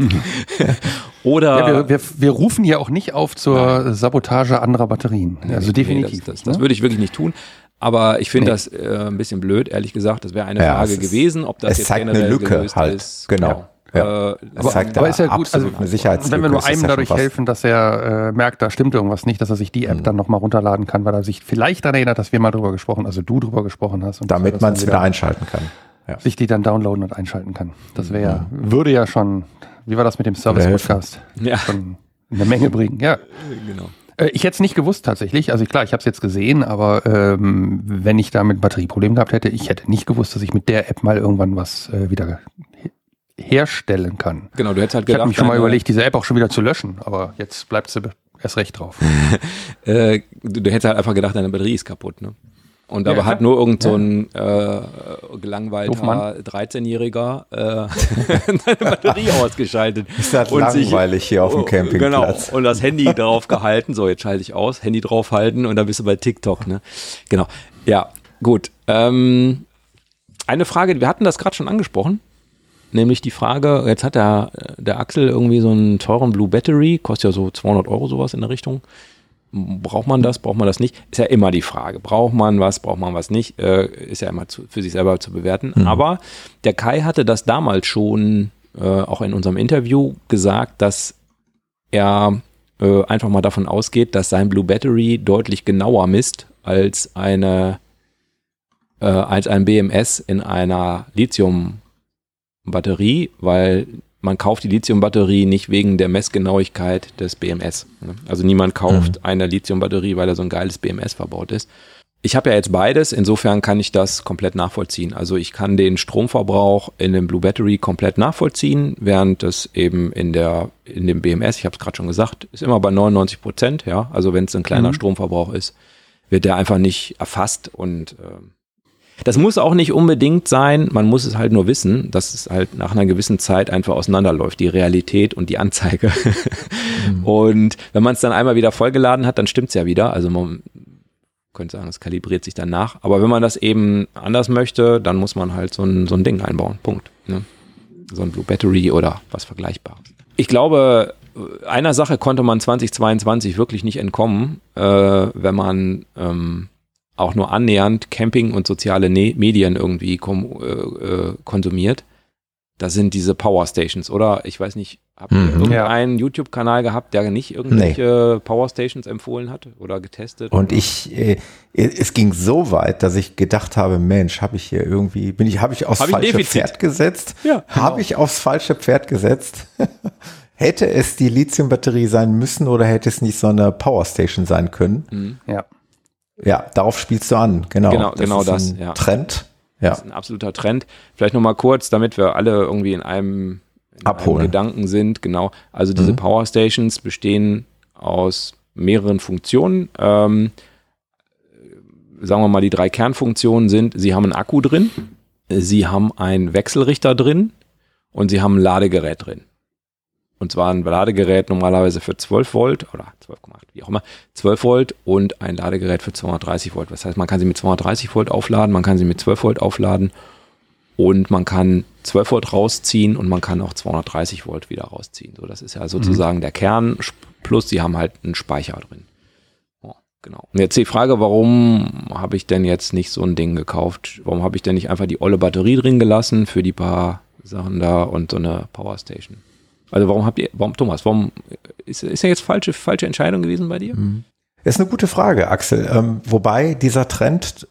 Oder Ja, wir, wir, wir rufen hier auch nicht auf zur Nein. Sabotage anderer Batterien. Also Nee, definitiv. Das, das, ne? das würde ich wirklich nicht tun. Aber ich finde Nee. das äh, ein bisschen blöd, ehrlich gesagt. Das wäre eine Ja, Frage es ist- gewesen, ob das es jetzt zeigt eine generell Lücke gelöst halt. ist. Genau. Ja. Äh, Das zeigt aber da ist ja gut, absolut also, eine Sicherheitslücke. wenn wir nur ist das einem ja dadurch schon was. helfen, dass er äh, merkt, da stimmt irgendwas nicht, dass er sich die App Mhm. dann nochmal runterladen kann, weil er sich vielleicht daran erinnert, dass wir mal drüber gesprochen, also du drüber gesprochen hast. Und dass er Damit das man dann es wieder einschalten kann. Ja. sich die dann downloaden und einschalten kann. Das wäre, würde ja schon, wie war das mit dem Service-Podcast? Ja. Schon eine Menge bringen, ja. genau. Äh, Ich hätte es nicht gewusst tatsächlich. Also klar, ich habe es jetzt gesehen, aber ähm, wenn ich da mit Batterieproblemen gehabt hätte, ich hätte nicht gewusst, dass ich mit der App mal irgendwann was äh, wieder he- herstellen kann. Genau, du hättest halt Ich gedacht, habe mich schon mal deine- überlegt, diese App auch schon wieder zu löschen, aber jetzt bleibt sie erst recht drauf. Äh, du, du hättest halt einfach gedacht, deine Batterie ist kaputt, ne? Und Ja, aber klar. hat nur irgend so ein äh, gelangweilter Doofmann. dreizehnjähriger äh, seine Batterie ausgeschaltet. Ist das Und sich- langweilig hier auf dem Oh, Campingplatz. Genau, und das Handy drauf gehalten, so jetzt schalte ich aus, Handy draufhalten und dann bist du bei TikTok, ne? Genau, ja, gut. Ähm, eine Frage, wir hatten das gerade schon angesprochen, nämlich die Frage, jetzt hat der, der Axel irgendwie so einen teuren Blue Battery, kostet ja so zweihundert Euro sowas in der Richtung. Braucht man das, braucht man das nicht? Ist ja immer die Frage. Braucht man was, braucht man was nicht? Äh, ist ja immer zu, für sich selber zu bewerten. Mhm. Aber der Kai hatte das damals schon äh, auch in unserem Interview gesagt, dass er äh, einfach mal davon ausgeht, dass sein Blue Battery deutlich genauer misst als eine äh, als ein B M S in einer Lithium-Batterie, weil man kauft die Lithium-Batterie nicht wegen der Messgenauigkeit des B M S. ne? Also niemand kauft Mhm. eine Lithium-Batterie, weil da so ein geiles B M S verbaut ist. Ich habe ja jetzt beides, insofern kann ich das komplett nachvollziehen. Also ich kann den Stromverbrauch in dem Blue Battery komplett nachvollziehen, während es eben in der in dem B M S, ich habe es gerade schon gesagt, ist immer bei neunundneunzig Prozent, ja. Also wenn es ein kleiner Mhm. Stromverbrauch ist, wird der einfach nicht erfasst und ähm, das muss auch nicht unbedingt sein, man muss es halt nur wissen, dass es halt nach einer gewissen Zeit einfach auseinanderläuft, die Realität und die Anzeige. Mhm. Und wenn man es dann einmal wieder vollgeladen hat, dann stimmt es ja wieder. Also man könnte sagen, es kalibriert sich dann nach. Aber wenn man das eben anders möchte, dann muss man halt so ein, so ein Ding einbauen. Punkt. Ne? So ein Blue Battery oder was Vergleichbares. Ich glaube, einer Sache konnte man zweitausendzweiundzwanzig wirklich nicht entkommen, äh, wenn man ähm, auch nur annähernd Camping und soziale ne- Medien irgendwie kom- äh, äh, konsumiert. Das sind diese Powerstations, oder? Ich weiß nicht, habt ihr Mhm. irgendeinen YouTube-Kanal gehabt, der nicht irgendwelche Powerstations empfohlen hat oder getestet? Und ich, äh, es ging so weit, dass ich gedacht habe, Mensch, habe ich hier irgendwie, bin ich, habe ich aufs Hab ich ein falsche Defizit? Pferd gesetzt? Ja, genau. Habe ich aufs falsche Pferd gesetzt? Hätte es die Lithium-Batterie sein müssen oder hätte es nicht so eine Powerstation sein können? Mhm. Ja. Ja, darauf spielst du an, genau. Genau, genau ist das, ein ja. Trend. Ja. Das ist ein absoluter Trend. Vielleicht nochmal kurz, damit wir alle irgendwie in einem, in Abholen. einem Gedanken sind. Genau. Also diese Mhm. Powerstations bestehen aus mehreren Funktionen. Ähm, sagen wir mal, die drei Kernfunktionen sind, sie haben einen Akku drin, sie haben einen Wechselrichter drin und sie haben ein Ladegerät drin. Und zwar ein Ladegerät normalerweise für zwölf Volt oder zwölf Komma acht, wie auch immer, zwölf Volt und ein Ladegerät für zweihundertdreißig Volt. Das heißt, man kann sie mit zweihundertdreißig Volt aufladen, man kann sie mit zwölf Volt aufladen und man kann zwölf Volt rausziehen und man kann auch zweihundertdreißig Volt wieder rausziehen. So, das ist ja sozusagen der Kern, plus sie haben halt einen Speicher drin. Ja, genau. Und jetzt die Frage, warum habe ich denn jetzt nicht so ein Ding gekauft? Warum habe ich denn nicht einfach die olle Batterie drin gelassen für die paar Sachen da und so eine Powerstation? Also warum habt ihr, warum, Thomas, warum, ist, ist ja jetzt falsche, falsche Entscheidung gewesen bei dir? Ist eine gute Frage, Axel. Ähm, wobei dieser Trend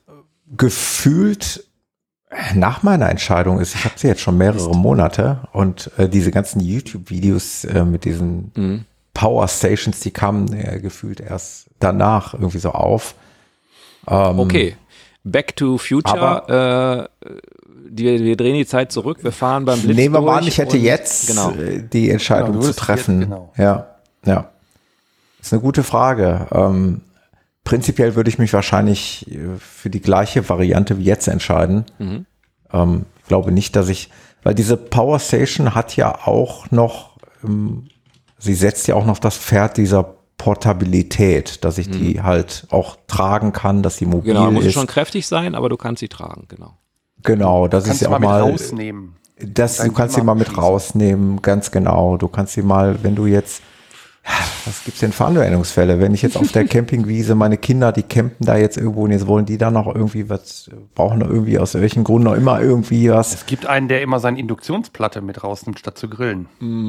gefühlt nach meiner Entscheidung ist, ich habe sie jetzt schon mehrere Monate und äh, diese ganzen YouTube-Videos äh, mit diesen Mhm. Power-Stations, die kamen äh, gefühlt erst danach irgendwie so auf. Ähm, Okay, Back to Future, äh, die, wir drehen die Zeit zurück, wir fahren beim Blitz Nehmen wir mal an, durch ich hätte und- jetzt genau. äh, die Entscheidung Genau, du zu würdest treffen. jetzt, genau. Ja, ja. Ist eine gute Frage. Ähm, prinzipiell würde ich mich wahrscheinlich äh, für die gleiche Variante wie jetzt entscheiden. Mhm. Ähm, ich glaube nicht, dass ich, weil diese Power Station hat ja auch noch, ähm, sie setzt ja auch noch das Pferd dieser Portabilität, dass ich Mhm. die halt auch tragen kann, dass sie mobil Genau, muss ist. schon kräftig sein, aber du kannst sie tragen, genau. Genau, das Kannst ist du ja mal auch mit mal, rausnehmen. das, Dein du kannst sie Klima mal mit abschließen. rausnehmen, ganz genau. Du kannst sie mal, wenn du jetzt, was gibt's denn für Anwendungsfälle? Wenn ich jetzt auf der Campingwiese, meine Kinder, die campen da jetzt irgendwo und jetzt wollen die da noch irgendwie was, brauchen da irgendwie aus welchen Gründen noch immer irgendwie was. Es gibt einen, der immer seine Induktionsplatte mit rausnimmt, statt zu grillen.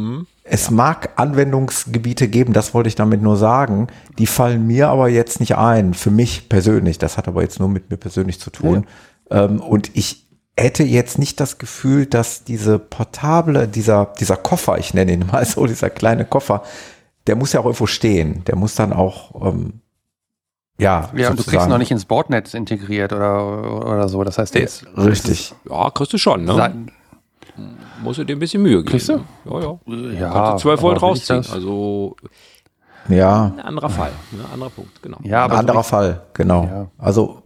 Es mag Anwendungsgebiete geben, das wollte ich damit nur sagen. Die fallen mir aber jetzt nicht ein, für mich persönlich. Das hat aber jetzt nur mit mir persönlich zu tun. Ähm, und ich hätte jetzt nicht das Gefühl, dass diese portable, dieser, dieser Koffer, ich nenne ihn mal so, dieser kleine Koffer, der muss ja auch irgendwo stehen. Der muss dann auch, ähm, ja, Ja, und du kriegst ihn noch nicht ins Bordnetz integriert oder, oder so. Das heißt, der ist richtig. Ja, kriegst du schon, ne? Sein, Musst du dir ein bisschen Mühe geben. Kriegst du? Ja, ja. ja, Kannst du zwölf Volt aber will ich rausziehen. das? Also Ja, ein anderer Fall, ne? Anderer Punkt, genau. Ja, ein aber anderer so Fall, genau. Ja. Also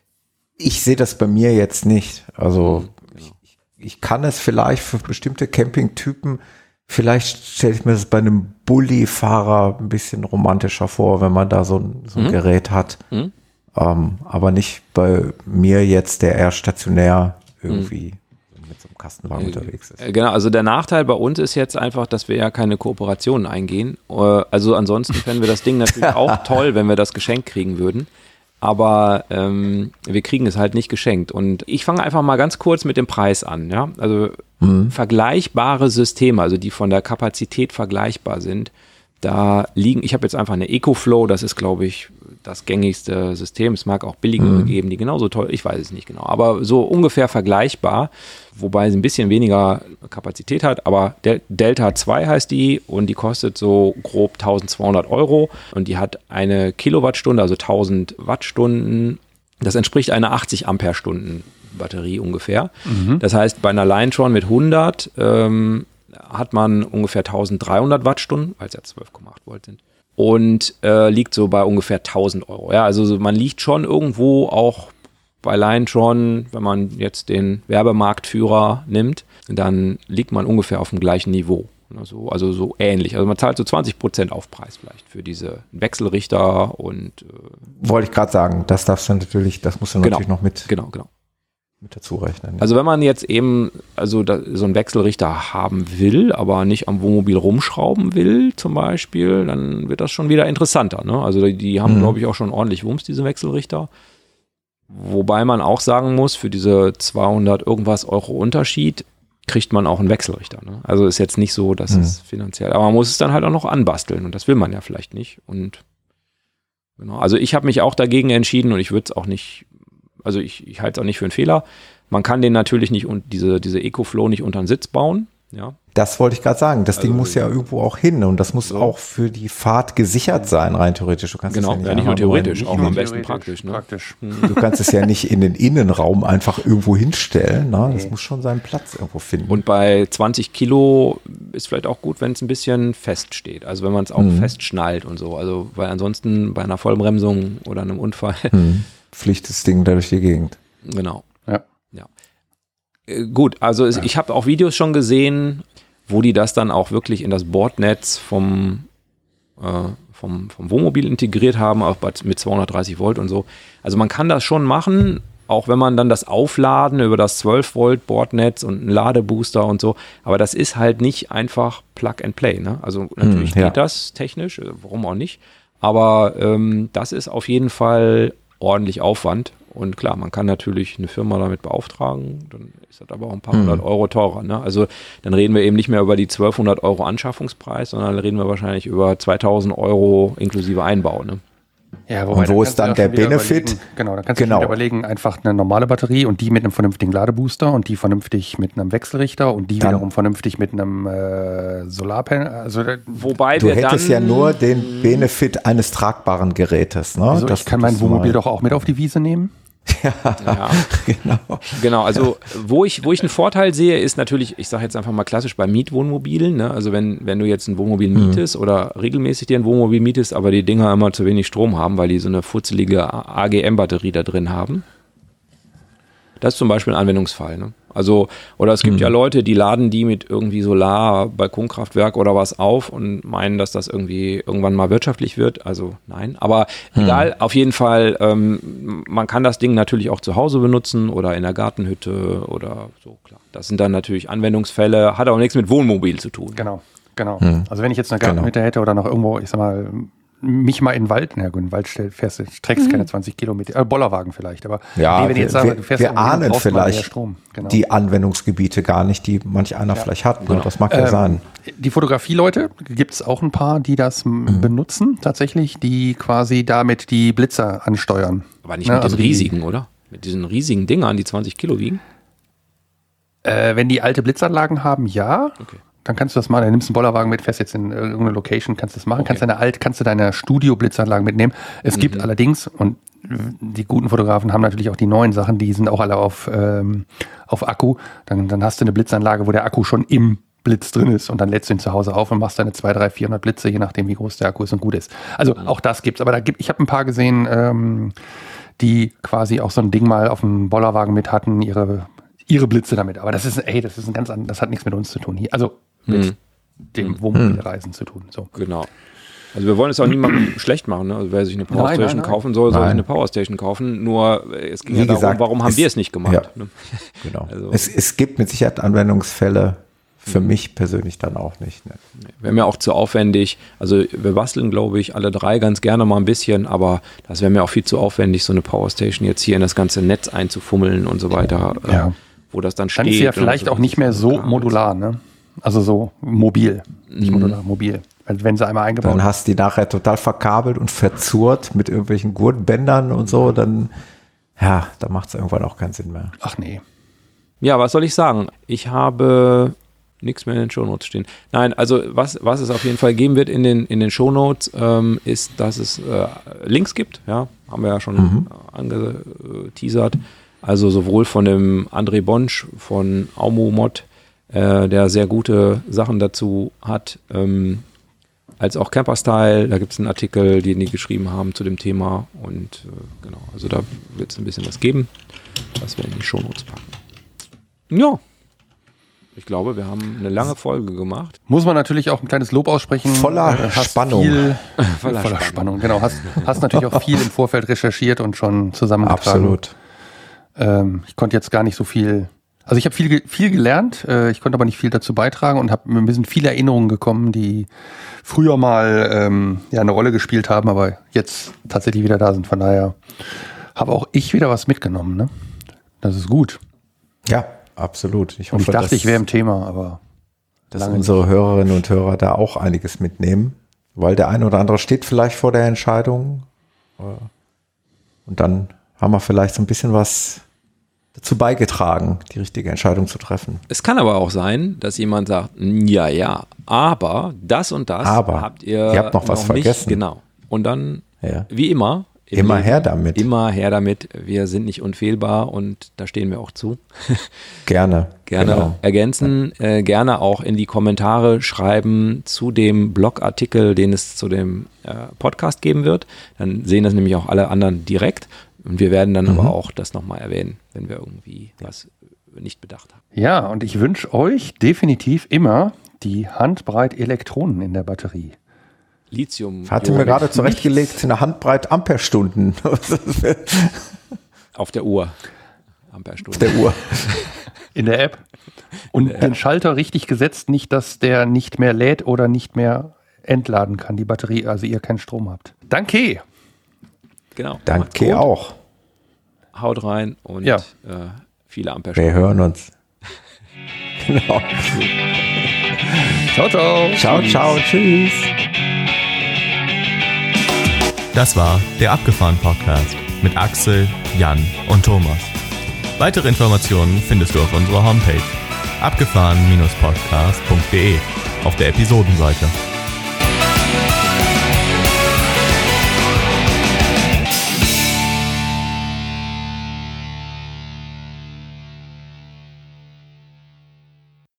ich sehe das bei mir jetzt nicht. Also Genau. ich, ich kann es vielleicht für bestimmte Campingtypen, vielleicht stelle ich mir das bei einem Bulli-Fahrer ein bisschen romantischer vor, wenn man da so ein, so ein Mhm. Gerät hat. Mhm. Ähm, aber nicht bei mir jetzt, der eher stationär irgendwie mit so einem Kastenwagen unterwegs ist. Äh, Genau, also der Nachteil bei uns ist jetzt einfach, dass wir ja keine Kooperationen eingehen. Äh, Also ansonsten fänden wir das Ding natürlich auch toll, wenn wir das geschenkt kriegen würden. Aber ähm, wir kriegen es halt nicht geschenkt. Und ich fange einfach mal ganz kurz mit dem Preis an. Ja? Also vergleichbare Systeme, also die von der Kapazität vergleichbar sind, da liegen, ich habe jetzt einfach eine EcoFlow, das ist, glaube ich, das gängigste System. Es mag auch billigere geben, die genauso toll, ich weiß es nicht genau, aber so ungefähr vergleichbar, wobei sie ein bisschen weniger Kapazität hat, aber Del- Delta zwei heißt die und die kostet so grob eintausendzweihundert Euro und die hat eine Kilowattstunde, also tausend Wattstunden. Das entspricht einer achtzig Ampere-Stunden Batterie ungefähr. Das heißt, bei einer Liontron mit hundert ähm, hat man ungefähr eintausenddreihundert Wattstunden, weil es ja zwölf Komma acht Volt sind. Und äh, liegt so bei ungefähr tausend Euro. Ja, also so, man liegt schon irgendwo auch bei Liontron, wenn man jetzt den Werbemarktführer nimmt, dann liegt man ungefähr auf dem gleichen Niveau. Also, also so ähnlich. Also man zahlt so zwanzig Prozent Aufpreis vielleicht für diese Wechselrichter und äh, Wollte ich gerade sagen, das darfst du natürlich, das musst du Genau. natürlich noch mit, genau, genau. mit dazu rechnen. Also wenn man jetzt eben also da, so einen Wechselrichter haben will, aber nicht am Wohnmobil rumschrauben will zum Beispiel, dann wird das schon wieder interessanter. Ne? Also die, die haben, Mhm. glaube ich, auch schon ordentlich Wumms, diese Wechselrichter. Wobei man auch sagen muss, für diese zweihundert irgendwas Euro Unterschied kriegt man auch einen Wechselrichter. Ne? Also ist jetzt nicht so, dass Mhm. es finanziell, aber man muss es dann halt auch noch anbasteln und das will man ja vielleicht nicht. Und genau, also ich habe mich auch dagegen entschieden und ich würde es auch nicht, also ich, ich halte es auch nicht für einen Fehler. Man kann den natürlich nicht und diese, diese EcoFlow nicht unter den Sitz bauen. Ja. Das wollte ich gerade sagen. Das Ding Also, muss ja irgendwo auch hin und das muss so. auch für die Fahrt gesichert sein, rein theoretisch. Du kannst Genau, es ja nicht, ja, nicht nur einfach nur in- theoretisch, auch Nur am besten theoretisch, praktisch. Ne? praktisch. Du kannst es ja nicht in den Innenraum einfach irgendwo hinstellen. Ne? Das muss schon seinen Platz irgendwo finden. Und bei zwanzig Kilo ist vielleicht auch gut, wenn es ein bisschen fest steht. Also wenn man es auch Mhm. festschnallt und so. Also weil ansonsten bei einer Vollbremsung oder einem Unfall, hm. Fliegt das Ding da durch die Gegend. genau. Ja. Ja. Äh, gut, also es, ich habe auch Videos schon gesehen, wo die das dann auch wirklich in das Bordnetz vom, äh, vom, vom Wohnmobil integriert haben, auch bei- mit zweihundertdreißig Volt und so. Also man kann das schon machen, auch wenn man dann das Aufladen über das zwölf Volt Bordnetz und einen Ladebooster und so, aber das ist halt nicht einfach Plug and Play. Ne? Also natürlich Hm, ja. geht das technisch, äh, warum auch nicht, aber ähm, das ist auf jeden Fall ordentlich Aufwand. Und klar, man kann natürlich eine Firma damit beauftragen, dann ist das aber auch ein paar hundert Euro teurer. Ne? Also dann reden wir eben nicht mehr über die zwölfhundert Euro Anschaffungspreis, sondern reden wir wahrscheinlich über zweitausend Euro inklusive Einbau. Ne? Ja, Und wo kannst ist du dann ja der schon wieder Benefit? überlegen- Genau, dann kannst du Genau. dir wieder überlegen, einfach eine normale Batterie und die mit einem vernünftigen Ladebooster und die vernünftig mit einem Wechselrichter und die Dann- wiederum vernünftig mit einem äh, Solarpanel. Also äh, Wobei Du wir hättest dann, ja nur den Benefit eines tragbaren Gerätes. Ne? also Das- ich kann mein das mal- Wohnmobil doch auch mit auf die Wiese nehmen. ja, Genau. genau, also wo ich, wo ich einen Vorteil sehe, ist natürlich, ich sage jetzt einfach mal klassisch bei Mietwohnmobilen, ne? Also wenn, wenn du jetzt ein Wohnmobil mietest oder regelmäßig dir ein Wohnmobil mietest, aber die Dinger immer zu wenig Strom haben, weil die so eine furzelige A G M-Batterie da drin haben. Das ist zum Beispiel ein Anwendungsfall. Ne? Also, oder es gibt Mhm. ja Leute, die laden die mit irgendwie Solar, Balkonkraftwerk oder was auf und meinen, dass das irgendwie irgendwann mal wirtschaftlich wird. Also nein, aber Mhm. egal, auf jeden Fall, ähm, man kann das Ding natürlich auch zu Hause benutzen oder in der Gartenhütte oder so, klar. Das sind dann natürlich Anwendungsfälle, hat auch nichts mit Wohnmobil zu tun. Genau, genau. Hm. Also wenn ich jetzt eine Gartenhütte hätte oder noch irgendwo, ich sag mal, mich mal in den Wald, na gut, in den Wald stellt, fährst du, trägst keine zwanzig Kilometer, äh, Bollerwagen vielleicht, aber Ja, nee, wenn ich wir, jetzt sage, wir, du fährst wir irgendwo hin, ahnen brauchst du mal mehr vielleicht Strom. Genau. die Anwendungsgebiete gar nicht, die manch einer vielleicht hat. Ne? Das mag ja Ähm, sein. Die Fotografie-Leute, gibt es auch ein paar, die das m- benutzen, tatsächlich, die quasi damit die Blitzer ansteuern. Aber nicht Ne, mit also den die- riesigen, oder? Mit diesen riesigen Dingern, die zwanzig Kilo wiegen? Äh, wenn die alte Blitzanlagen haben, ja. Okay. Dann kannst du das machen. Dann nimmst du einen Bollerwagen mit, fährst jetzt in irgendeine Location, kannst das machen. Okay. Kannst deine alt, kannst du deine Studio-Blitzanlagen mitnehmen. Es gibt allerdings, und die guten Fotografen haben natürlich auch die neuen Sachen, die sind auch alle auf, ähm, auf Akku. Dann, dann hast du eine Blitzanlage, wo der Akku schon im Blitz drin ist und dann lädst du ihn zu Hause auf und machst deine zweihundert, dreihundert, vierhundert Blitze, je nachdem wie groß der Akku ist und gut ist. Also auch das gibt's. Aber da gibt, ich habe ein paar gesehen, ähm, die quasi auch so ein Ding mal auf dem Bollerwagen mit hatten, ihre ihre Blitze damit. Aber das ist, ey, das ist ein ganz anderes, das hat nichts mit uns zu tun hier. Also mit Hm. dem Wohnmobilreisen zu tun. So. Genau. Also wir wollen es auch niemandem schlecht machen. Ne? Also wer sich eine Nein, Powerstation nein, nein. kaufen soll, soll sich Nein. eine Powerstation kaufen. Nur äh, es ging Wie ja darum, gesagt, warum haben es- wir es nicht gemacht? ja. Ne? Genau. Also- es, es gibt mit Sicherheit Anwendungsfälle, für mich persönlich dann auch nicht. Ne? Wäre mir auch zu aufwendig. Also wir basteln, glaube ich, alle drei ganz gerne mal ein bisschen, aber das wäre mir auch viel zu aufwendig, so eine Powerstation jetzt hier in das ganze Netz einzufummeln und so weiter, Ja. äh, wo das dann steht. Dann ist sie ja und vielleicht so. auch nicht mehr so Kabel. modular, ne? Also so mobil. Nicht modular, mobil. Weil wenn sie einmal eingebaut Dann hast du die nachher total verkabelt und verzurrt mit irgendwelchen Gurtbändern und so, dann, ja, da macht es irgendwann auch keinen Sinn mehr. Ach nee. Ja, was soll ich sagen? Ich habe nichts mehr in den Shownotes stehen. Nein, also was, was es auf jeden Fall geben wird in den, in den Shownotes, ähm, ist, dass es äh, Links gibt. Ja, haben wir ja schon Mhm. äh, angeteasert. Also sowohl von dem André Bonsch von Aumomod, äh, der sehr gute Sachen dazu hat, ähm, als auch Camperstyle. Da gibt es einen Artikel, den die geschrieben haben zu dem Thema. Und äh, genau, also da wird es ein bisschen was geben, was wir in die Shownotes packen. Ja, ich glaube, wir haben eine lange Folge gemacht. Muss man natürlich auch ein kleines Lob aussprechen. Voller Äh, hast Spannung. Viel, Voller voller, Spannung. Spannung. Genau. Hast, hast natürlich auch viel im Vorfeld recherchiert und schon zusammengetragen. Absolut. Ähm, ich konnte jetzt gar nicht so viel, also ich habe viel, ge- viel gelernt, äh, ich konnte aber nicht viel dazu beitragen und habe mir sind viele Erinnerungen gekommen, die früher mal ähm, ja eine Rolle gespielt haben, aber jetzt tatsächlich wieder da sind. Von daher habe auch ich wieder was mitgenommen. Ne? Das ist gut. Ja, absolut. Ich Und hoffe, ich dachte, dass, ich wäre im Thema, aber dass lange unsere Hörerinnen und Hörer da auch einiges mitnehmen, weil der eine oder andere steht vielleicht vor der Entscheidung äh, und dann haben wir vielleicht so ein bisschen was dazu beigetragen, die richtige Entscheidung zu treffen. Es kann aber auch sein, dass jemand sagt, ja, ja, aber das und das Aber habt ihr, ihr habt noch was nicht. vergessen. Genau. Und dann, Ja. wie immer, im Immer Leben, her damit. Immer her damit. Wir sind nicht unfehlbar und da stehen wir auch zu. Gerne. Gerne Genau. ergänzen, äh, gerne auch in die Kommentare schreiben zu dem Blogartikel, den es zu dem äh, Podcast geben wird. Dann sehen das nämlich auch alle anderen direkt. Und wir werden dann Mhm. aber auch das nochmal erwähnen, wenn wir irgendwie was nicht bedacht haben. ja, und ich wünsche euch definitiv immer die Handbreit Elektronen in der Batterie. Lithium. Hatte mir gerade zurechtgelegt, eine Handbreit Amperestunden Auf der Uhr. Amperestunde. der Uhr. In der App. Und den Schalter richtig gesetzt, nicht, dass der nicht mehr lädt oder nicht mehr entladen kann, die Batterie, also ihr keinen Strom habt. Danke. Genau. Macht's Danke gut. auch. Haut rein und Ja. äh, viele Amperestunden. Wir hören uns. Genau. Ciao, ciao. Ciao, ciao, tschüss. Das war der Abgefahren-Podcast mit Axel, Jan und Thomas. Weitere Informationen findest du auf unserer Homepage abgefahren Bindestrich podcast punkt de auf der Episodenseite.